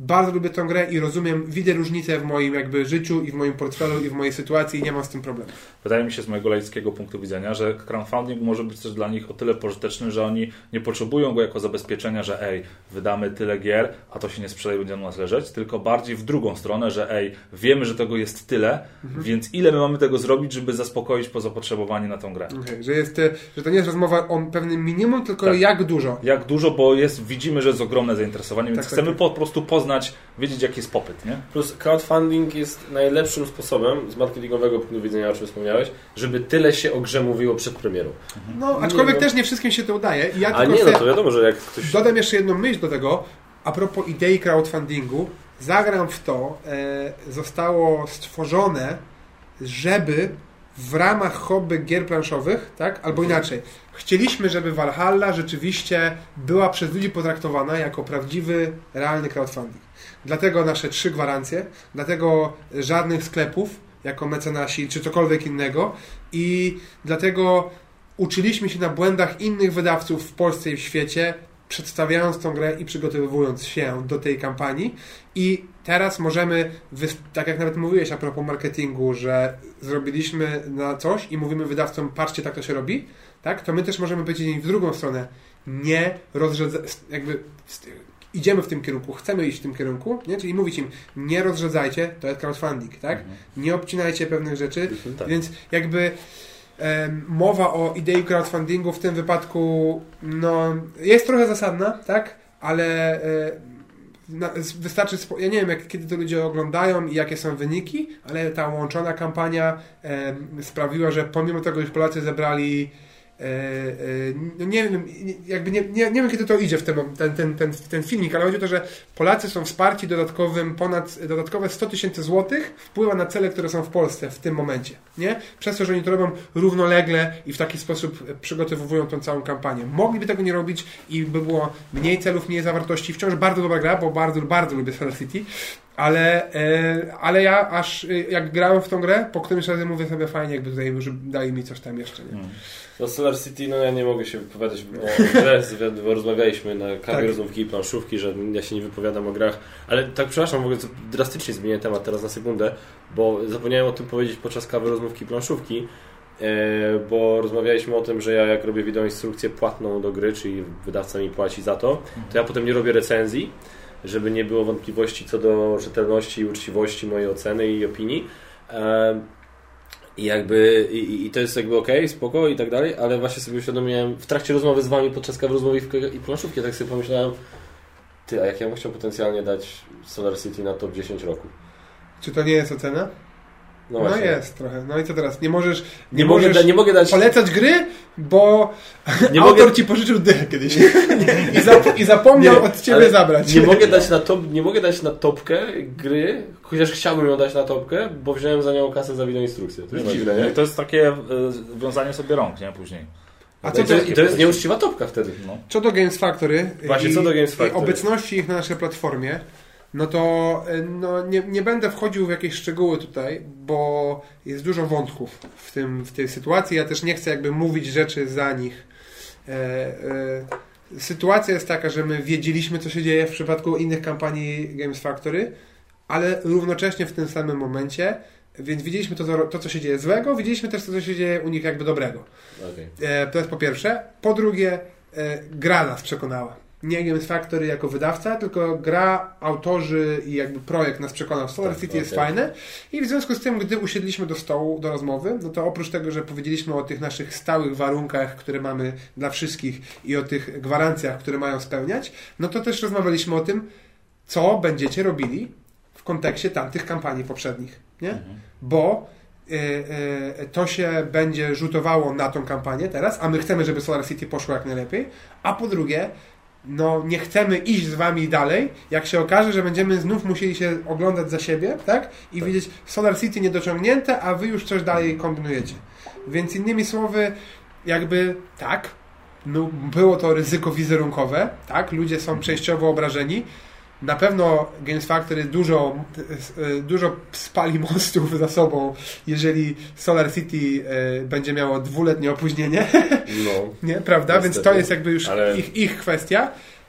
bardzo lubię tę grę i rozumiem, widzę różnicę w moim jakby życiu i w moim portfelu i w mojej sytuacji i nie mam z tym problemu. Wydaje mi się z mojego laickiego punktu widzenia, że crowdfunding może być też dla nich o tyle pożyteczny, że oni nie potrzebują go jako zabezpieczenia, że wydamy tyle gier, a to się nie sprzedaje, będzie na nas leżeć, tylko bardziej w drugą stronę, że wiemy, że tego jest tyle, więc ile my mamy tego zrobić, żeby zaspokoić zapotrzebowanie na tą grę. Okay, że to nie jest rozmowa o pewnym minimum, tylko tak. Jak dużo. Jak dużo, bo widzimy, że jest ogromne zainteresowanie, więc chcemy po prostu poznać, wiedzieć jaki jest popyt. Nie? Plus crowdfunding jest najlepszym sposobem z marketingowego punktu widzenia, o czym wspomniałeś, żeby tyle się o grze mówiło przed premierą. No, aczkolwiek też nie wszystkim się to udaje. I ja to wiadomo, że jak ktoś... Dodam jeszcze jedną myśl do tego, a propos idei crowdfundingu. Zagram w to, zostało stworzone, żeby w ramach hobby gier planszowych, tak? Albo inaczej. Chcieliśmy, żeby Valhalla rzeczywiście była przez ludzi potraktowana jako prawdziwy, realny crowdfunding. Dlatego nasze 3 gwarancje, dlatego żadnych sklepów jako mecenasi czy cokolwiek innego i dlatego uczyliśmy się na błędach innych wydawców w Polsce i w świecie, przedstawiając tą grę i przygotowując się do tej kampanii i teraz możemy, tak jak nawet mówiłeś a propos marketingu, że zrobiliśmy na coś i mówimy wydawcom, patrzcie, tak to się robi, tak? To my też możemy powiedzieć w drugą stronę, nie idziemy w tym kierunku, chcemy iść w tym kierunku, nie? Czyli mówić im, nie rozrzedzajcie, to jest crowdfunding, tak? Nie obcinajcie pewnych rzeczy, tak. Więc jakby mowa o idei crowdfundingu w tym wypadku no, jest trochę zasadna, tak? Ale wystarczy, ja nie wiem kiedy to ludzie oglądają i jakie są wyniki, ale ta łączona kampania sprawiła, że pomimo tego, że Polacy zebrali nie wiem, nie wiem kiedy to idzie w ten filmik, ale chodzi o to, że Polacy są wsparci dodatkowe 100 000 złotych wpływa na cele, które są w Polsce w tym momencie, nie? Przez to, że oni to robią równolegle i w taki sposób przygotowują tą całą kampanię. Mogliby tego nie robić i by było mniej celów, mniej zawartości. Wciąż bardzo dobra gra, bo bardzo, bardzo lubię Solar City, ale ja aż jak grałem w tą grę, po którymś razie mówię sobie fajnie, jakby tutaj dali mi coś tam jeszcze, nie? No Solar City, ja nie mogę się wypowiadać o grze, bo rozmawialiśmy na kawie rozmówki i planszówki, że ja się nie wypowiadam o grach, ale tak przepraszam, w ogóle drastycznie zmienię temat teraz na sekundę, bo zapomniałem o tym powiedzieć podczas kawy rozmówki i planszówki, bo rozmawialiśmy o tym, że ja jak robię wideoinstrukcję płatną do gry, czyli wydawca mi płaci za to ja potem nie robię recenzji, żeby nie było wątpliwości co do rzetelności i uczciwości mojej oceny i opinii. I to jest jakby okej, spoko i tak dalej, ale właśnie sobie uświadomiłem w trakcie rozmowy z wami podczas kawy rozmowy i planszówki, tak sobie pomyślałem, a jak ja bym chciał potencjalnie dać Solar City na top 10 roku. Czy to nie jest ocena? No jest trochę. No i co teraz? Nie mogę dać polecać gry, bo autor ci pożyczył dychę kiedyś i zapomniał od ciebie zabrać. Nie mogę dać na topkę gry, chociaż chciałbym ją dać na topkę, bo wziąłem za nią kasę za wideoinstrukcję. To jest dziwne, nie? To jest takie wiązanie sobie rąk, nie? Później. I to jest nieuczciwa topka wtedy. No. Co do Games Factory i obecności ich na naszej platformie, no to nie będę wchodził w jakieś szczegóły tutaj, bo jest dużo wątków w tej sytuacji. Ja też nie chcę jakby mówić rzeczy za nich. Sytuacja jest taka, że my wiedzieliśmy, co się dzieje w przypadku innych kampanii Games Factory, ale równocześnie w tym samym momencie, więc widzieliśmy to co się dzieje złego, widzieliśmy też to, co się dzieje u nich jakby dobrego. Okay. To jest po pierwsze. Po drugie, gra nas przekonała. Nie Games Factory jako wydawca, tylko gra, autorzy i jakby projekt nas przekonał. Solar City jest fajne i w związku z tym, gdy usiedliśmy do stołu, do rozmowy, no to oprócz tego, że powiedzieliśmy o tych naszych stałych warunkach, które mamy dla wszystkich i o tych gwarancjach, które mają spełniać, no to też rozmawialiśmy o tym, co będziecie robili w kontekście tamtych kampanii poprzednich, nie? Bo to się będzie rzutowało na tą kampanię teraz, a my chcemy, żeby Solar City poszło jak najlepiej, a po drugie nie chcemy iść z wami dalej, jak się okaże, że będziemy znów musieli się oglądać za siebie, tak? I widzieć Solar City niedociągnięte, a wy już coś dalej kombinujecie. Więc innymi słowy, jakby tak, było to ryzyko wizerunkowe, tak? Ludzie są częściowo obrażeni. Na pewno Games Factory dużo spali mostów za sobą, jeżeli Solar City będzie miało 2-letnie opóźnienie. Nie, prawda? Niestety. Więc to jest jakby już ich kwestia.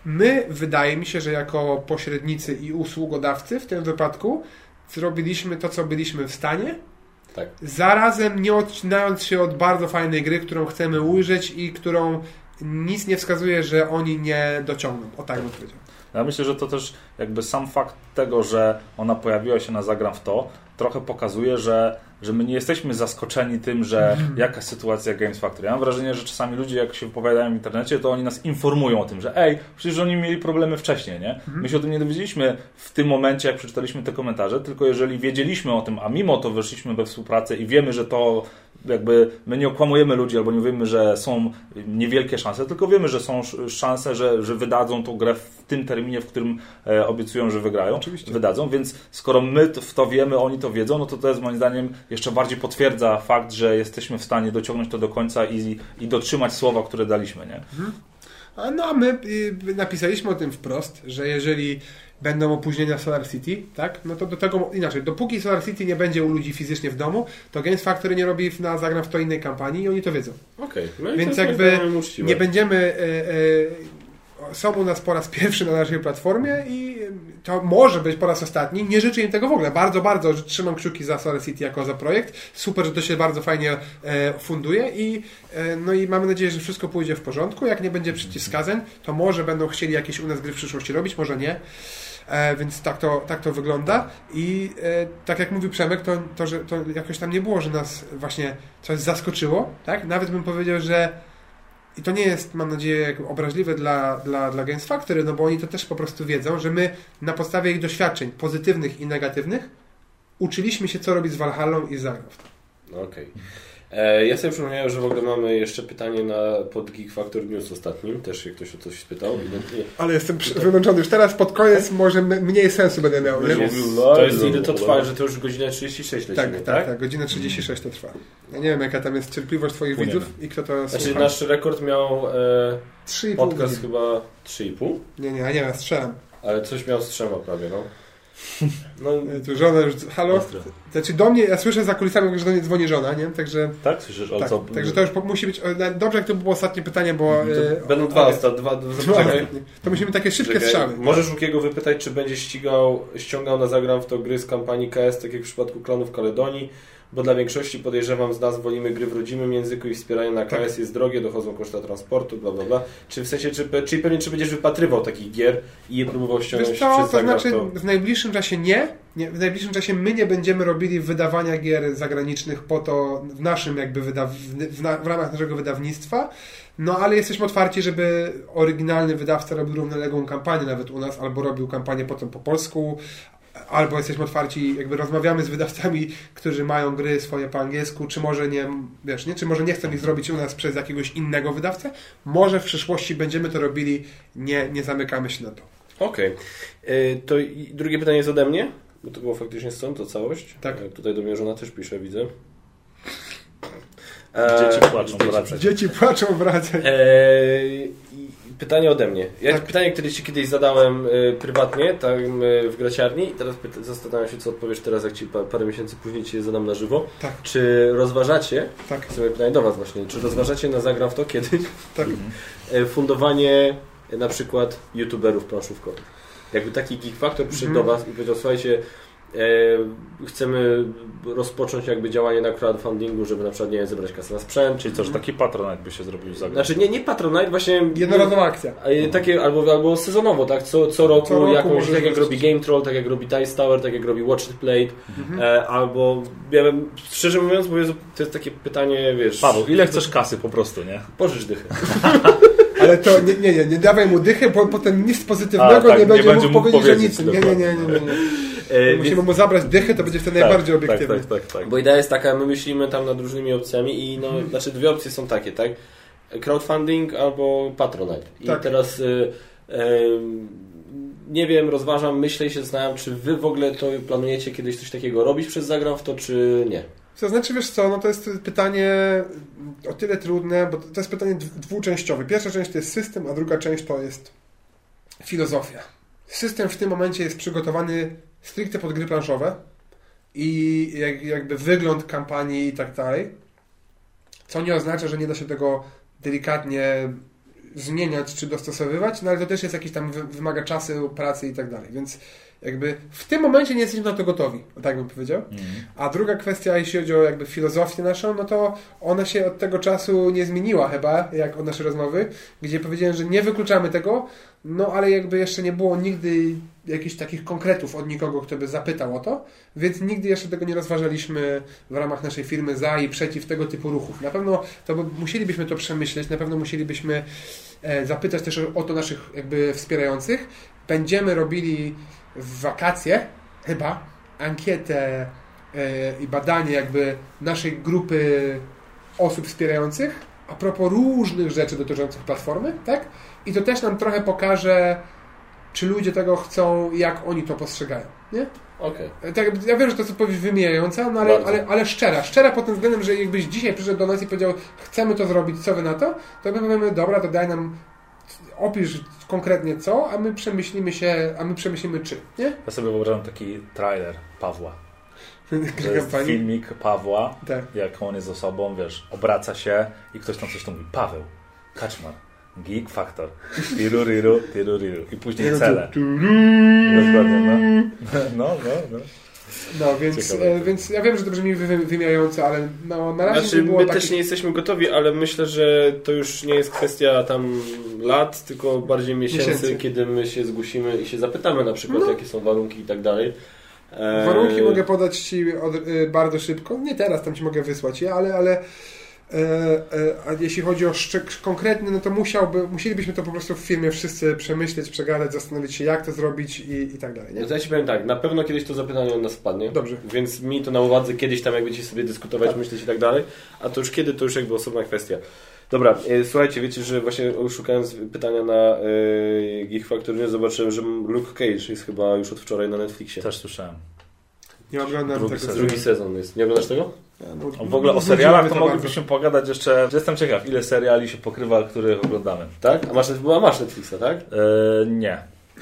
wydaje mi się, że jako pośrednicy i usługodawcy w tym wypadku zrobiliśmy to, co byliśmy w stanie, tak. Zarazem nie odcinając się od bardzo fajnej gry, którą chcemy ujrzeć i którą nic nie wskazuje, że oni nie dociągną. O tak bym powiedział. Ja myślę, że to też jakby sam fakt tego, że ona pojawiła się na Zagram w to, trochę pokazuje, że my nie jesteśmy zaskoczeni tym, że jaka sytuacja Games Factory. Ja mam wrażenie, że czasami ludzie, jak się wypowiadają w internecie, to oni nas informują o tym, że przecież oni mieli problemy wcześniej, nie? My się o tym nie dowiedzieliśmy w tym momencie, jak przeczytaliśmy te komentarze, tylko jeżeli wiedzieliśmy o tym, a mimo to weszliśmy we współpracę i wiemy, że to jakby my nie okłamujemy ludzi, albo nie wiemy, że są niewielkie szanse, tylko wiemy, że są szanse, że wydadzą tą grę w tym terminie, w którym obiecują, że wygrają. Oczywiście. Wydadzą, więc skoro my w to wiemy, oni to wiedzą, no to jest moim zdaniem jeszcze bardziej potwierdza fakt, że jesteśmy w stanie dociągnąć to do końca i dotrzymać słowa, które daliśmy, nie? No a my napisaliśmy o tym wprost, że jeżeli będą opóźnienia Solar City, tak? No to do tego inaczej. Dopóki Solar City nie będzie u ludzi fizycznie w domu, to Games Factory nie robi na Zagram w to innej kampanii i oni to wiedzą. Okej. Więc jakby nie będziemy... Są u nas po raz pierwszy na naszej platformie i to może być po raz ostatni. Nie życzę im tego w ogóle. Bardzo, bardzo trzymam kciuki za Solar City jako za projekt. Super, że to się bardzo fajnie funduje i mamy nadzieję, że wszystko pójdzie w porządku. Jak nie będzie przeciwwskazań, to może będą chcieli jakieś u nas gry w przyszłości robić, może nie. Więc tak to wygląda i tak jak mówił Przemek, to że to jakoś tam nie było, że nas właśnie coś zaskoczyło, tak? Nawet bym powiedział, że i to nie jest, mam nadzieję, obraźliwe dla Games Factory, no bo oni to też po prostu wiedzą, że my na podstawie ich doświadczeń pozytywnych i negatywnych uczyliśmy się, co robić z Valhallą i Zagram w to. Okej. Ja sobie przypomniałem, że w ogóle mamy jeszcze pytanie pod Geek Factor News ostatnim. Też się ktoś o coś spytał. Ale jestem wymęczony. Już teraz pod koniec może mniej sensu będę miał. To jest ile to trwa, że to już godzina 36 lecimy, tak? Godzina 36 to trwa. Ja nie wiem, jaka tam jest cierpliwość twoich widzów i kto to słucha. Znaczy nasz rekord miał 3,5 podcast chyba 3,5? Nie, strzelam. Ale coś miał z 3 prawie, no. Tu żona już... Halo? Znaczy do mnie, ja słyszę za kulisami, że do mnie dzwoni żona, nie? Także... Tak? Słyszysz o co? Także to już musi być... Dobrze, jak to było ostatnie pytanie, bo... Będą dwa. To musimy takie szybkie strzały. Możesz Łukiego wypytać, czy będzie ściągał na Zagram w to gry z kampanii KS, tak jak w przypadku Klanów Kaledonii, bo dla większości, podejrzewam, z nas wolimy gry w rodzimym języku i wspieranie na KS jest drogie, dochodzą koszta transportu, bla bla bla. Czy w sensie, czyli pewnie czy będziesz wypatrywał takich gier i je próbował ściągnąć przez Zagram? To znaczy w najbliższym czasie nie. W najbliższym czasie my nie będziemy robili wydawania gier zagranicznych po to w naszym jakby w ramach naszego wydawnictwa, no ale jesteśmy otwarci, żeby oryginalny wydawca robił równoległą kampanię nawet u nas, albo robił kampanię potem po polsku, albo jesteśmy otwarci, jakby rozmawiamy z wydawcami, którzy mają gry swoje po angielsku, czy może czy może nie chcą ich zrobić u nas przez jakiegoś innego wydawcę. Może w przyszłości będziemy to robili, nie zamykamy się na to. Okej. To drugie pytanie jest ode mnie, bo to było faktycznie stąd, to całość. Tak. Tutaj do mnie żona też pisze, widzę. Dzieci płaczą, wracaj. Pytanie ode mnie. Pytanie, które Ci kiedyś zadałem prywatnie, tam w graciarni, i teraz zastanawiam się, co odpowiesz teraz, jak Ci parę miesięcy później Ci je zadam na żywo. Tak. Czy rozważacie, sobie pytanie do Was właśnie, czy rozważacie na Zagram w to kiedyś fundowanie na przykład youtuberów planszówkowych? Jakby taki Geek Factor przyszedł do Was i powiedział, słuchajcie, chcemy rozpocząć jakby działanie na crowdfundingu, żeby na przykład, nie wiem, zebrać kasę na sprzęt. Czyli co, że taki Patronite by się zrobił za grę? Znaczy nie Patronite, właśnie... Jednorazowa akcja. Takie, albo sezonowo, tak? Co roku jakąś, tak jak robi Game Troll, tak jak robi Dice Tower, tak jak robi Watch the Plate, albo, ja wiem, szczerze mówiąc, bo to jest takie pytanie, wiesz... Paweł, ile chcesz kasy po prostu, nie? Pożycz dychę. Ale to nie dawaj mu dychę, bo potem nic pozytywnego nie będzie mógł powiedzieć o niczym. Nie. Musimy mu zabrać dychę, to będzie wtedy najbardziej obiektywne. Tak. Bo idea jest taka, my myślimy tam nad różnymi opcjami i znaczy dwie opcje są takie, tak? Crowdfunding albo Patronite. I teraz nie wiem, rozważam, myślę i się zastanawiam, czy wy w ogóle to planujecie kiedyś coś takiego robić przez Zagram w to, czy nie? To znaczy, wiesz co, to jest pytanie o tyle trudne, bo to jest pytanie dwuczęściowe. Pierwsza część to jest system, a druga część to jest filozofia. System w tym momencie jest przygotowany stricte pod gry planszowe i jakby wygląd kampanii i tak dalej, co nie oznacza, że nie da się tego delikatnie zmieniać czy dostosowywać, no ale to też jest jakiś tam wymaga czasu, pracy i tak dalej, więc jakby w tym momencie nie jesteśmy na to gotowi, tak bym powiedział. A druga kwestia, jeśli chodzi o jakby filozofię naszą, no to ona się od tego czasu nie zmieniła chyba, jak od naszej rozmowy, gdzie powiedziałem, że nie wykluczamy tego, no ale jakby jeszcze nie było nigdy jakichś takich konkretów od nikogo, kto by zapytał o to, więc nigdy jeszcze tego nie rozważaliśmy w ramach naszej firmy za i przeciw tego typu ruchów. Na pewno musielibyśmy to przemyśleć, na pewno musielibyśmy zapytać też o to naszych jakby wspierających. Będziemy robili w wakacje chyba ankietę i badanie jakby naszej grupy osób wspierających a propos różnych rzeczy dotyczących platformy, tak? I to też nam trochę pokaże, czy ludzie tego chcą, jak oni to postrzegają, nie? Okej. Tak, ja wiem, że to jest odpowiedź wymijająca, no ale szczera pod tym względem, że jakbyś dzisiaj przyszedł do nas i powiedział, chcemy to zrobić, co wy na to, to my powiemy, dobra, to daj nam, opisz konkretnie co, a my przemyślimy czy, nie? Ja sobie wyobrażam taki trailer Pawła. To jest filmik Pawła, tak. Jak on jest osobą, wiesz, obraca się i ktoś tam coś tam mówi, Paweł Kaczmar, Geek Factor, tiruriru. I później cele. Dokładnie, no, więc ja wiem, że to brzmi wymijająco, ale no, na razie nie było my też nie jesteśmy gotowi, ale myślę, że to już nie jest kwestia tam lat, tylko bardziej miesięcy, kiedy my się zgłosimy i się zapytamy na przykład, jakie są warunki i tak dalej. Warunki mogę podać Ci bardzo szybko. Nie teraz, tam Ci mogę wysłać je, ale a jeśli chodzi o konkretny, no to musielibyśmy to po prostu w firmie wszyscy przemyśleć, przegadać, zastanowić się, jak to zrobić i tak dalej. Nie? Ja Ci powiem tak, na pewno kiedyś to zapytanie od nas wpadnie. Dobrze. Więc mi to na uwadze kiedyś tam jak będziecie sobie dyskutować, myśleć i tak dalej. A to już kiedy, to już jakby osobna kwestia. Dobra, słuchajcie, wiecie, że właśnie szukając pytania na Geek Factor News zobaczyłem, że Luke Cage jest chyba już od wczoraj na Netflixie. Też słyszałem. Nie oglądam tego. Drugi sezon jest. Nie oglądasz tego? W ogóle o serialach to moglibyśmy pogadać jeszcze. Jestem ciekaw, ile seriali się pokrywa, których oglądamy. Tak? A masz Netflixa, tak? Nie.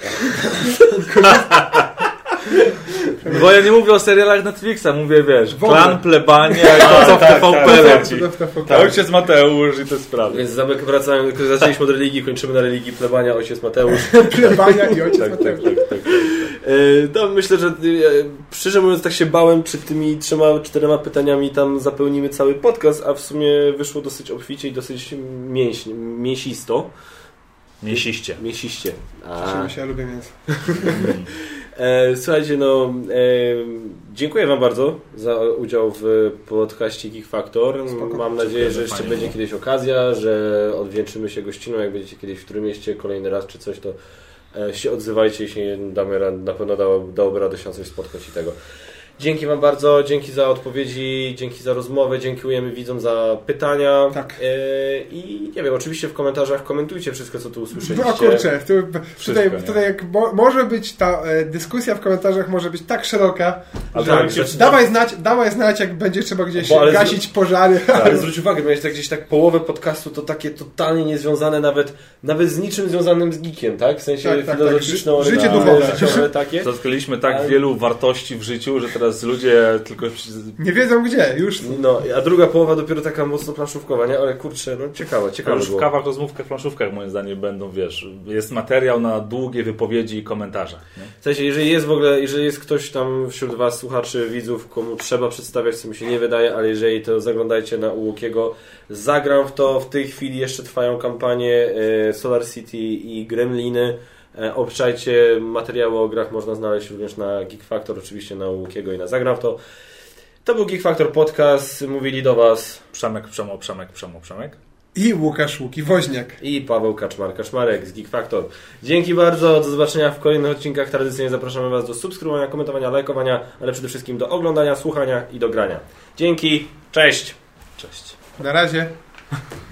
Bo ja nie mówię o serialach Netflixa, mówię, wiesz, Klan, Plebania i to, co w TVP leci. Ojciec Mateusz i te sprawy. Więc zaczęliśmy od religii, kończymy na religii Plebania, Ojciec Mateusz. Plebania i Ojciec Mateusz. Tak. No, myślę, że szczerze mówiąc tak się bałem, czy tymi 3-4 pytaniami tam zapełnimy cały podcast, a w sumie wyszło dosyć obficie i dosyć mięsisto. Mięsiście. Ja lubię mięso. Słuchajcie, dziękuję Wam bardzo za udział w podcaście Geek Factor. Spoko. Mam nadzieję, że jeszcze będzie kiedyś okazja, że odwdzięczymy się gościną. Jak będziecie kiedyś w którym mieście kolejny raz czy coś, to się odzywajcie, jeśli nie damy radę, na pewno dałoby radę się na coś spotkać i tego. Dzięki Wam bardzo, dzięki za odpowiedzi, dzięki za rozmowę, dziękujemy widzom za pytania. Tak. I nie wiem, oczywiście w komentarzach komentujcie wszystko, co tu usłyszeliście. No kurczę, tutaj jak może być ta dyskusja w komentarzach może być tak szeroka, że dawaj znać, jak będzie trzeba gdzieś gasić pożary. Ale zwróć uwagę, miałeś tak gdzieś tak połowę podcastu to takie totalnie niezwiązane nawet z niczym związanym z geekiem, tak? W sensie filozoficzną, życie duchowe. Takie. Odkryliśmy tak wielu wartości w życiu, że teraz ludzie tylko nie wiedzą gdzie, już. No, a druga połowa dopiero taka mocno planszówkowa, nie? Ale kurczę, ciekawe już w kawach, rozmówkach, planszówkach moim zdaniem będą, wiesz, jest materiał na długie wypowiedzi i komentarze. Nie? W sensie, jeżeli jest ktoś tam wśród Was, słuchaczy, widzów, komu trzeba przedstawiać, co mi się nie wydaje, ale jeżeli to zaglądajcie na Łukiego, zagram w to, w tej chwili jeszcze trwają kampanie Solar City i Gremliny. Obczajcie, materiały o grach można znaleźć również na Geek Factor, oczywiście na Łukiego i na Zagram w to. To był Geek Factor Podcast, mówili do Was Przemek. I Łukasz Woźniak. I Paweł Kaczmarek z Geek Factor. Dzięki bardzo, do zobaczenia w kolejnych odcinkach. Tradycyjnie zapraszamy Was do subskrybowania, komentowania, lajkowania, ale przede wszystkim do oglądania, słuchania i do grania. Dzięki, cześć! Na razie.